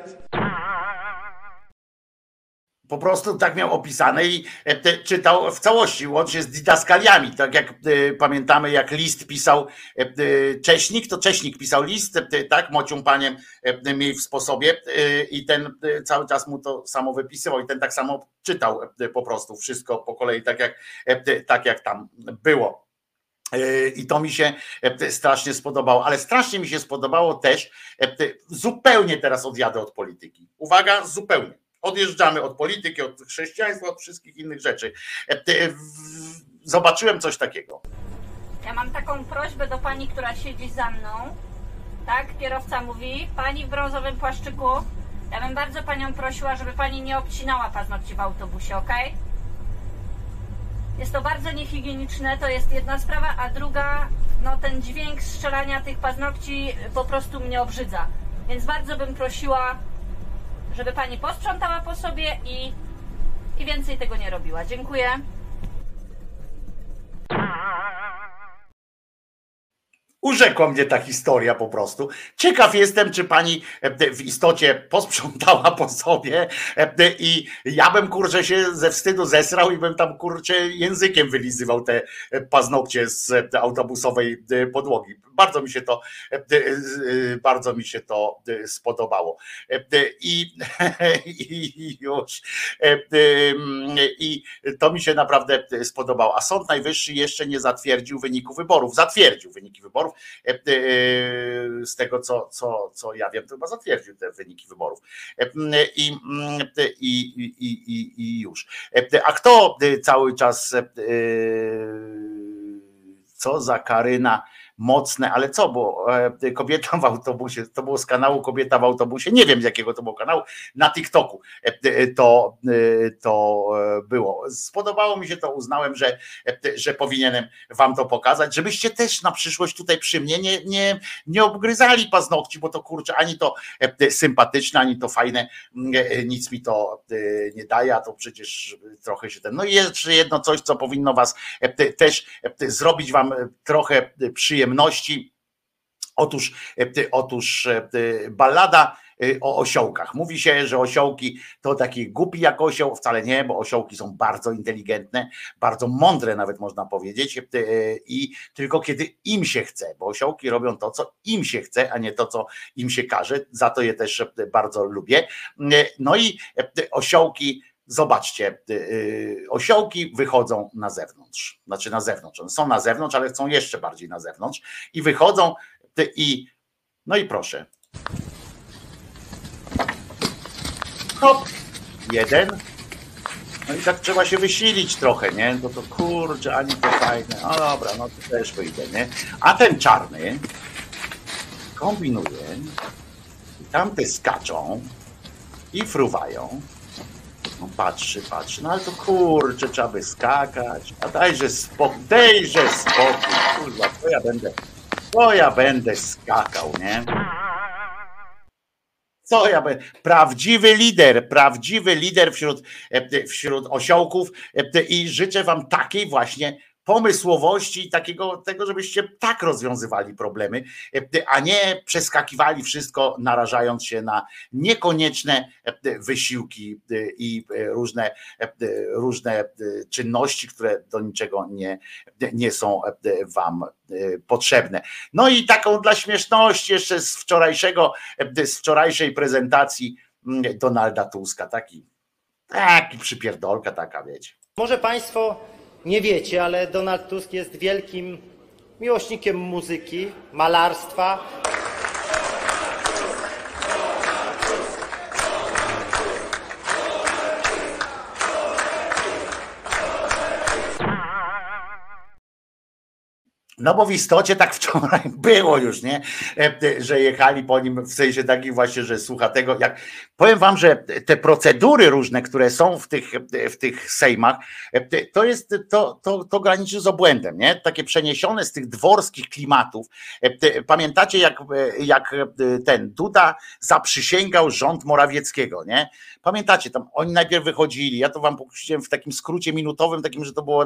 Po prostu tak miał opisane i czytał w całości, łącznie z didaskaliami. Tak jak pamiętamy, jak list pisał Cześnik, to Cześnik pisał list, tak, mocią paniem mieli w sposobie i ten cały czas mu to samo wypisywał i ten tak samo czytał po prostu wszystko po kolei, tak jak, tak jak tam było. I to mi się strasznie spodobało, ale strasznie mi się spodobało też, zupełnie teraz odjadę od polityki. Uwaga, zupełnie. Odjeżdżamy od polityki, od chrześcijaństwa, od wszystkich innych rzeczy. Zobaczyłem coś takiego. Ja mam taką prośbę do pani, która siedzi za mną. Tak, kierowca mówi, pani w brązowym płaszczyku, ja bym bardzo panią prosiła, żeby pani nie obcinała paznokci w autobusie, ok? Jest to bardzo niehigieniczne, to jest jedna sprawa, a druga, no ten dźwięk strzelania tych paznokci po prostu mnie obrzydza. Więc bardzo bym prosiła, żeby pani posprzątała po sobie i, i więcej tego nie robiła. Dziękuję. Urzekła mnie ta historia po prostu. Ciekaw jestem, czy pani w istocie posprzątała po sobie i ja bym, kurczę, się ze wstydu zesrał i bym tam, kurczę, językiem wylizywał te paznokcie z autobusowej podłogi. Bardzo mi się to, bardzo mi się to spodobało. I, i już. I to mi się naprawdę spodobało. A Sąd Najwyższy jeszcze nie zatwierdził wyniku wyborów. Zatwierdził wyniki wyborów. Z tego, co, co, co ja wiem, to chyba zatwierdził te wyniki wyborów. I, i, i, i, i już. A kto cały czas, co za Karyna mocne, ale co, bo kobieta w autobusie, to było z kanału Kobieta w autobusie, nie wiem z jakiego to było kanału, na TikToku to, to było. Spodobało mi się to, uznałem, że, że powinienem wam to pokazać, żebyście też na przyszłość tutaj przy mnie nie, nie, nie obgryzali paznokci, bo to kurczę, ani to sympatyczne, ani to fajne, nic mi to nie daje, a to przecież trochę się ten, no i jeszcze jedno coś, co powinno was też zrobić wam trochę przyjemności. Otóż, otóż ballada o osiołkach. Mówi się, że osiołki to taki głupi jak osioł, wcale nie, bo osiołki są bardzo inteligentne, bardzo mądre nawet można powiedzieć i tylko kiedy im się chce, bo osiołki robią to, co im się chce, a nie to, co im się każe, za to je też bardzo lubię. No i osiołki, zobaczcie, osiołki wychodzą na zewnątrz, znaczy na zewnątrz, one są na zewnątrz, ale chcą jeszcze bardziej na zewnątrz i wychodzą i no i proszę. Hop, jeden. No i tak trzeba się wysilić trochę, nie? Bo to kurczę, ani to fajne. No dobra, no to też wyjdę, nie? A ten czarny kombinuje i tamte skaczą i fruwają. No patrzy, patrzy, no ale to kurczę, trzeba by skakać. A dajże spokój, dejże spokój, kurwa, to ja będę, to ja będę skakał, nie? To ja będę. Prawdziwy lider, prawdziwy lider wśród, wśród osiołków i życzę wam takiej właśnie pomysłowości, takiego tego, żebyście tak rozwiązywali problemy, a nie przeskakiwali wszystko, narażając się na niekonieczne wysiłki i różne, różne czynności, które do niczego nie, nie są wam potrzebne. No i taką dla śmieszności jeszcze z wczorajszego, z wczorajszej prezentacji Donalda Tuska, taki, taki przypierdolka taka, wiecie. Może Państwo nie wiecie, ale Donald Tusk jest wielkim miłośnikiem muzyki, malarstwa. No bo w istocie tak wczoraj było już, nie? Że jechali po nim w sensie takim właśnie, że słucha tego. Jak powiem wam, że te procedury różne, które są w tych, w tych sejmach, to jest, to, to, to graniczy z obłędem, nie? Takie przeniesione z tych dworskich klimatów. Pamiętacie, jak, jak ten Duda zaprzysięgał rząd Morawieckiego, nie? Pamiętacie, tam oni najpierw wychodzili, ja to wam puściłem w takim skrócie minutowym, takim, że to było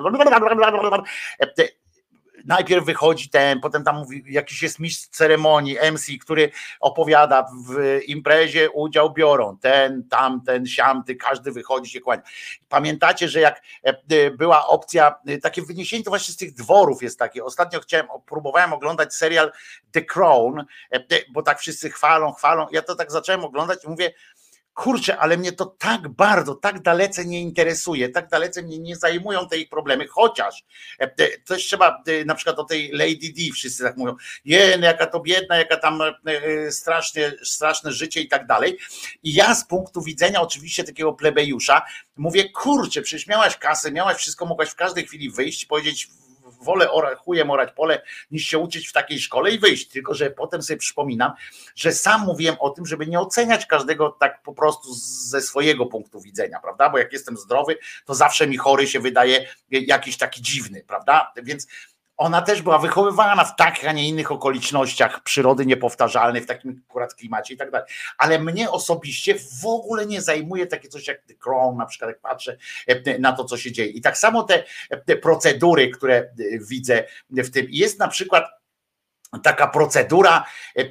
najpierw wychodzi ten, potem tam mówi, jakiś jest mistrz ceremonii, M C, który opowiada, w imprezie udział biorą, ten, tamten, siamty, każdy wychodzi się kłania. Pamiętacie, że jak była opcja, takie wyniesienie to właśnie z tych dworów jest takie, ostatnio chciałem, próbowałem oglądać serial The Crown, bo tak wszyscy chwalą, chwalą, ja to tak zacząłem oglądać i mówię, kurczę, ale mnie to tak bardzo, tak dalece nie interesuje, tak dalece mnie nie zajmują te ich problemy, chociaż też trzeba, na przykład o tej Lady Di wszyscy tak mówią, jen, jaka to biedna, jaka tam strasznie, straszne życie i tak dalej. I ja z punktu widzenia oczywiście takiego plebejusza mówię, kurczę, przecież miałaś kasę, miałaś wszystko, mogłaś w każdej chwili wyjść, powiedzieć, wolę orać, chujem orać pole, niż się uczyć w takiej szkole i wyjść. Tylko że potem sobie przypominam, że sam mówiłem o tym, żeby nie oceniać każdego tak po prostu ze swojego punktu widzenia, prawda? Bo jak jestem zdrowy, to zawsze mi chory się wydaje jakiś taki dziwny, prawda? Więc ona też była wychowywana w takich, a nie innych okolicznościach przyrody niepowtarzalnej, w takim akurat klimacie i tak dalej. Ale mnie osobiście w ogóle nie zajmuje takie coś jak The Crown, na przykład jak patrzę na to, co się dzieje. I tak samo te, te procedury, które widzę w tym. Jest na przykład taka procedura,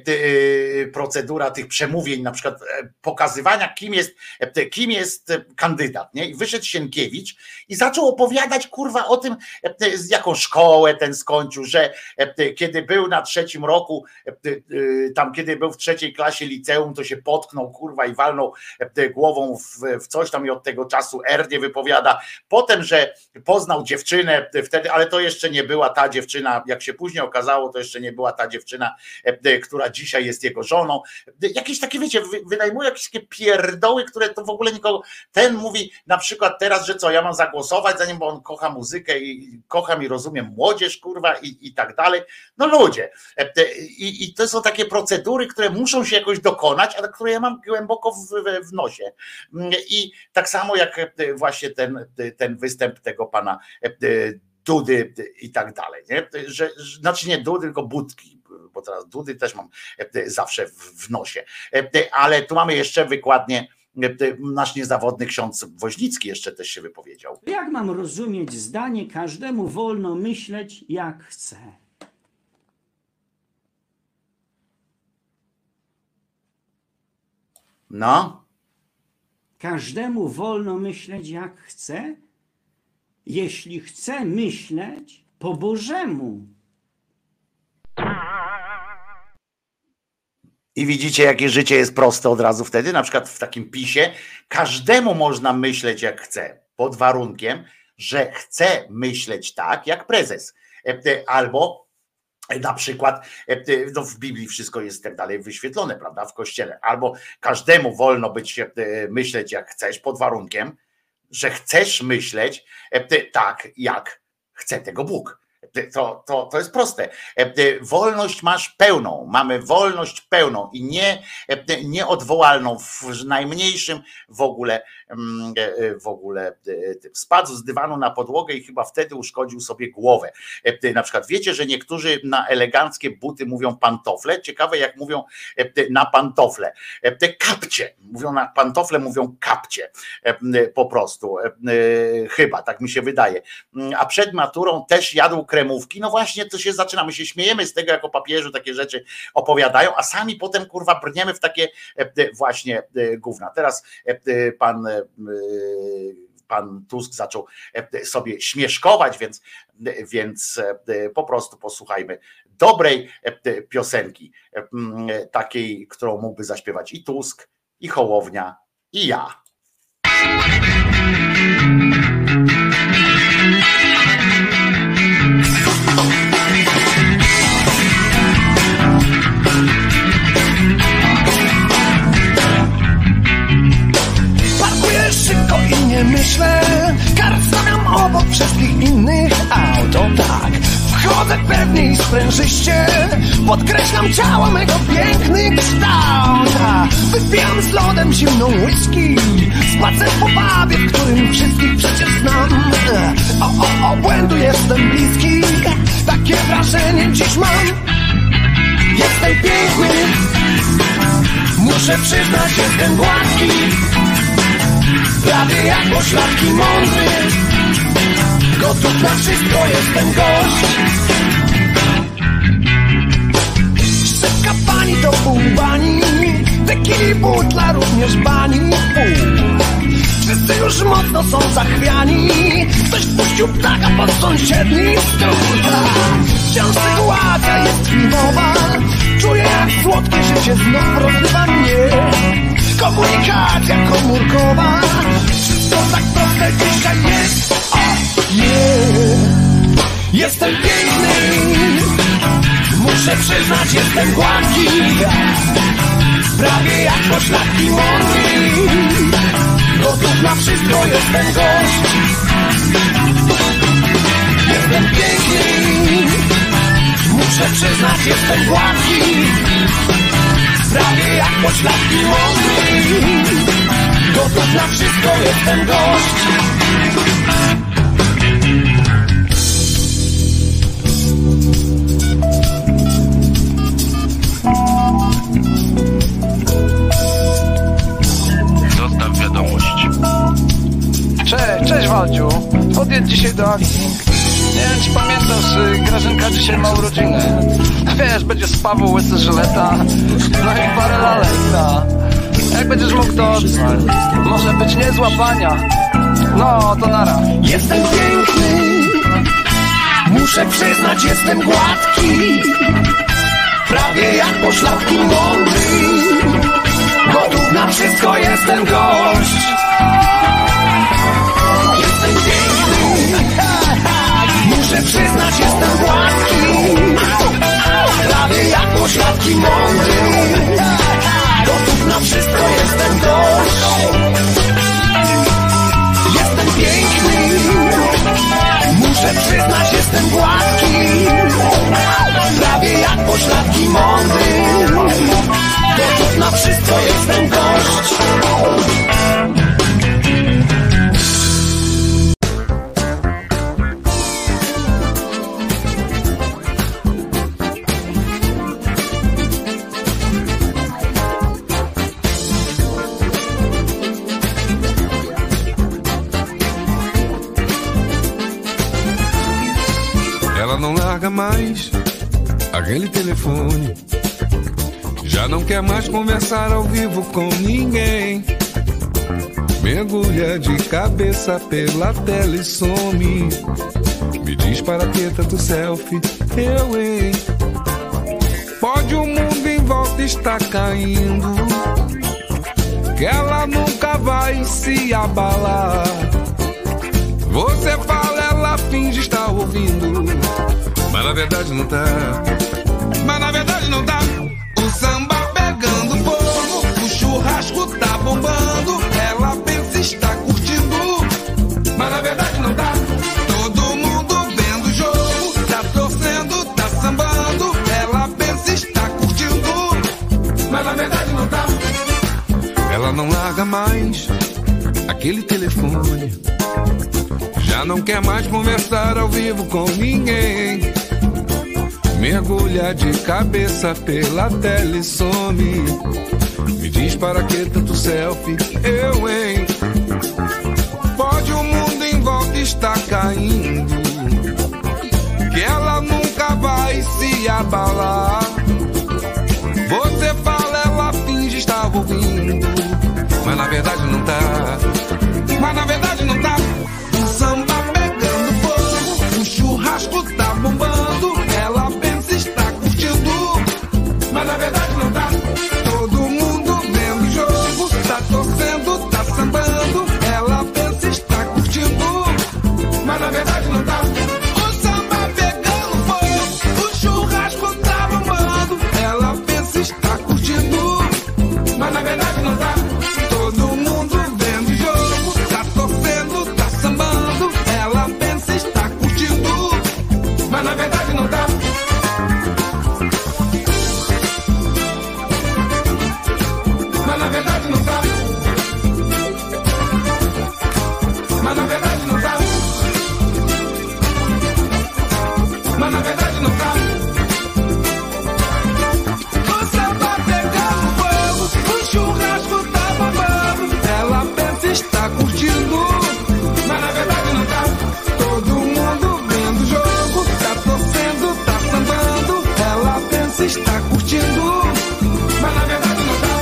procedura tych przemówień, na przykład pokazywania, kim jest, kim jest kandydat, nie? I wyszedł Sienkiewicz i zaczął opowiadać, kurwa, o tym, z jaką szkołę ten skończył, że kiedy był na trzecim roku, tam kiedy był w trzeciej klasie liceum, to się potknął, kurwa, i walnął głową w, w coś tam i od tego czasu R nie wypowiada. Potem, że poznał dziewczynę wtedy, ale to jeszcze nie była ta dziewczyna, jak się później okazało, to jeszcze nie była ta dziewczyna, która dzisiaj jest jego żoną. Jakieś takie, wiecie, wynajmuje jakieś takie pierdoły, które to w ogóle nikogo... Ten mówi na przykład teraz, że co, ja mam zagłosować za nim, bo on kocha muzykę i kocham i rozumiem młodzież, kurwa, i, i tak dalej. No ludzie. I, I to są takie procedury, które muszą się jakoś dokonać, ale które ja mam głęboko w, w nosie. I tak samo jak właśnie ten, ten występ tego pana Dudy i tak dalej, nie? Że, znaczy nie Dudy, tylko Budki, bo teraz Dudy też mam zawsze w nosie. Ale tu mamy jeszcze wykładnie, nasz niezawodny ksiądz Woźnicki jeszcze też się wypowiedział. Jak mam rozumieć zdanie, każdemu wolno myśleć jak chce? No? Każdemu wolno myśleć jak chce? Jeśli chce myśleć po Bożemu. I widzicie, jakie życie jest proste od razu wtedy, na przykład w takim PiSie, każdemu można myśleć jak chce, pod warunkiem, że chce myśleć tak jak prezes. Albo na przykład, no w Biblii wszystko jest tak dalej wyświetlone, prawda, w kościele. Albo każdemu wolno być myśleć jak chcesz, pod warunkiem, że chcesz myśleć tak, jak chce tego Bóg. To, to, to jest proste. Wolność masz pełną, mamy wolność pełną i nie, nieodwołalną w najmniejszym w ogóle, w ogóle spadł z dywanu na podłogę i chyba wtedy uszkodził sobie głowę. Na przykład wiecie, że niektórzy na eleganckie buty mówią pantofle. Ciekawe jak mówią na pantofle. Te kapcie. Mówią na pantofle, mówią kapcie. Po prostu. Chyba, tak mi się wydaje. A przed maturą też jadł kremówki. No właśnie, to się zaczyna. My się śmiejemy z tego, jak o papieżu takie rzeczy opowiadają, a sami potem kurwa brniemy w takie właśnie gówna. Teraz pan pan Tusk zaczął sobie śmieszkować, więc, więc po prostu posłuchajmy dobrej piosenki, takiej, którą mógłby zaśpiewać i Tusk, i Hołownia, i ja. Szybko i nie myślę, kar stawiam obok wszystkich innych aut. O tak, wchodzę pewnie i sprężyście, podkreślam ciała mego piękny kształt. Wypijam z lodem zimną whisky, spacer po pubie, w którym wszystkich przecież znam. O, o, o, błędu jestem bliski, takie wrażenie dziś mam. Jestem piękny, muszę przyznać, jestem gładki. Prawie jak poszlaki mądry, gotów na wszystko, jestem gość. Szybka pani to pół bani, tekili butla również bani pół. Wszyscy już mocno są zachwiani, ktoś wpuścił ptaka pod sąsiedni stół. Wciąż sytuacja jest filmowa, czuję jak słodkie życie znów rozrywa mnie. Komunikacja komórkowa, wszystko tak proste dzisiaj jest. O, yeah. Jestem piękny, muszę przyznać, jestem gładki. Prawie jak poszlaki mądry, gotów na wszystko, jestem gość. Jestem piękny, muszę przyznać, jestem gładki. Prawie jak poszlaki mądry, gotów na wszystko, jestem gość. Zostaw wiadomość. Cześć, cześć Waldziu. Podjedź dzisiaj do akcji. Nie wiem, czy pamiętasz, Grażynka dzisiaj ma urodziny. Wiesz, będzie z Paweł, łysy Żyleta, no i parę lalek, no. Jak będziesz mógł, to odzwoń. Może być niezła bania. No, to nara. Jestem piękny, muszę przyznać, jestem gładki. Prawie jak poszlaki mądry, gotów na wszystko, jestem gość. Jestem piękny, muszę przyznać, jestem gładki. Prawie jak poszlaki mądry, gotów na wszystko, jestem gość. Jestem piękny, muszę przyznać, jestem gładki. Prawie jak poszlaki mądry, gotów na wszystko, jestem gość. Ela não larga mais aquele telefone. Já não quer mais conversar ao vivo com ninguém. Mergulha de cabeça pela tela e some. Me diz para que tanto selfie, eu, hein? Pode o mundo em volta estar caindo, que ela nunca vai se abalar. Você fala, ela finge estar ouvindo, mas na verdade não tá. Mas na verdade não tá. O samba pegando fogo, o churrasco tá bombando, ela pensa estar curtindo, mas na verdade não tá. Todo mundo vendo o jogo, tá Já não quer mais conversar ao vivo com ninguém. Mergulha de cabeça pela tela e some. Me diz para que tanto selfie, eu, hein? Pode o mundo em volta estar caindo, que ela nunca vai se abalar. Você fala, ela finge estar ouvindo, mas na verdade não tá. Mas na verdade não tá. O samba pegando fogo, o churrasco tá bombando, ela pensa estar curtindo, mas na verdade não tá. Todo mundo vendo o jogo, tá torcendo, tá sambando, ela pensa estar curtindo, mas na verdade não tá. O samba pegando fogo, o churrasco tá bombando, ela pensa estar curtindo, mas na verdade não tá. Todo mundo vendo o jogo, tá torcendo, tá sambando, ela pensa estar curtindo, mas na verdade não tá. Mas na verdade não tá. Mas na verdade não tá. Mas na verdade não tá. O samba pegando fogo, o churrasco tá babando, ela pensa estar curtindo, mas na verdade não tá. Todo mundo vendo o jogo, tá torcendo, tá sambando, ela pensa estar curtindo, mas na verdade não tá.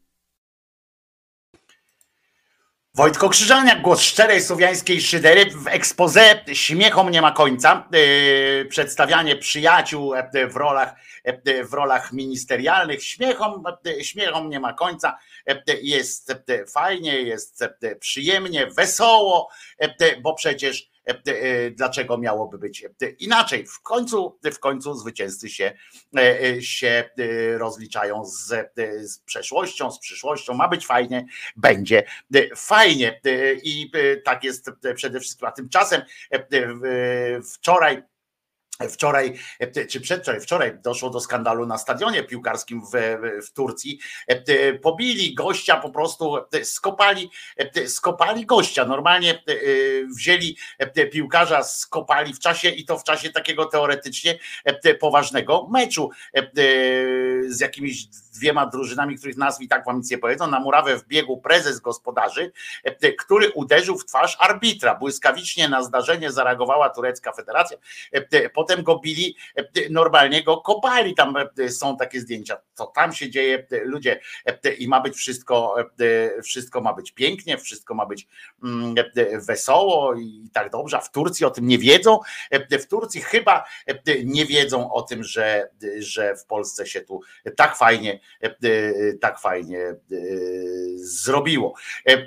Wojtko Krzyżaniak, głos szczerej słowiańskiej szydery. W expose śmiechom nie ma końca. Yy, przedstawianie przyjaciół w rolach, w rolach ministerialnych. Śmiechom, śmiechom nie ma końca. Jest fajnie, jest przyjemnie, wesoło, bo przecież dlaczego miałoby być inaczej? W końcu, w końcu zwycięzcy się, się rozliczają z, z przeszłością, z przyszłością. Ma być fajnie, będzie fajnie. I tak jest przede wszystkim. A tymczasem wczoraj Wczoraj, czy przedwczoraj, wczoraj doszło do skandalu na stadionie piłkarskim w, w Turcji. Pobili gościa, po prostu skopali, skopali gościa. Normalnie wzięli piłkarza, skopali w czasie i to w czasie takiego teoretycznie poważnego meczu z jakimiś dwiema drużynami, których nazw i tak wam nic nie powiedzą. Na murawę wbiegł prezes gospodarzy, który uderzył w twarz arbitra. Błyskawicznie na zdarzenie zareagowała turecka federacja. Potem go bili, normalnie go kopali. Tam są takie zdjęcia. Co tam się dzieje, ludzie, i ma być wszystko, wszystko ma być pięknie, wszystko ma być wesoło i tak dobrze. A w Turcji o tym nie wiedzą. W Turcji chyba nie wiedzą o tym, że, że w Polsce się tu tak fajnie tak fajnie zrobiło.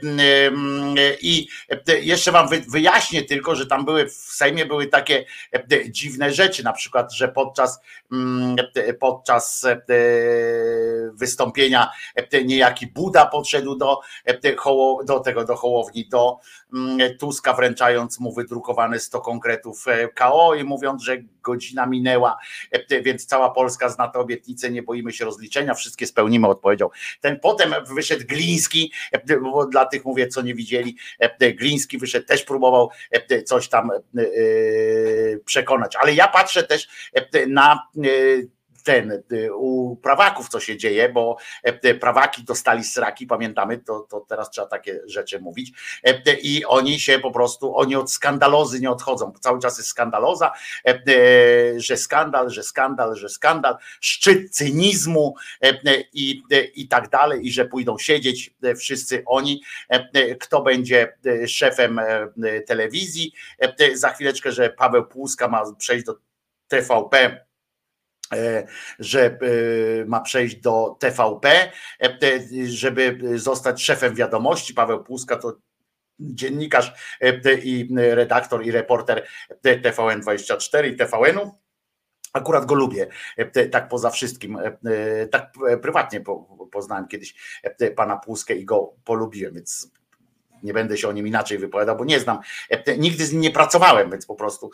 I jeszcze wam wyjaśnię tylko, że tam były w Sejmie były takie dziwne rzeczy, na przykład, że podczas podczas wystąpienia niejaki Buda podszedł do, do tego do Hołowni, do Tuska, wręczając mu wydrukowane sto konkretów K O i mówiąc, że godzina minęła, więc cała Polska zna tę obietnicę, nie boimy się rozliczenia, wszystkie spełnimy, odpowiedział. Ten potem wyszedł Gliński, bo dla tych mówię, co nie widzieli, Gliński wyszedł, też próbował coś tam przekonać, ale ja patrzę też na ten, u prawaków co się dzieje, bo prawaki dostali sraki, pamiętamy, to, to teraz trzeba takie rzeczy mówić, i oni się po prostu, oni od skandalozy nie odchodzą, cały czas jest skandaloza, że skandal, że skandal, że skandal, szczyt cynizmu i, i tak dalej, i że pójdą siedzieć wszyscy oni, kto będzie szefem telewizji, za chwileczkę, że Paweł Płuska ma przejść do T V P, że ma przejść do T V P, żeby zostać szefem wiadomości. Paweł Płuska to dziennikarz i redaktor i reporter T V N dwadzieścia cztery i T V N-u. Akurat go lubię, tak poza wszystkim, tak prywatnie poznałem kiedyś pana Płuskę i go polubiłem, więc nie będę się o nim inaczej wypowiadał, bo nie znam, nigdy z nim nie pracowałem, więc po prostu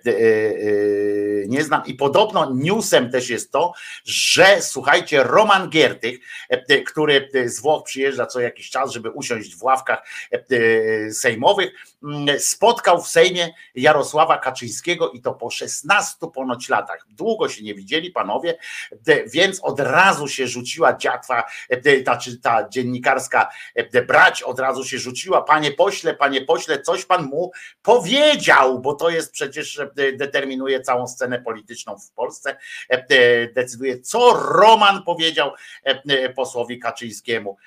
nie znam. I podobno newsem też jest to, że słuchajcie, Roman Giertych, który z Włoch przyjeżdża co jakiś czas, żeby usiąść w ławkach sejmowych, spotkał w Sejmie Jarosława Kaczyńskiego i to po szesnastu ponoć latach. Długo się nie widzieli panowie, więc od razu się rzuciła dziatwa, ta, ta dziennikarska brać od razu się rzuciła, panie pośle, panie pośle, coś pan mu powiedział, bo to jest przecież determinuje całą scenę polityczną w Polsce, decyduje, co Roman powiedział posłowi Kaczyńskiemu.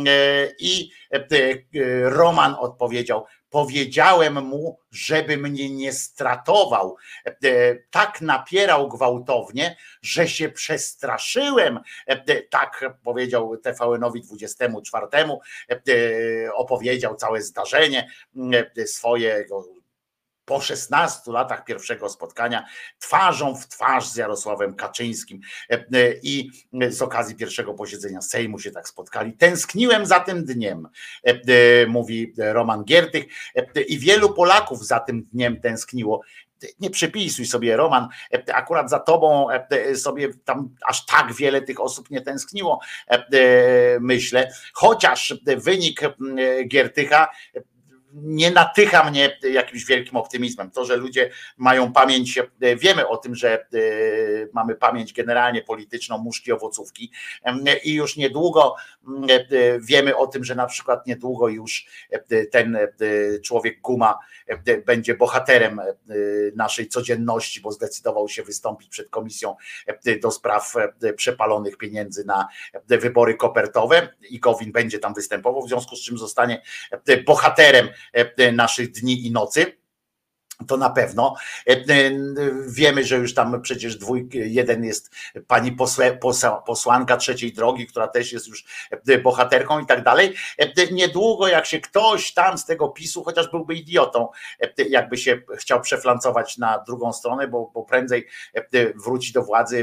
I Roman odpowiedział: powiedziałem mu, żeby mnie nie stratował. Tak napierał gwałtownie, że się przestraszyłem. Tak powiedział T V N-owi dwudziestemu czwartemu, opowiedział całe zdarzenie swojego po szesnastu latach pierwszego spotkania twarzą w twarz z Jarosławem Kaczyńskim i z okazji pierwszego posiedzenia Sejmu się tak spotkali. Tęskniłem za tym dniem, mówi Roman Giertych, i wielu Polaków za tym dniem tęskniło. Nie przypisuj sobie, Roman, akurat za tobą sobie tam aż tak wiele tych osób nie tęskniło, myślę, chociaż wynik Giertycha nie natycha mnie jakimś wielkim optymizmem. To, że ludzie mają pamięć, wiemy o tym, że mamy pamięć generalnie polityczną muszki owocówki i już niedługo wiemy o tym, że na przykład niedługo już ten człowiek Guma będzie bohaterem naszej codzienności, bo zdecydował się wystąpić przed komisją do spraw przepalonych pieniędzy na wybory kopertowe i Gowin będzie tam występował, w związku z czym zostanie bohaterem naszych dni i nocy. To na pewno. Wiemy, że już tam przecież dwój, jeden jest pani posłe, posła, posłanka trzeciej drogi, która też jest już bohaterką i tak dalej. Niedługo jak się ktoś tam z tego PiSu, chociaż byłby idiotą, jakby się chciał przeflancować na drugą stronę, bo, bo prędzej wróci do władzy,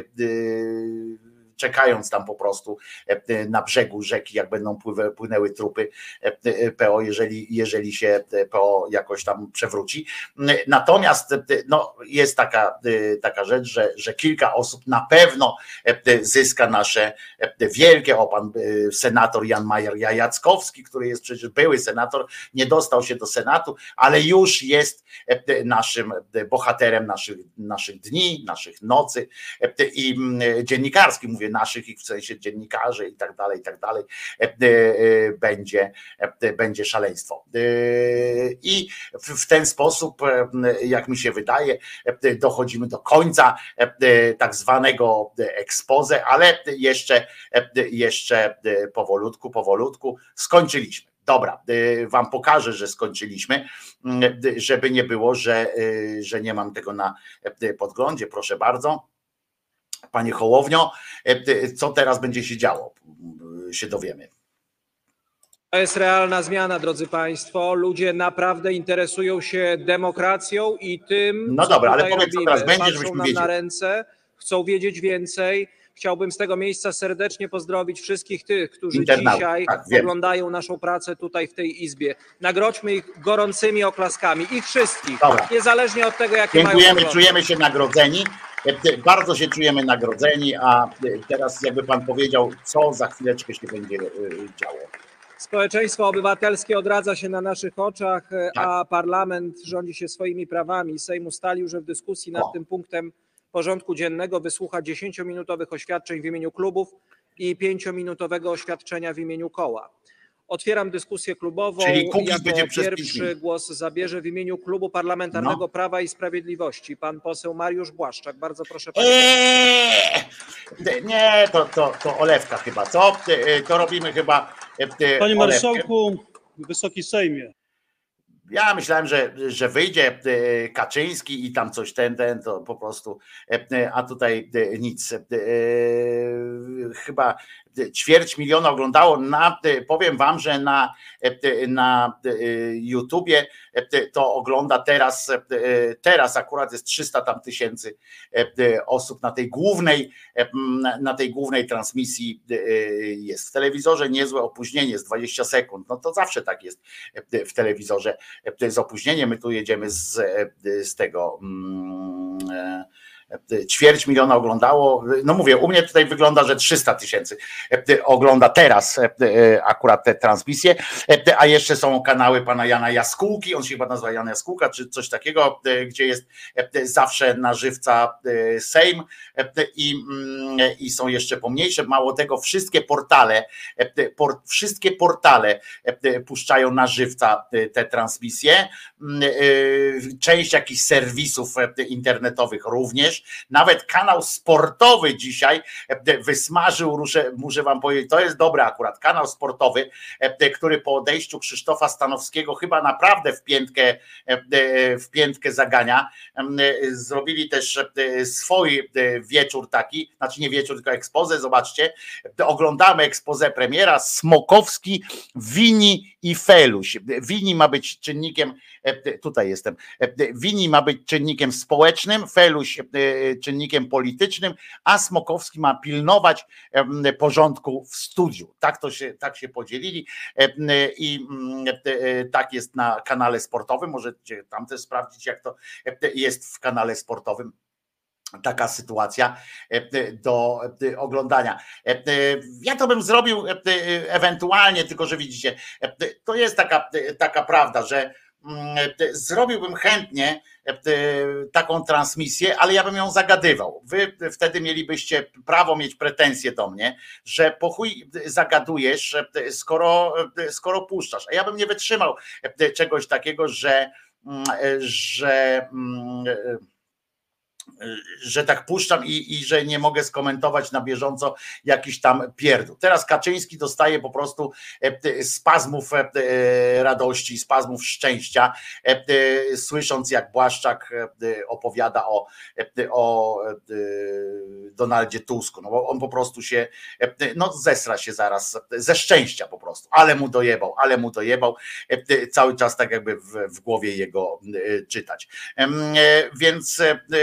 czekając tam po prostu na brzegu rzeki, jak będą pływy, płynęły trupy P O, jeżeli, jeżeli się P O jakoś tam przewróci. Natomiast no, jest taka, taka rzecz, że, że kilka osób na pewno zyska nasze wielkie, o pan senator Jan Majer-Jackowski, który jest przecież były senator, nie dostał się do Senatu, ale już jest naszym bohaterem naszych, naszych dni, naszych nocy i dziennikarski, mówię naszych i w sensie dziennikarzy i tak dalej, i tak dalej, będzie, będzie szaleństwo. I w ten sposób, jak mi się wydaje, dochodzimy do końca tak zwanego expose, ale jeszcze, jeszcze powolutku, powolutku skończyliśmy. Dobra, wam pokażę, że skończyliśmy, żeby nie było, że, że nie mam tego na podglądzie. Proszę bardzo. Panie Hołownio, co teraz będzie się działo? Się dowiemy. To jest realna zmiana, drodzy Państwo. Ludzie naprawdę interesują się demokracją i tym, no co dobra, ale tutaj powiedz, co robimy. teraz będzie, Patrzą żebyśmy nam wiedzieli. na ręce, chcą wiedzieć więcej. Chciałbym z tego miejsca serdecznie pozdrowić wszystkich tych, którzy Internaut, dzisiaj tak, wiem. oglądają naszą pracę tutaj w tej Izbie. Nagrodźmy ich gorącymi oklaskami, ich wszystkich, Dobra. niezależnie od tego, jakie mają Dziękujemy, poglądy. czujemy się nagrodzeni. Bardzo się czujemy nagrodzeni, a teraz jakby pan powiedział, co za chwileczkę się będzie działo. Społeczeństwo obywatelskie odradza się na naszych oczach, a parlament rządzi się swoimi prawami. Sejm ustalił, że w dyskusji nad O. tym punktem porządku dziennego wysłucha dziesięciominutowych oświadczeń w imieniu klubów i pięciominutowego oświadczenia w imieniu koła. Otwieram dyskusję klubową. Czyli Kukiz Jako będzie przez pięć pierwszy minut. głos zabierze w imieniu Klubu Parlamentarnego No. Prawa i Sprawiedliwości pan poseł Mariusz Błaszczak. Bardzo proszę pana. Eee, nie, to, to, to olewka chyba, co? To robimy chyba Panie olewkę. Marszałku, Wysoki Sejmie. Ja myślałem, że, że wyjdzie Kaczyński i tam coś ten, ten, to po prostu, a tutaj nic. Chyba ćwierć miliona oglądało. Na, powiem wam, że na, na YouTubie to ogląda teraz, teraz akurat jest trzysta tam tysięcy osób na tej głównej, na tej głównej transmisji jest. W telewizorze niezłe opóźnienie z dwadzieścia sekund. No to zawsze tak jest w telewizorze. Z opóźnieniem my tu jedziemy z, z tego ćwierć miliona oglądało. No mówię, u mnie tutaj wygląda, że trzysta tysięcy ogląda teraz akurat te transmisje, a jeszcze są kanały pana Jana Jaskółki, on się chyba nazywa Jan Jaskółka, czy coś takiego, gdzie jest zawsze na żywca Sejm i, i są jeszcze pomniejsze. Mało tego, wszystkie portale, por, wszystkie portale puszczają na żywca te transmisje. Część jakichś serwisów internetowych również. Nawet kanał sportowy dzisiaj wysmażył, muszę, muszę wam powiedzieć, to jest dobry akurat, kanał sportowy, który po odejściu Krzysztofa Stanowskiego chyba naprawdę w piętkę, w piętkę zagania. Zrobili też swój wieczór taki, znaczy nie wieczór, tylko expose, zobaczcie, oglądamy expose premiera, Smokowski, Wini i Feluś. Wini ma być czynnikiem, tutaj jestem, Wini ma być czynnikiem społecznym, Feluś czynnikiem politycznym, a Smokowski ma pilnować porządku w studiu. Tak to się, tak się podzielili i tak jest na kanale sportowym, możecie tam też sprawdzić, jak to jest w kanale sportowym. Taka sytuacja do oglądania. Ja to bym zrobił ewentualnie, tylko że widzicie, to jest taka, taka prawda, że zrobiłbym chętnie taką transmisję, ale ja bym ją zagadywał. Wy wtedy mielibyście prawo mieć pretensje do mnie, że po chuj zagadujesz, skoro, skoro puszczasz. A ja bym nie wytrzymał czegoś takiego, że że że tak puszczam i, i że nie mogę skomentować na bieżąco jakiś tam pierdół. Teraz Kaczyński dostaje po prostu spazmów radości, spazmów szczęścia, słysząc jak Błaszczak opowiada o, o Donaldzie Tusku, no bo on po prostu się, no zesra się zaraz ze szczęścia po prostu, ale mu dojebał, ale mu dojebał, cały czas tak jakby w, w głowie jego czytać. Więc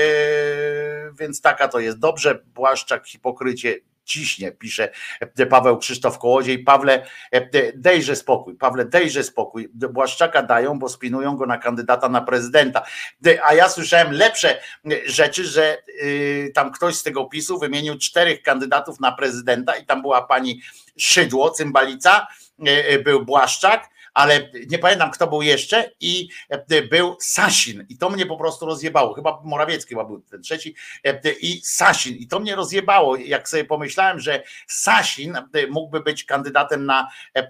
Więc taka to jest. Dobrze, Błaszczak hipokrycie ciśnie, pisze Paweł Krzysztof Kołodziej. Pawle, dejże spokój, Pawle, dejże spokój. Błaszczaka dają, bo spinują go na kandydata na prezydenta. A ja słyszałem lepsze rzeczy, że tam ktoś z tego PiSu wymienił czterech kandydatów na prezydenta i tam była pani Szydło, Cymbalica, był Błaszczak, ale nie pamiętam kto był jeszcze i był Sasin i to mnie po prostu rozjebało, chyba Morawiecki chyba był ten trzeci i Sasin i to mnie rozjebało, jak sobie pomyślałem, że Sasin mógłby być kandydatem na,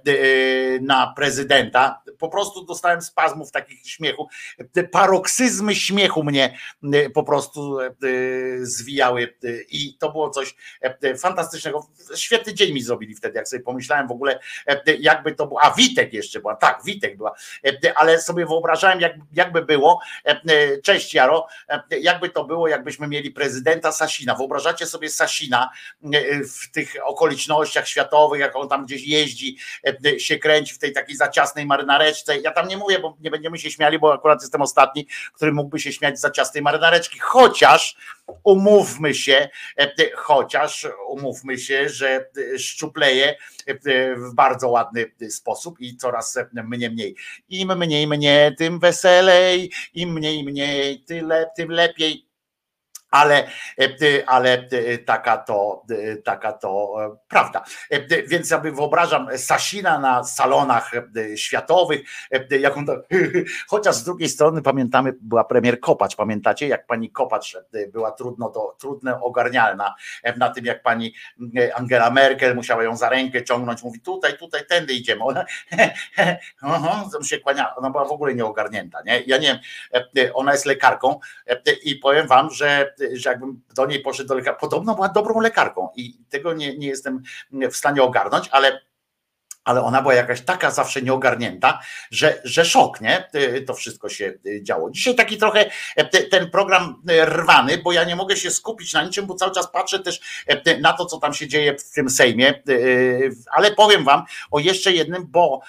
na prezydenta, po prostu dostałem spazmów takich śmiechu, te paroksyzmy śmiechu mnie po prostu zwijały i to było coś fantastycznego, świetny dzień mi zrobili wtedy, jak sobie pomyślałem w ogóle jakby to było, a Witek jeszcze była, tak, Witek była, ale sobie wyobrażałem, jak, jakby było, cześć Jaro, jakby to było, jakbyśmy mieli prezydenta Sasina. Wyobrażacie sobie Sasina w tych okolicznościach światowych, jak on tam gdzieś jeździ, się kręci w tej takiej za ciasnej marynareczce. Ja tam nie mówię, bo nie będziemy się śmiali, bo akurat jestem ostatni, który mógłby się śmiać za ciasnej marynareczki, chociaż umówmy się, chociaż umówmy się, że szczupleje w bardzo ładny sposób i coraz mniej mniej. Im mniej mnie, tym weselej, im mniej mniej, tyle, tym lepiej. Ale, ale taka to, taka to prawda. Więc ja sobie wyobrażam Sasina na salonach światowych, jak on to, chociaż z drugiej strony pamiętamy, była premier Kopacz, pamiętacie, jak pani Kopacz była trudno to, trudno ogarnialna na tym, jak pani Angela Merkel musiała ją za rękę ciągnąć, mówi tutaj, tutaj, tędy idziemy. Ona, aha, się kłania, ona była w ogóle nieogarnięta, nie? Ja nie wiem, ona jest lekarką i powiem wam, że że jakbym do niej poszedł do lekarza, podobno była dobrą lekarką i tego nie, nie jestem w stanie ogarnąć, ale ale ona była jakaś taka zawsze nieogarnięta, że, że szok, nie? To wszystko się działo. Dzisiaj taki trochę ten program rwany, bo ja nie mogę się skupić na niczym, bo cały czas patrzę też na to, co tam się dzieje w tym Sejmie, ale powiem wam o jeszcze jednym, bo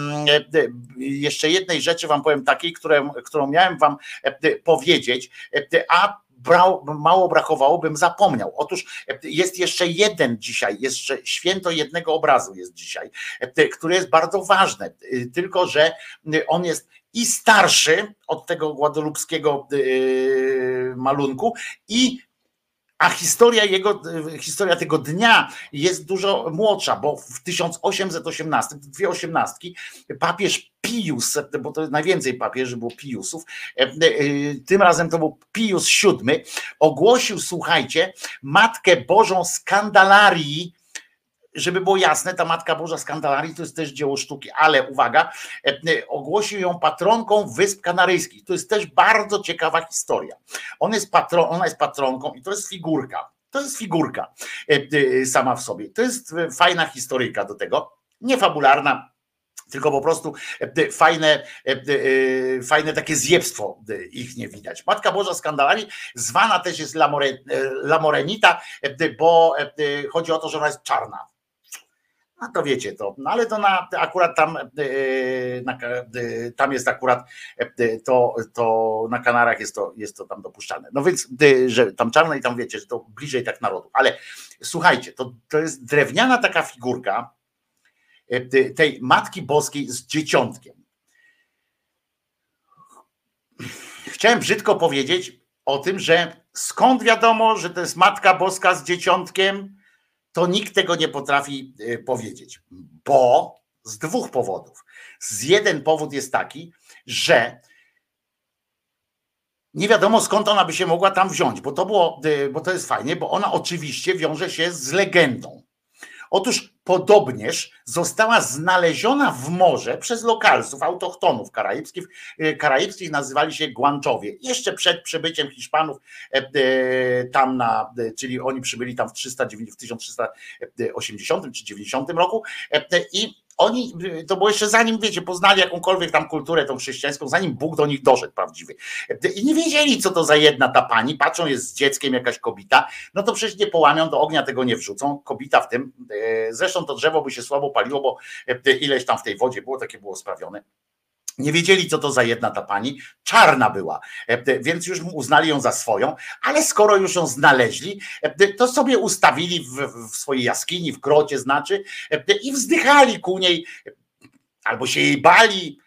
jeszcze jednej rzeczy wam powiem takiej, którą, którą miałem wam powiedzieć, a mało brakowało, bym zapomniał. Otóż jest jeszcze jeden dzisiaj, jeszcze święto jednego obrazu jest dzisiaj, który jest bardzo ważny, tylko że on jest i starszy od tego guadelupskiego malunku i A historia jego, historia tego dnia jest dużo młodsza, bo w tysiąc osiemset osiemnastym, dwie osiemnastki, papież Pius, bo to najwięcej papieży było Piusów, tym razem to był Pius siódmy, ogłosił, słuchajcie, Matkę Bożą Skandalarii. Żeby było jasne, ta Matka Boża Skandalarii to jest też dzieło sztuki, ale uwaga, ogłosił ją patronką Wysp Kanaryjskich. To jest też bardzo ciekawa historia. Ona jest, patron, ona jest patronką i to jest figurka. To jest figurka sama w sobie. To jest fajna historyjka do tego, nie fabularna, tylko po prostu fajne, fajne takie zjebstwo ich nie widać. Matka Boża Skandalarii zwana też jest Lamorenita, bo chodzi o to, że ona jest czarna. No to wiecie to, no ale to na, akurat tam, na, tam jest akurat to, to na Kanarach jest to, jest to tam dopuszczalne. No więc, że tam czarne i tam wiecie, że to bliżej tak narodu. Ale słuchajcie, to, to jest drewniana taka figurka tej Matki Boskiej z dzieciątkiem. Chciałem brzydko powiedzieć o tym, że skąd wiadomo, że to jest Matka Boska z dzieciątkiem, to nikt tego nie potrafi powiedzieć, bo z dwóch powodów. Z jeden powód jest taki, że nie wiadomo skąd ona by się mogła tam wziąć, bo to było, bo to jest fajnie, bo ona oczywiście wiąże się z legendą. Otóż podobnież została znaleziona w morze przez lokalsów, autochtonów karaibskich. Karaibskich nazywali się Guanczowie. Jeszcze przed przybyciem Hiszpanów tam na, czyli oni przybyli tam w, w tysiąc trzysta osiemdziesiątym czy dziewięćdziesiątym roku i oni, to było jeszcze zanim, wiecie, poznali jakąkolwiek tam kulturę tą chrześcijańską, zanim Bóg do nich doszedł prawdziwy. I nie wiedzieli, co to za jedna ta pani, patrzą, jest z dzieckiem jakaś kobita, no to przecież nie połamią, do ognia tego nie wrzucą, kobita w tym, zresztą to drzewo by się słabo paliło, bo ileś tam w tej wodzie było, takie było sprawione. Nie wiedzieli, co to za jedna ta pani, czarna była, więc już uznali ją za swoją, ale skoro już ją znaleźli, to sobie ustawili w, w swojej jaskini, w grocie znaczy, i wzdychali ku niej, albo się jej bali,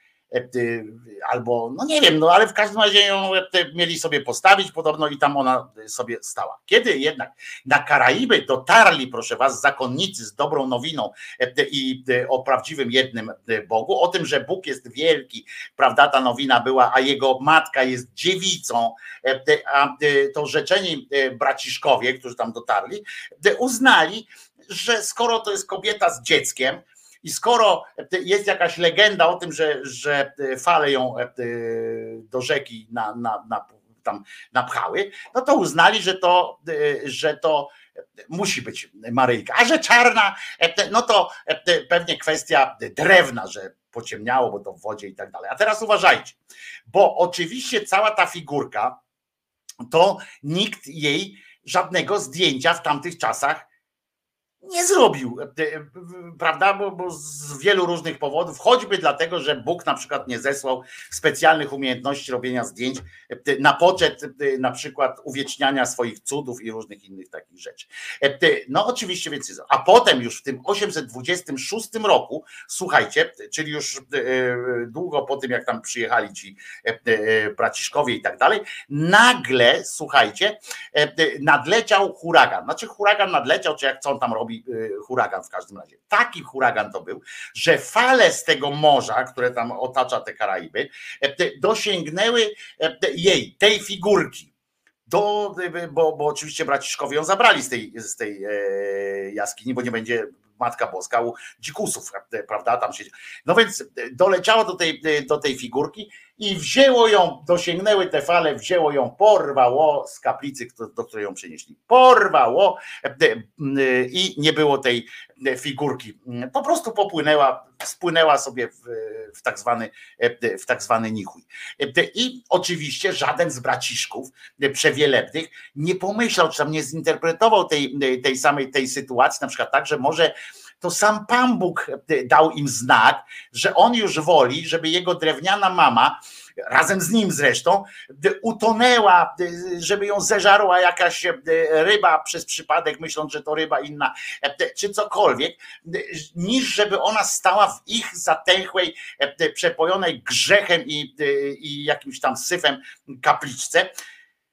albo no nie wiem, no ale w każdym razie ją mieli sobie postawić podobno i tam ona sobie stała. Kiedy jednak na Karaiby dotarli, proszę was, zakonnicy z dobrą nowiną i o prawdziwym jednym Bogu, o tym, że Bóg jest wielki, prawda, ta nowina była, a jego matka jest dziewicą, a to rzeczeni braciszkowie, którzy tam dotarli, uznali, że skoro to jest kobieta z dzieckiem, i skoro jest jakaś legenda o tym, że, że fale ją do rzeki na, na, na, tam napchały, no to uznali, że to, że to musi być Maryjka. A że czarna, no to pewnie kwestia drewna, że pociemniało, bo to w wodzie i tak dalej. A teraz uważajcie, bo oczywiście cała ta figurka, to nikt jej żadnego zdjęcia w tamtych czasach nie zrobił, prawda, bo, bo z wielu różnych powodów, choćby dlatego, że Bóg na przykład nie zesłał specjalnych umiejętności robienia zdjęć na poczet na przykład uwieczniania swoich cudów i różnych innych takich rzeczy. No oczywiście więcej. A potem już w tym osiemset dwudziestym szóstym roku, słuchajcie, czyli już długo po tym, jak tam przyjechali ci braciszkowie i tak dalej, nagle, słuchajcie, nadleciał huragan. Znaczy huragan nadleciał, czy jak co on tam robi, huragan w każdym razie. Taki huragan to był, że fale z tego morza, które tam otacza te Karaiby, dosięgnęły jej, tej figurki. Do, bo, bo oczywiście braciszkowie ją zabrali z tej, z tej jaskini, bo nie będzie Matka Boska u dzikusów, prawda, tam się. No więc doleciało do tej, do tej figurki i wzięło ją, dosięgnęły te fale, wzięło ją, porwało z kaplicy, do której ją przenieśli. Porwało i nie było tej figurki. Po prostu popłynęła, spłynęła sobie w, w tak zwany, w tak zwany nichuj. I oczywiście żaden z braciszków przewielebnych nie pomyślał, czy tam nie zinterpretował tej, tej samej tej sytuacji, na przykład tak, że może to sam Pan Bóg dał im znak, że on już woli, żeby jego drewniana mama, razem z nim zresztą, utonęła, żeby ją zeżarła jakaś ryba przez przypadek, myśląc, że to ryba inna, czy cokolwiek, niż żeby ona stała w ich zatęchłej, przepojonej grzechem i, i jakimś tam syfem kapliczce.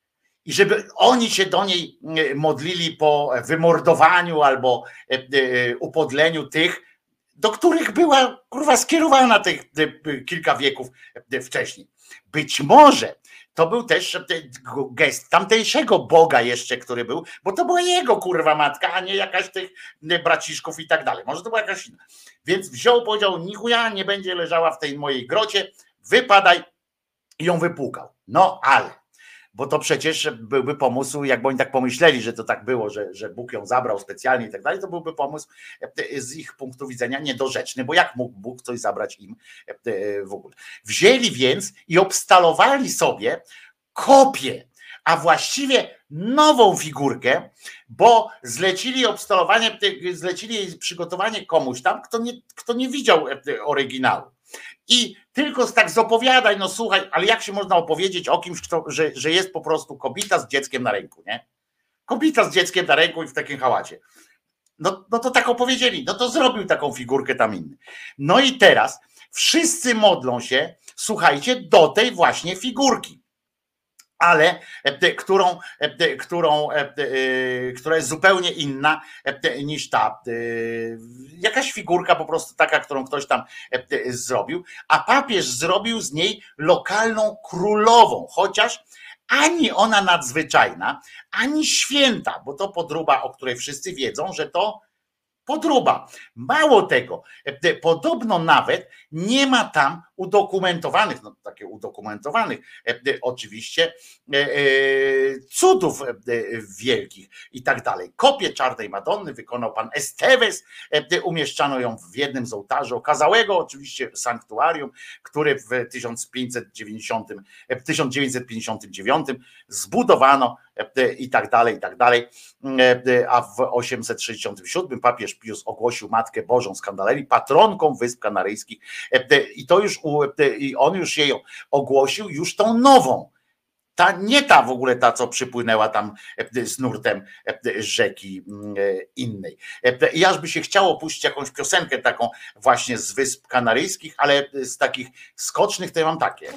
i żeby oni się do niej modlili po wymordowaniu albo upodleniu tych, do których była kurwa skierowana tych kilka wieków wcześniej. Być może to był też gest tamtejszego Boga jeszcze, który był, bo to była jego kurwa matka, a nie jakaś tych braciszków i tak dalej. Może to była jakaś inna. Więc wziął, powiedział, nichuja nie będzie leżała w tej mojej grocie, wypadaj i ją wypłukał. No ale, bo to przecież byłby pomysł, jakby oni tak pomyśleli, że to tak było, że, że Bóg ją zabrał specjalnie i tak dalej, to byłby pomysł z ich punktu widzenia niedorzeczny, bo jak mógł Bóg coś zabrać im w ogóle. Wzięli więc i obstalowali sobie kopię, a właściwie nową figurkę, bo zlecili obstalowanie, zlecili przygotowanie komuś tam, kto nie, kto nie widział oryginału. I tylko tak z opowiadań, no słuchaj, ale jak się można opowiedzieć o kimś, kto, że, że jest po prostu kobieta z dzieckiem na ręku, nie? Kobieta z dzieckiem na ręku i w takim hałacie. No, no to tak opowiedzieli, no to zrobił taką figurkę tam inny. No i teraz wszyscy modlą się, słuchajcie, do tej właśnie figurki. Ale którą, którą, która jest zupełnie inna niż ta. Jakaś figurka po prostu taka, którą ktoś tam zrobił, a papież zrobił z niej lokalną królową, chociaż ani ona nadzwyczajna, ani święta, bo to podróba, o której wszyscy wiedzą, że to podróba. Mało tego, podobno nawet nie ma tam udokumentowanych, no takie udokumentowanych oczywiście cudów wielkich i tak dalej. Kopię Czarnej Madonny wykonał pan Esteves, umieszczano ją w jednym z ołtarzy okazałego oczywiście sanktuarium, który w tysiąc pięćset dziewięćdziesiątym, tysiąc dziewięćset pięćdziesiątym dziewiątym zbudowano i tak dalej, i tak dalej, a w osiemset sześćdziesiątym siódmym papież Pius ogłosił Matkę Bożą Skandalerii patronką Wysp Kanaryjskich i to już i on już jej ogłosił, już tą nową. Ta, nie ta w ogóle ta, co przypłynęła tam z nurtem rzeki innej. I aż by się chciało puścić jakąś piosenkę taką właśnie z Wysp Kanaryjskich, ale z takich skocznych to ja mam takie.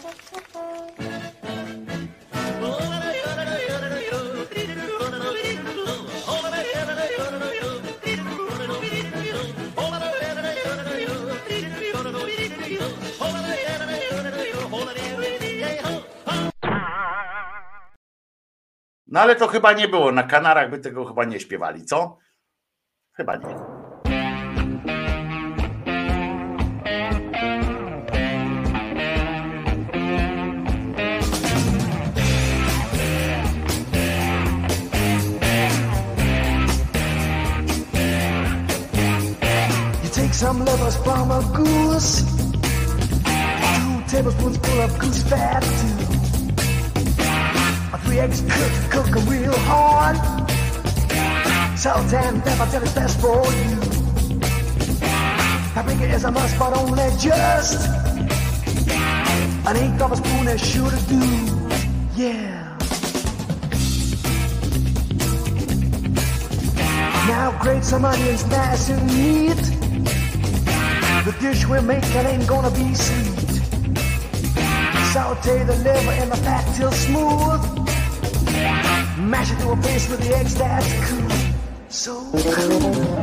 No ale to chyba nie było, na Kanarach by tego chyba nie śpiewali, co? Chyba nie. You take some lovers from a goose, two tablespoons full of goose fat too. Three eggs cooked, cook them real hard. Salt and pepper till it's best for you. Paprika is a must, but only just an eighth of a spoon is sure to do. Yeah. Now grate some onions nice and neat. The dish we're making ain't gonna be sweet. Saute the liver in the fat till smooth. Mash it to a paste with the eggs, that's cool. So cool.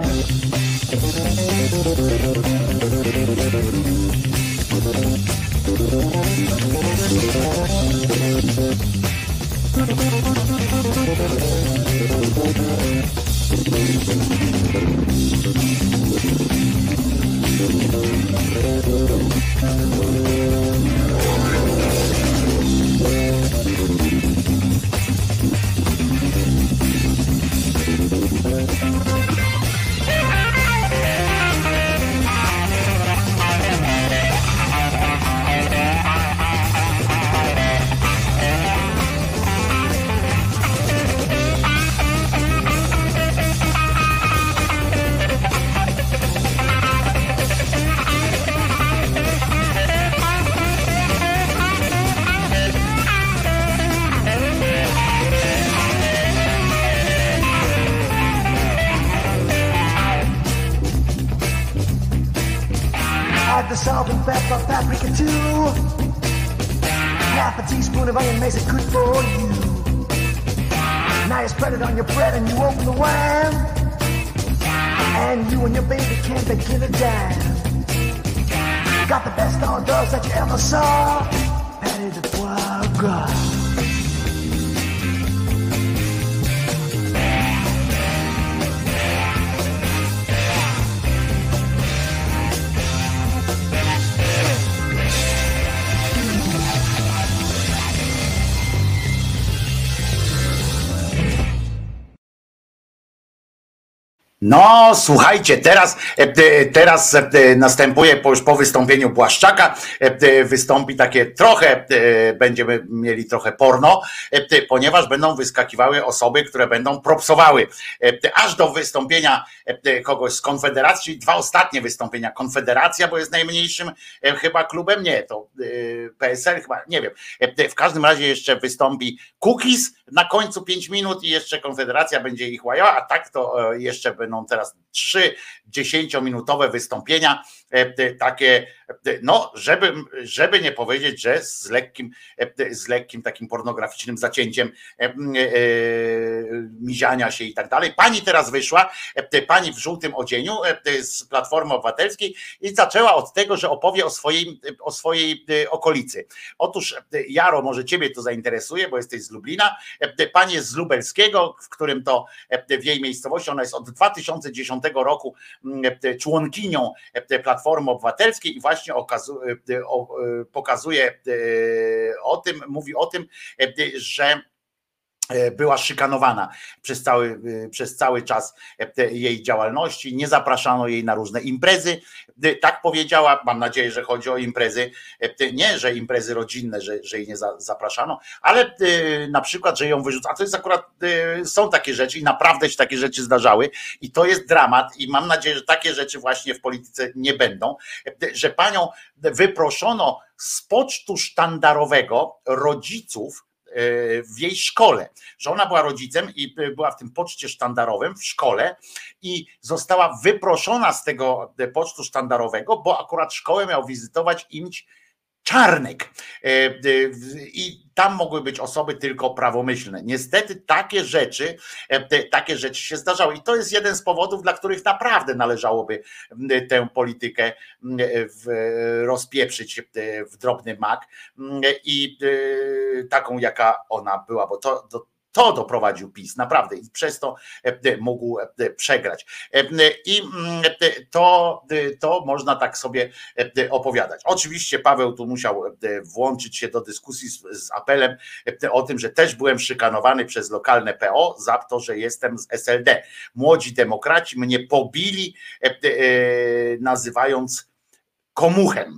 Salt and pepper, paprika too. Half a teaspoon of onion makes it good for you. Now you spread it on your bread and you open the wine, and you and your baby can't begin to dime. Got the best hors d'oeuvres that you ever saw. Patty de foie gras. No, słuchajcie, teraz, teraz następuje, już po wystąpieniu Błaszczaka, wystąpi takie trochę, będziemy mieli trochę porno, ponieważ będą wyskakiwały osoby, które będą propsowały, aż do wystąpienia kogoś z Konfederacji, dwa ostatnie wystąpienia, Konfederacja, bo jest najmniejszym chyba klubem, nie, to P S L chyba, nie wiem, w każdym razie jeszcze wystąpi Kukiz na końcu pięć minut i jeszcze Konfederacja będzie ich łajała, a tak to jeszcze będą teraz trzy dziesięciominutowe wystąpienia, takie, no, żeby, żeby nie powiedzieć, że z lekkim, z lekkim takim pornograficznym zacięciem miziania się i tak dalej. Pani teraz wyszła, pani w żółtym odzieniu z Platformy Obywatelskiej i zaczęła od tego, że opowie o swojej, o swojej okolicy. Otóż, Jaro, może ciebie to zainteresuje, bo jesteś z Lublina. Pani jest z Lubelskiego, w którym to w jej miejscowości, ona jest od dwa tysiące dziesiątego roku członkinią Platformy Obywatelskiej i właśnie okazuje, pokazuje o tym, mówi o tym, że była szykanowana przez cały, przez cały czas jej działalności, nie zapraszano jej na różne imprezy, tak powiedziała, mam nadzieję, że chodzi o imprezy, nie, że imprezy rodzinne, że, że jej nie zapraszano, ale na przykład, że ją wyrzuca, a to jest akurat, są takie rzeczy i naprawdę się takie rzeczy zdarzały i to jest dramat i mam nadzieję, że takie rzeczy właśnie w polityce nie będą, że panią wyproszono z pocztu sztandarowego rodziców w jej szkole, że ona była rodzicem i była w tym poczcie sztandarowym w szkole i została wyproszona z tego pocztu sztandarowego, bo akurat szkołę miał wizytować imć Czarnek i tam mogły być osoby tylko prawomyślne. Niestety takie rzeczy, takie rzeczy się zdarzały i to jest jeden z powodów, dla których naprawdę należałoby tę politykę rozpieprzyć w drobny mak i taką, jaka ona była, bo to, to To doprowadził PiS, naprawdę, i przez to mógł przegrać. I to, to można tak sobie opowiadać. Oczywiście Paweł tu musiał włączyć się do dyskusji z, z apelem o tym, że też byłem szykanowany przez lokalne P O za to, że jestem z S L D. Młodzi demokraci mnie pobili, nazywając komuchem.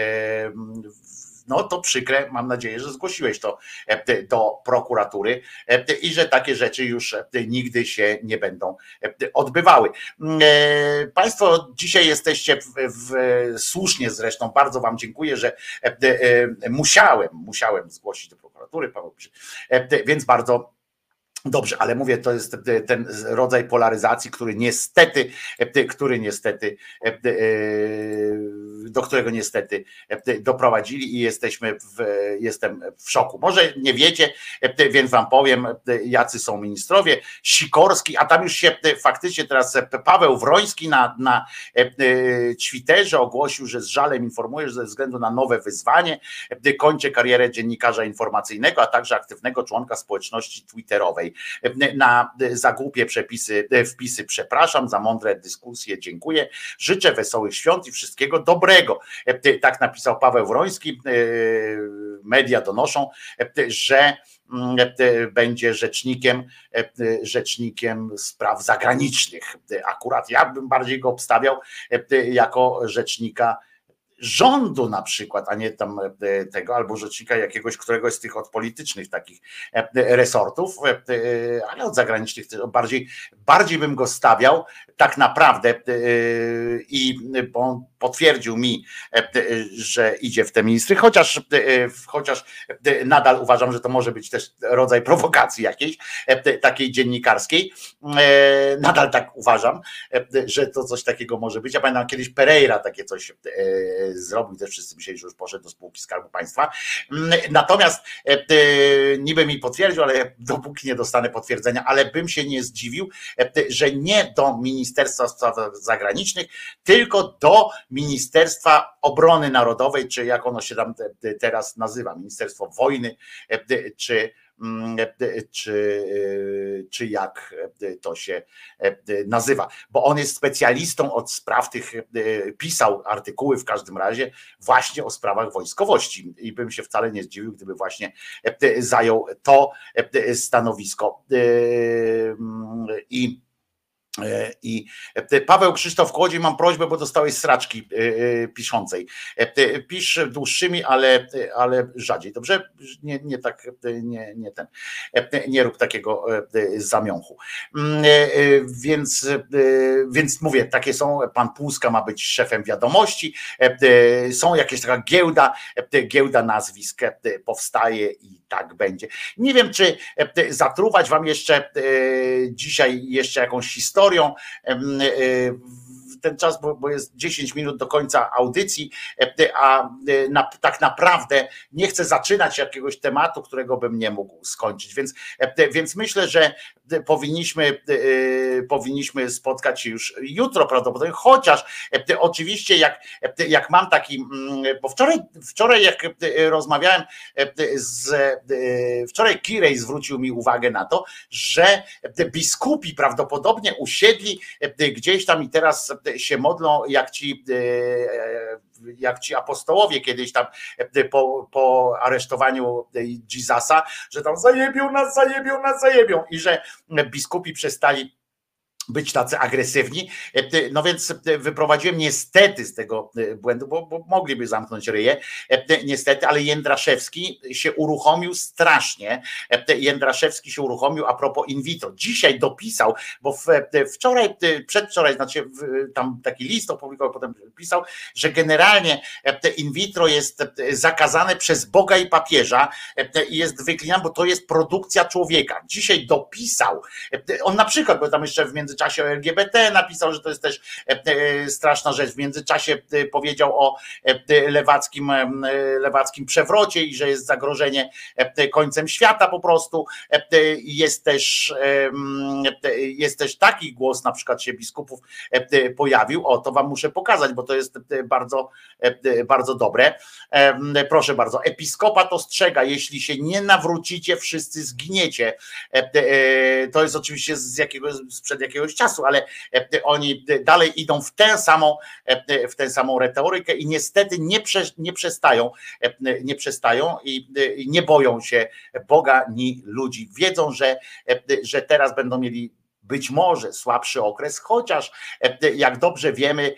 No to przykre, mam nadzieję, że zgłosiłeś to do prokuratury i że takie rzeczy już nigdy się nie będą odbywały. Państwo dzisiaj jesteście w, w, słusznie zresztą, bardzo wam dziękuję, że musiałem, musiałem zgłosić do prokuratury, Paweł pisze, więc bardzo dobrze, ale mówię, to jest ten rodzaj polaryzacji, który niestety, który niestety, do którego niestety doprowadzili i jesteśmy w, jestem w szoku. Może nie wiecie, więc wam powiem, jacy są ministrowie. Sikorski, a tam już się faktycznie teraz Paweł Wroński na, na Twitterze ogłosił, że z żalem informuje, że ze względu na nowe wyzwanie kończy karierę dziennikarza informacyjnego, a także aktywnego członka społeczności twitterowej. Na za głupie przepisy, wpisy przepraszam, za mądre dyskusje dziękuję, życzę wesołych świąt i wszystkiego dobrego. Tak napisał Paweł Wroński. Media donoszą, że będzie rzecznikiem, rzecznikiem spraw zagranicznych. Akurat ja bym bardziej go obstawiał jako rzecznika rządu na przykład, a nie tam tego, albo rzecznika jakiegoś, któregoś z tych odpolitycznych takich resortów, ale od zagranicznych bardziej, bardziej bym go stawiał tak naprawdę i on potwierdził mi, że idzie w te ministry, chociaż, chociaż nadal uważam, że to może być też rodzaj prowokacji jakiejś, takiej dziennikarskiej. Nadal tak uważam, że to coś takiego może być. Ja pamiętam kiedyś Pereira takie coś zrobił, też wszyscy myśleli, że już poszedł do spółki Skarbu Państwa. Natomiast niby mi potwierdził, ale dopóki nie dostanę potwierdzenia, ale bym się nie zdziwił, że nie do Ministerstwa Spraw Zagranicznych, tylko do Ministerstwa Obrony Narodowej, czy jak ono się tam teraz nazywa, Ministerstwo Wojny, czy Czy, czy jak to się nazywa, bo on jest specjalistą od spraw tych, pisał artykuły w każdym razie właśnie o sprawach wojskowości i bym się wcale nie zdziwił, gdyby właśnie zajął to stanowisko. I I Paweł Krzysztof Kłodziej, mam prośbę, bo dostałeś sraczki piszącej. Pisz dłuższymi, ale, ale rzadziej. Dobrze? Nie, nie tak, nie, nie ten. Nie rób takiego zamiąchu. Więc, więc mówię, takie są, pan Płuska ma być szefem Wiadomości, są jakieś taka giełda, giełda nazwisk powstaje i tak będzie. Nie wiem, czy zatruwać wam jeszcze dzisiaj jeszcze jakąś historię, ten czas, bo, bo jest dziesięć minut do końca audycji, a na, tak naprawdę nie chcę zaczynać jakiegoś tematu, którego bym nie mógł skończyć, więc, więc myślę, że powinniśmy, powinniśmy spotkać się już jutro prawdopodobnie, chociaż oczywiście jak, jak mam taki, bo wczoraj, wczoraj jak rozmawiałem z, wczoraj Kirej zwrócił mi uwagę na to, że biskupi prawdopodobnie usiedli gdzieś tam i teraz się modlą jak ci, jak ci apostołowie kiedyś tam po, po aresztowaniu Jezusa, że tam zajebią nas, zajebią nas, zajebią i że biskupi przestali być tacy agresywni. No więc wyprowadziłem niestety z tego błędu, bo, bo mogliby zamknąć ryje, niestety, ale Jędraszewski się uruchomił strasznie. Jędraszewski się uruchomił a propos in vitro. Dzisiaj dopisał, bo wczoraj, przedwczoraj, znaczy tam taki list opublikował, potem pisał, że generalnie in vitro jest zakazane przez Boga i papieża i jest wyklinane, bo to jest produkcja człowieka. Dzisiaj dopisał, on na przykład, bo tam jeszcze w między W międzyczasie o L G B T napisał, że to jest też straszna rzecz. W międzyczasie powiedział o lewackim, lewackim przewrocie i że jest zagrożenie końcem świata po prostu. Jest też, jest też taki głos, na przykład się biskupów pojawił. O, to wam muszę pokazać, bo to jest bardzo, bardzo dobre. Proszę bardzo. Episkopat ostrzega, jeśli się nie nawrócicie, wszyscy zginiecie. To jest oczywiście z jakiegoś, sprzed jakiegoś czasu, ale oni dalej idą w tę samą, w tę samą retorykę i niestety nie, prze, nie przestają, nie przestają i nie boją się Boga ni ludzi. Wiedzą, że, że teraz będą mieli być może słabszy okres, chociaż jak dobrze wiemy,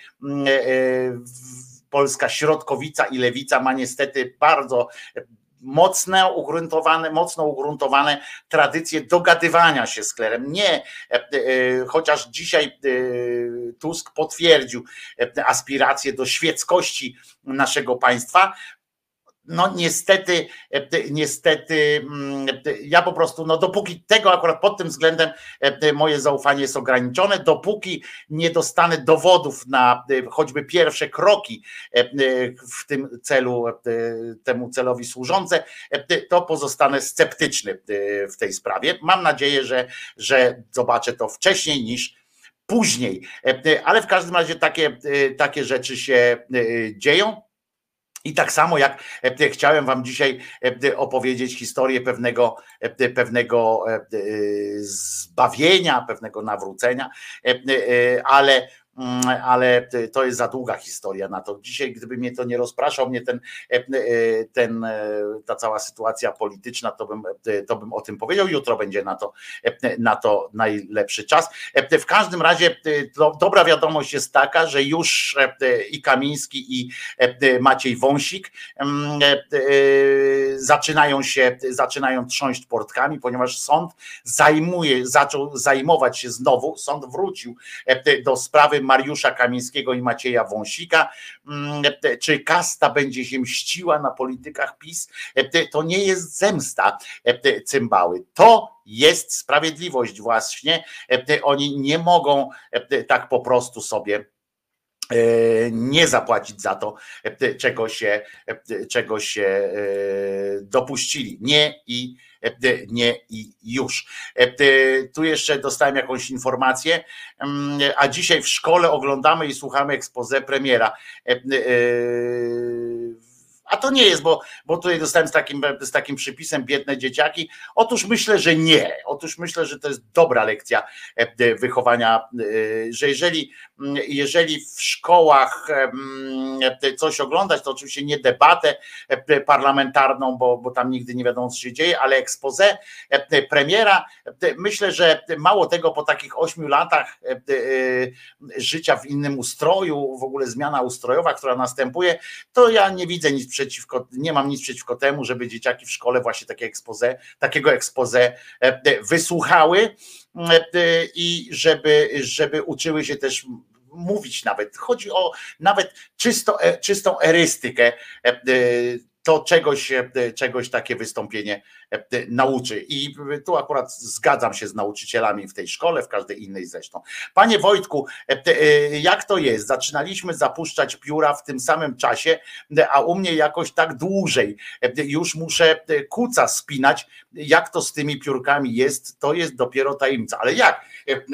polska środkowica i lewica ma niestety bardzo mocne, ugruntowane, mocno ugruntowane tradycje dogadywania się z klerem. Nie, chociaż dzisiaj Tusk potwierdził aspiracje do świeckości naszego państwa, no niestety, niestety ja po prostu, no dopóki tego akurat pod tym względem moje zaufanie jest ograniczone, dopóki nie dostanę dowodów na choćby pierwsze kroki w tym celu, temu celowi służące, to pozostanę sceptyczny w tej sprawie. Mam nadzieję, że, że zobaczę to wcześniej niż później, ale w każdym razie takie, takie rzeczy się dzieją. I tak samo jak chciałem wam dzisiaj opowiedzieć historię pewnego, pewnego zbawienia, pewnego nawrócenia, ale ale to jest za długa historia na to. Dzisiaj, gdyby mnie to nie rozpraszał, mnie ten, ten, ta cała sytuacja polityczna, to bym, to bym o tym powiedział. Jutro będzie na to, na to najlepszy czas. W każdym razie dobra wiadomość jest taka, że już i Kamiński, i Maciej Wąsik zaczynają się, zaczynają trząść portkami, ponieważ sąd zajmuje, zaczął zajmować się znowu, sąd wrócił do sprawy Mariusza Kamińskiego i Macieja Wąsika. Czy kasta będzie się mściła na politykach PiS? To nie jest zemsta, cymbały. To jest sprawiedliwość właśnie. Oni nie mogą tak po prostu sobie nie zapłacić za to, czego się, czego się dopuścili. Nie i nie i już. Tu jeszcze dostałem jakąś informację, a dzisiaj w szkole oglądamy i słuchamy expose premiera. A to nie jest, bo, bo tutaj dostałem z takim, z takim przypisem biedne dzieciaki. Otóż myślę, że nie. Otóż myślę, że to jest dobra lekcja wychowania, że jeżeli, jeżeli w szkołach coś oglądać, to oczywiście nie debatę parlamentarną, bo, bo tam nigdy nie wiadomo, co się dzieje, ale expose premiera. Myślę, że mało tego, po takich ośmiu latach życia w innym ustroju, w ogóle zmiana ustrojowa, która następuje, to ja nie widzę nic przeciwko, nie mam nic przeciwko temu, żeby dzieciaki w szkole właśnie takie expose, takiego expose wysłuchały i żeby, żeby uczyły się też mówić nawet. Chodzi o nawet czysto, czystą erystykę. To czegoś, czegoś takie wystąpienie nauczy. I tu akurat zgadzam się z nauczycielami w tej szkole, w każdej innej zresztą. Panie Wojtku, jak to jest? Zaczynaliśmy zapuszczać pióra w tym samym czasie, a u mnie jakoś tak dłużej. Już muszę kuca spinać. Jak to z tymi piórkami jest, to jest dopiero tajemnica. Ale jak?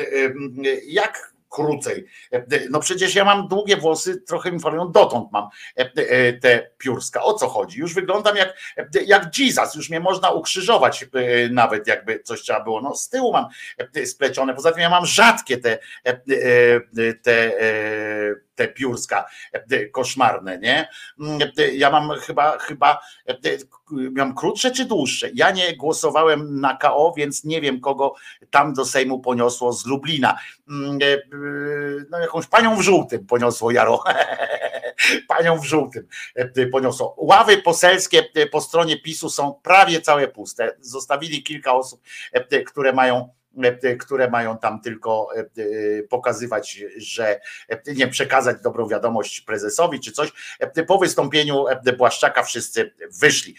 Jak krócej? No przecież ja mam długie włosy, trochę mi falują, dotąd mam te piórska. O co chodzi? Już wyglądam jak, jak Jesus, już mnie można ukrzyżować nawet, jakby coś trzeba było. No z tyłu mam splecione, poza tym ja mam rzadkie te te, te piórska koszmarne, nie? Ja mam chyba, chyba mam krótsze czy dłuższe? Ja nie głosowałem na K O, więc nie wiem, kogo tam do Sejmu poniosło z Lublina. No jakąś panią w żółtym poniosło Jaro. Panią w żółtym poniosło. Ławy poselskie po stronie PiSu są prawie całe puste. Zostawili kilka osób, które mają które mają tam tylko pokazywać, że nie przekazać dobrą wiadomość prezesowi czy coś. Po wystąpieniu Błaszczaka wszyscy wyszli.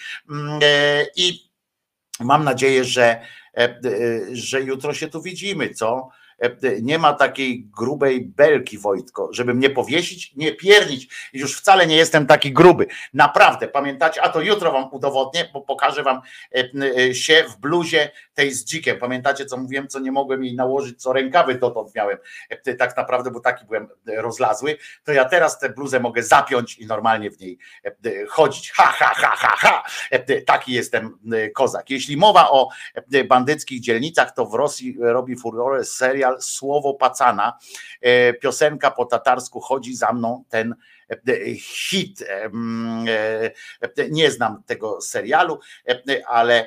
I mam nadzieję, że, że jutro się tu widzimy, co? Nie ma takiej grubej belki, Wojtko, żeby mnie powiesić, nie piernić. Już wcale nie jestem taki gruby. Naprawdę, pamiętacie? A to jutro wam udowodnię, bo pokażę wam się w bluzie tej z dzikiem. Pamiętacie, co mówiłem, co nie mogłem jej nałożyć, co rękawy dotąd miałem. Tak naprawdę, bo taki byłem rozlazły. To ja teraz tę bluzę mogę zapiąć i normalnie w niej chodzić. Ha, ha, ha, ha, ha. Taki jestem kozak. Jeśli mowa o bandyckich dzielnicach, to w Rosji robi furorę serial Słowo Pacana, piosenka po tatarsku Chodzi za mną, ten hit. Nie znam tego serialu, ale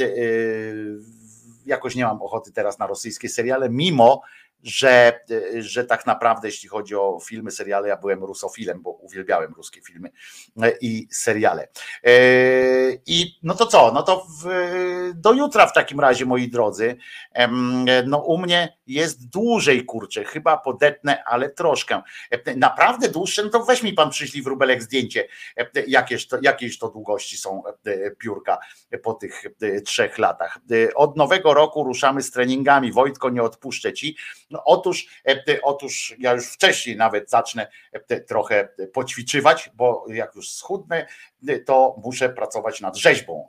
jakoś nie mam ochoty teraz na rosyjskie seriale, mimo że, że tak naprawdę jeśli chodzi o filmy, seriale, ja byłem rusofilem, bo uwielbiałem ruskie filmy i seriale. I no to co? No to w, do jutra w takim razie, moi drodzy. No u mnie jest dłużej, kurczę, chyba podetnę, ale troszkę. Naprawdę dłuższe, no to weź mi pan przyślij wróbelek zdjęcie, jakieś to, jakieś to długości są piórka po tych trzech latach. Od nowego roku ruszamy z treningami. Wojtko, nie odpuszczę ci. No otóż, otóż ja już wcześniej nawet zacznę trochę poćwiczywać, bo jak już schudnę, to muszę pracować nad rzeźbą.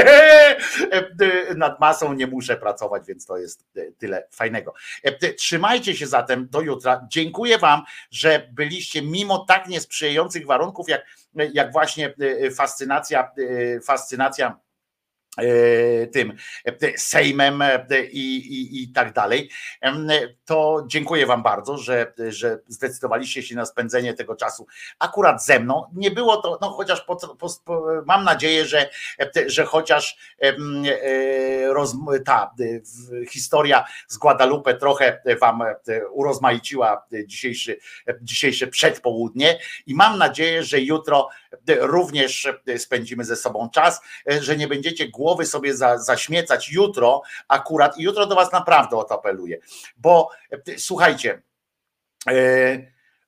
Nad masą nie muszę pracować, więc to jest tyle fajnego. Trzymajcie się zatem do jutra. Dziękuję wam, że byliście mimo tak niesprzyjających warunków, jak, jak właśnie fascynacja, fascynacja tym Sejmem i, i, i tak dalej, to dziękuję wam bardzo, że, że zdecydowaliście się na spędzenie tego czasu akurat ze mną. Nie było to, no chociaż po, po, po, mam nadzieję, że, że chociaż roz, ta historia z Guadalupe trochę wam urozmaiciła dzisiejszy, dzisiejsze przedpołudnie i mam nadzieję, że jutro również spędzimy ze sobą czas, że nie będziecie głowy sobie za, zaśmiecać jutro akurat i jutro do was naprawdę o to apeluję, bo słuchajcie, yy,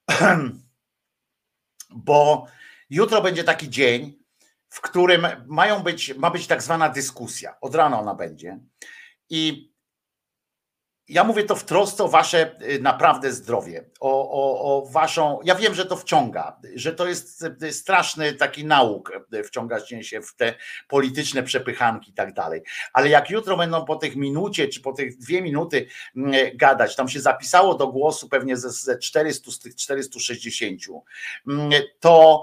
bo jutro będzie taki dzień, w którym mają być, ma być tak zwana dyskusja, od rana ona będzie i ja mówię to w trosce o wasze naprawdę zdrowie, o, o, o waszą, ja wiem, że to wciąga, że to jest straszny taki nauk, wciąganie się w te polityczne przepychanki i tak dalej, ale jak jutro będą po tych minucie, czy po tych dwie minuty gadać, tam się zapisało do głosu pewnie ze, ze czterystu z tych czterystu sześćdziesięciu, to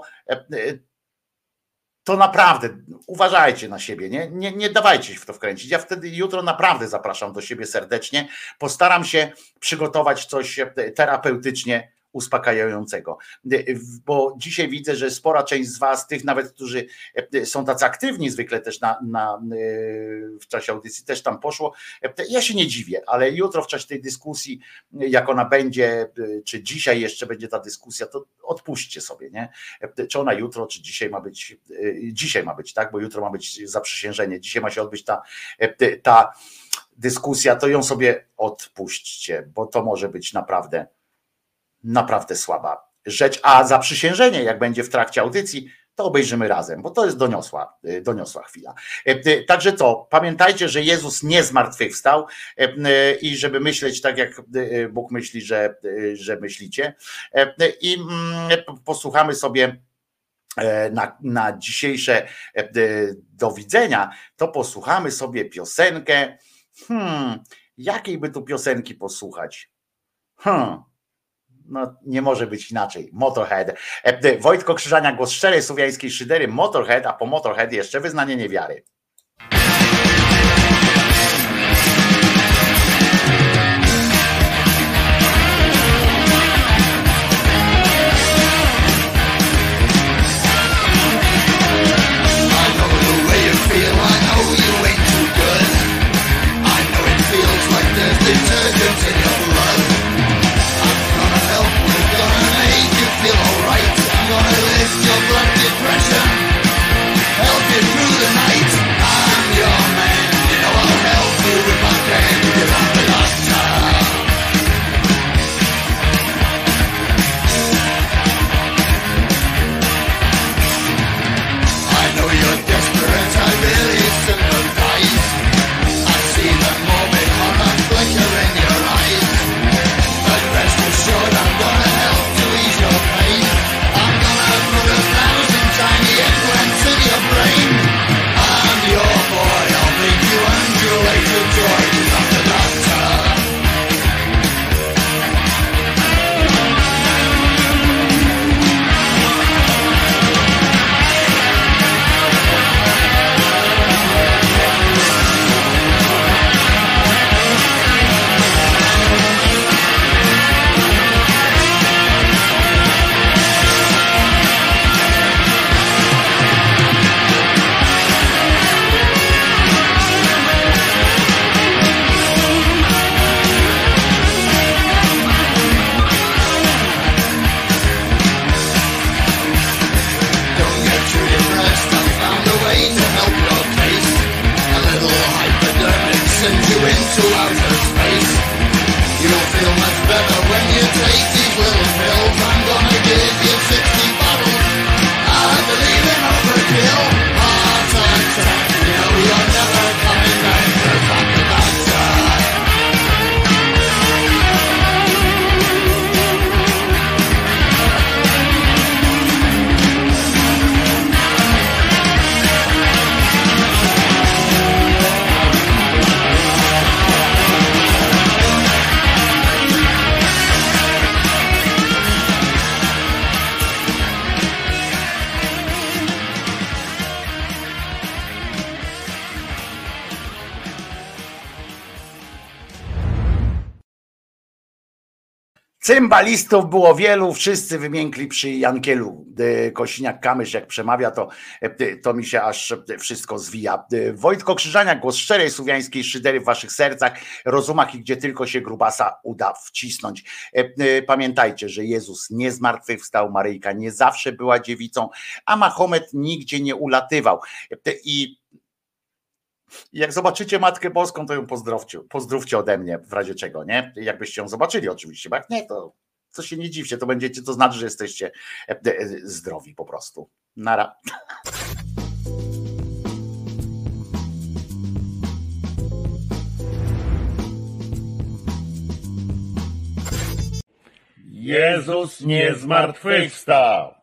to naprawdę uważajcie na siebie, nie? Nie, nie dawajcie się w to wkręcić. Ja wtedy jutro naprawdę zapraszam do siebie serdecznie. Postaram się przygotować coś terapeutycznie uspokajającego, bo dzisiaj widzę, że spora część z was, tych nawet, którzy są tacy aktywni zwykle też na, na, w czasie audycji, też tam poszło. Ja się nie dziwię, ale jutro w czasie tej dyskusji, jak ona będzie, czy dzisiaj jeszcze będzie ta dyskusja, to odpuśćcie sobie, nie? Czy ona jutro, czy dzisiaj ma być, dzisiaj ma być, tak? Bo jutro ma być zaprzysiężenie, dzisiaj ma się odbyć ta, ta dyskusja, to ją sobie odpuśćcie, bo to może być naprawdę naprawdę słaba rzecz, a zaprzysiężenie, jak będzie w trakcie audycji, to obejrzymy razem, bo to jest doniosła, doniosła chwila. Także to, pamiętajcie, że Jezus nie zmartwychwstał i żeby myśleć tak, jak Bóg myśli, że, że myślicie. I posłuchamy sobie na, na dzisiejsze do widzenia, to posłuchamy sobie piosenkę. Hmm, jakiej by tu piosenki posłuchać? Hmm. No nie może być inaczej. Motorhead. Wojtko Krzyżania, głos szczerej słowiańskiej szydery, Motorhead, a po Motorhead jeszcze Wyznanie Niewiary. Cymbalistów było wielu, wszyscy wymiękli przy Jankielu. Kosiniak-Kamysz jak przemawia, to, to mi się aż wszystko zwija. Wojtko Krzyżania, głos szczerej słowiańskiej szydery w waszych sercach, rozumach i gdzie tylko się grubasa uda wcisnąć. Pamiętajcie, że Jezus nie zmartwychwstał, Maryjka nie zawsze była dziewicą, a Mahomet nigdzie nie ulatywał. I jak zobaczycie Matkę Boską, to ją pozdrowcie, pozdrówcie ode mnie w razie czego, nie? Jakbyście ją zobaczyli oczywiście, bo jak nie, to, to się nie dziwcie, to będziecie, to znaczy, że jesteście zdrowi po prostu. Nara. Jezus nie zmartwychwstał.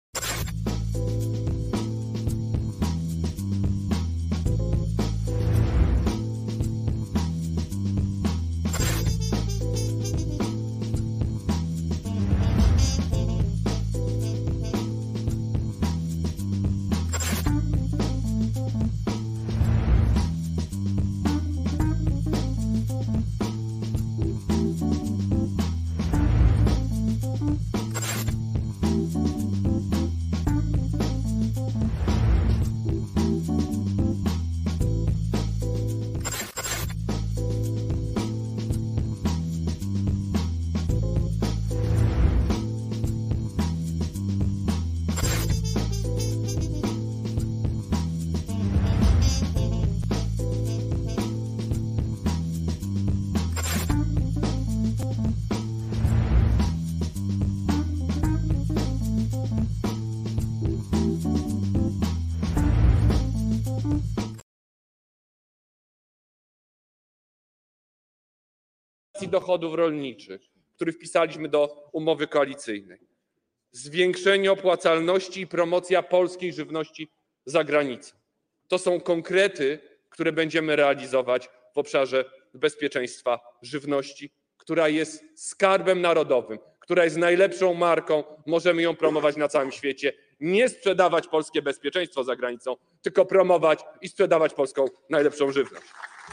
Dochodów rolniczych, który wpisaliśmy do umowy koalicyjnej. Zwiększenie opłacalności i promocja polskiej żywności za granicą. To są konkrety, które będziemy realizować w obszarze bezpieczeństwa żywności, która jest skarbem narodowym, która jest najlepszą marką, możemy ją promować na całym świecie. Nie sprzedawać polskie bezpieczeństwo za granicą, tylko promować i sprzedawać polską najlepszą żywność.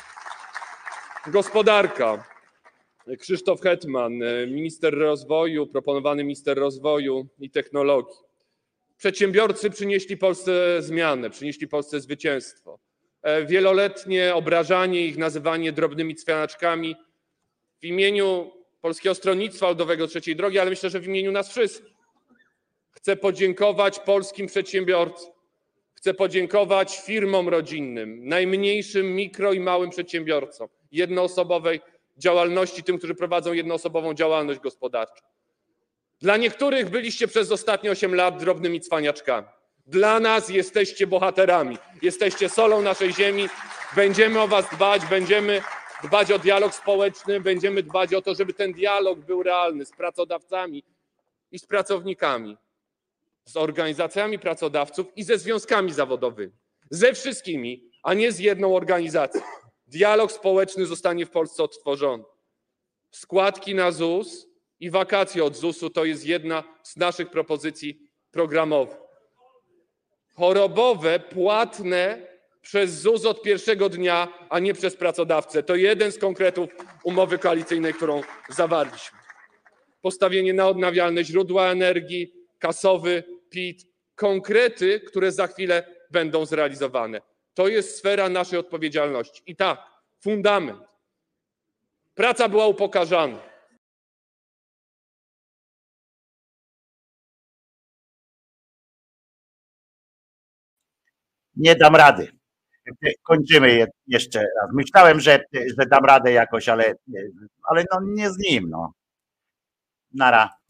Gospodarka. Krzysztof Hetman, minister rozwoju, proponowany minister rozwoju i technologii. Przedsiębiorcy przynieśli Polsce zmianę, przynieśli Polsce zwycięstwo. Wieloletnie obrażanie ich, nazywanie drobnymi cwaniaczkami w imieniu Polskiego Stronnictwa Ludowego, Trzeciej Drogi, ale myślę, że w imieniu nas wszystkich. Chcę podziękować polskim przedsiębiorcom, chcę podziękować firmom rodzinnym, najmniejszym mikro i małym przedsiębiorcom, jednoosobowej działalności, tym, którzy prowadzą jednoosobową działalność gospodarczą. Dla niektórych byliście przez ostatnie osiem lat drobnymi cwaniaczkami. Dla nas jesteście bohaterami, jesteście solą naszej ziemi. Będziemy o was dbać, będziemy dbać o dialog społeczny, będziemy dbać o to, żeby ten dialog był realny z pracodawcami i z pracownikami, z organizacjami pracodawców i ze związkami zawodowymi. Ze wszystkimi, a nie z jedną organizacją. Dialog społeczny zostanie w Polsce odtworzony. Składki na ZUS i wakacje od zusu to jest jedna z naszych propozycji programowych. Chorobowe, płatne przez ZUS od pierwszego dnia, a nie przez pracodawcę. To jeden z konkretów umowy koalicyjnej, którą zawarliśmy. Postawienie na odnawialne źródła energii, kasowy P I T, konkrety, które za chwilę będą zrealizowane. To jest sfera naszej odpowiedzialności. I tak, fundament. Praca była upokarzana. Nie dam rady. Kończymy jeszcze raz. Myślałem, że, że dam radę jakoś, ale, ale no nie z nim. No. Nara.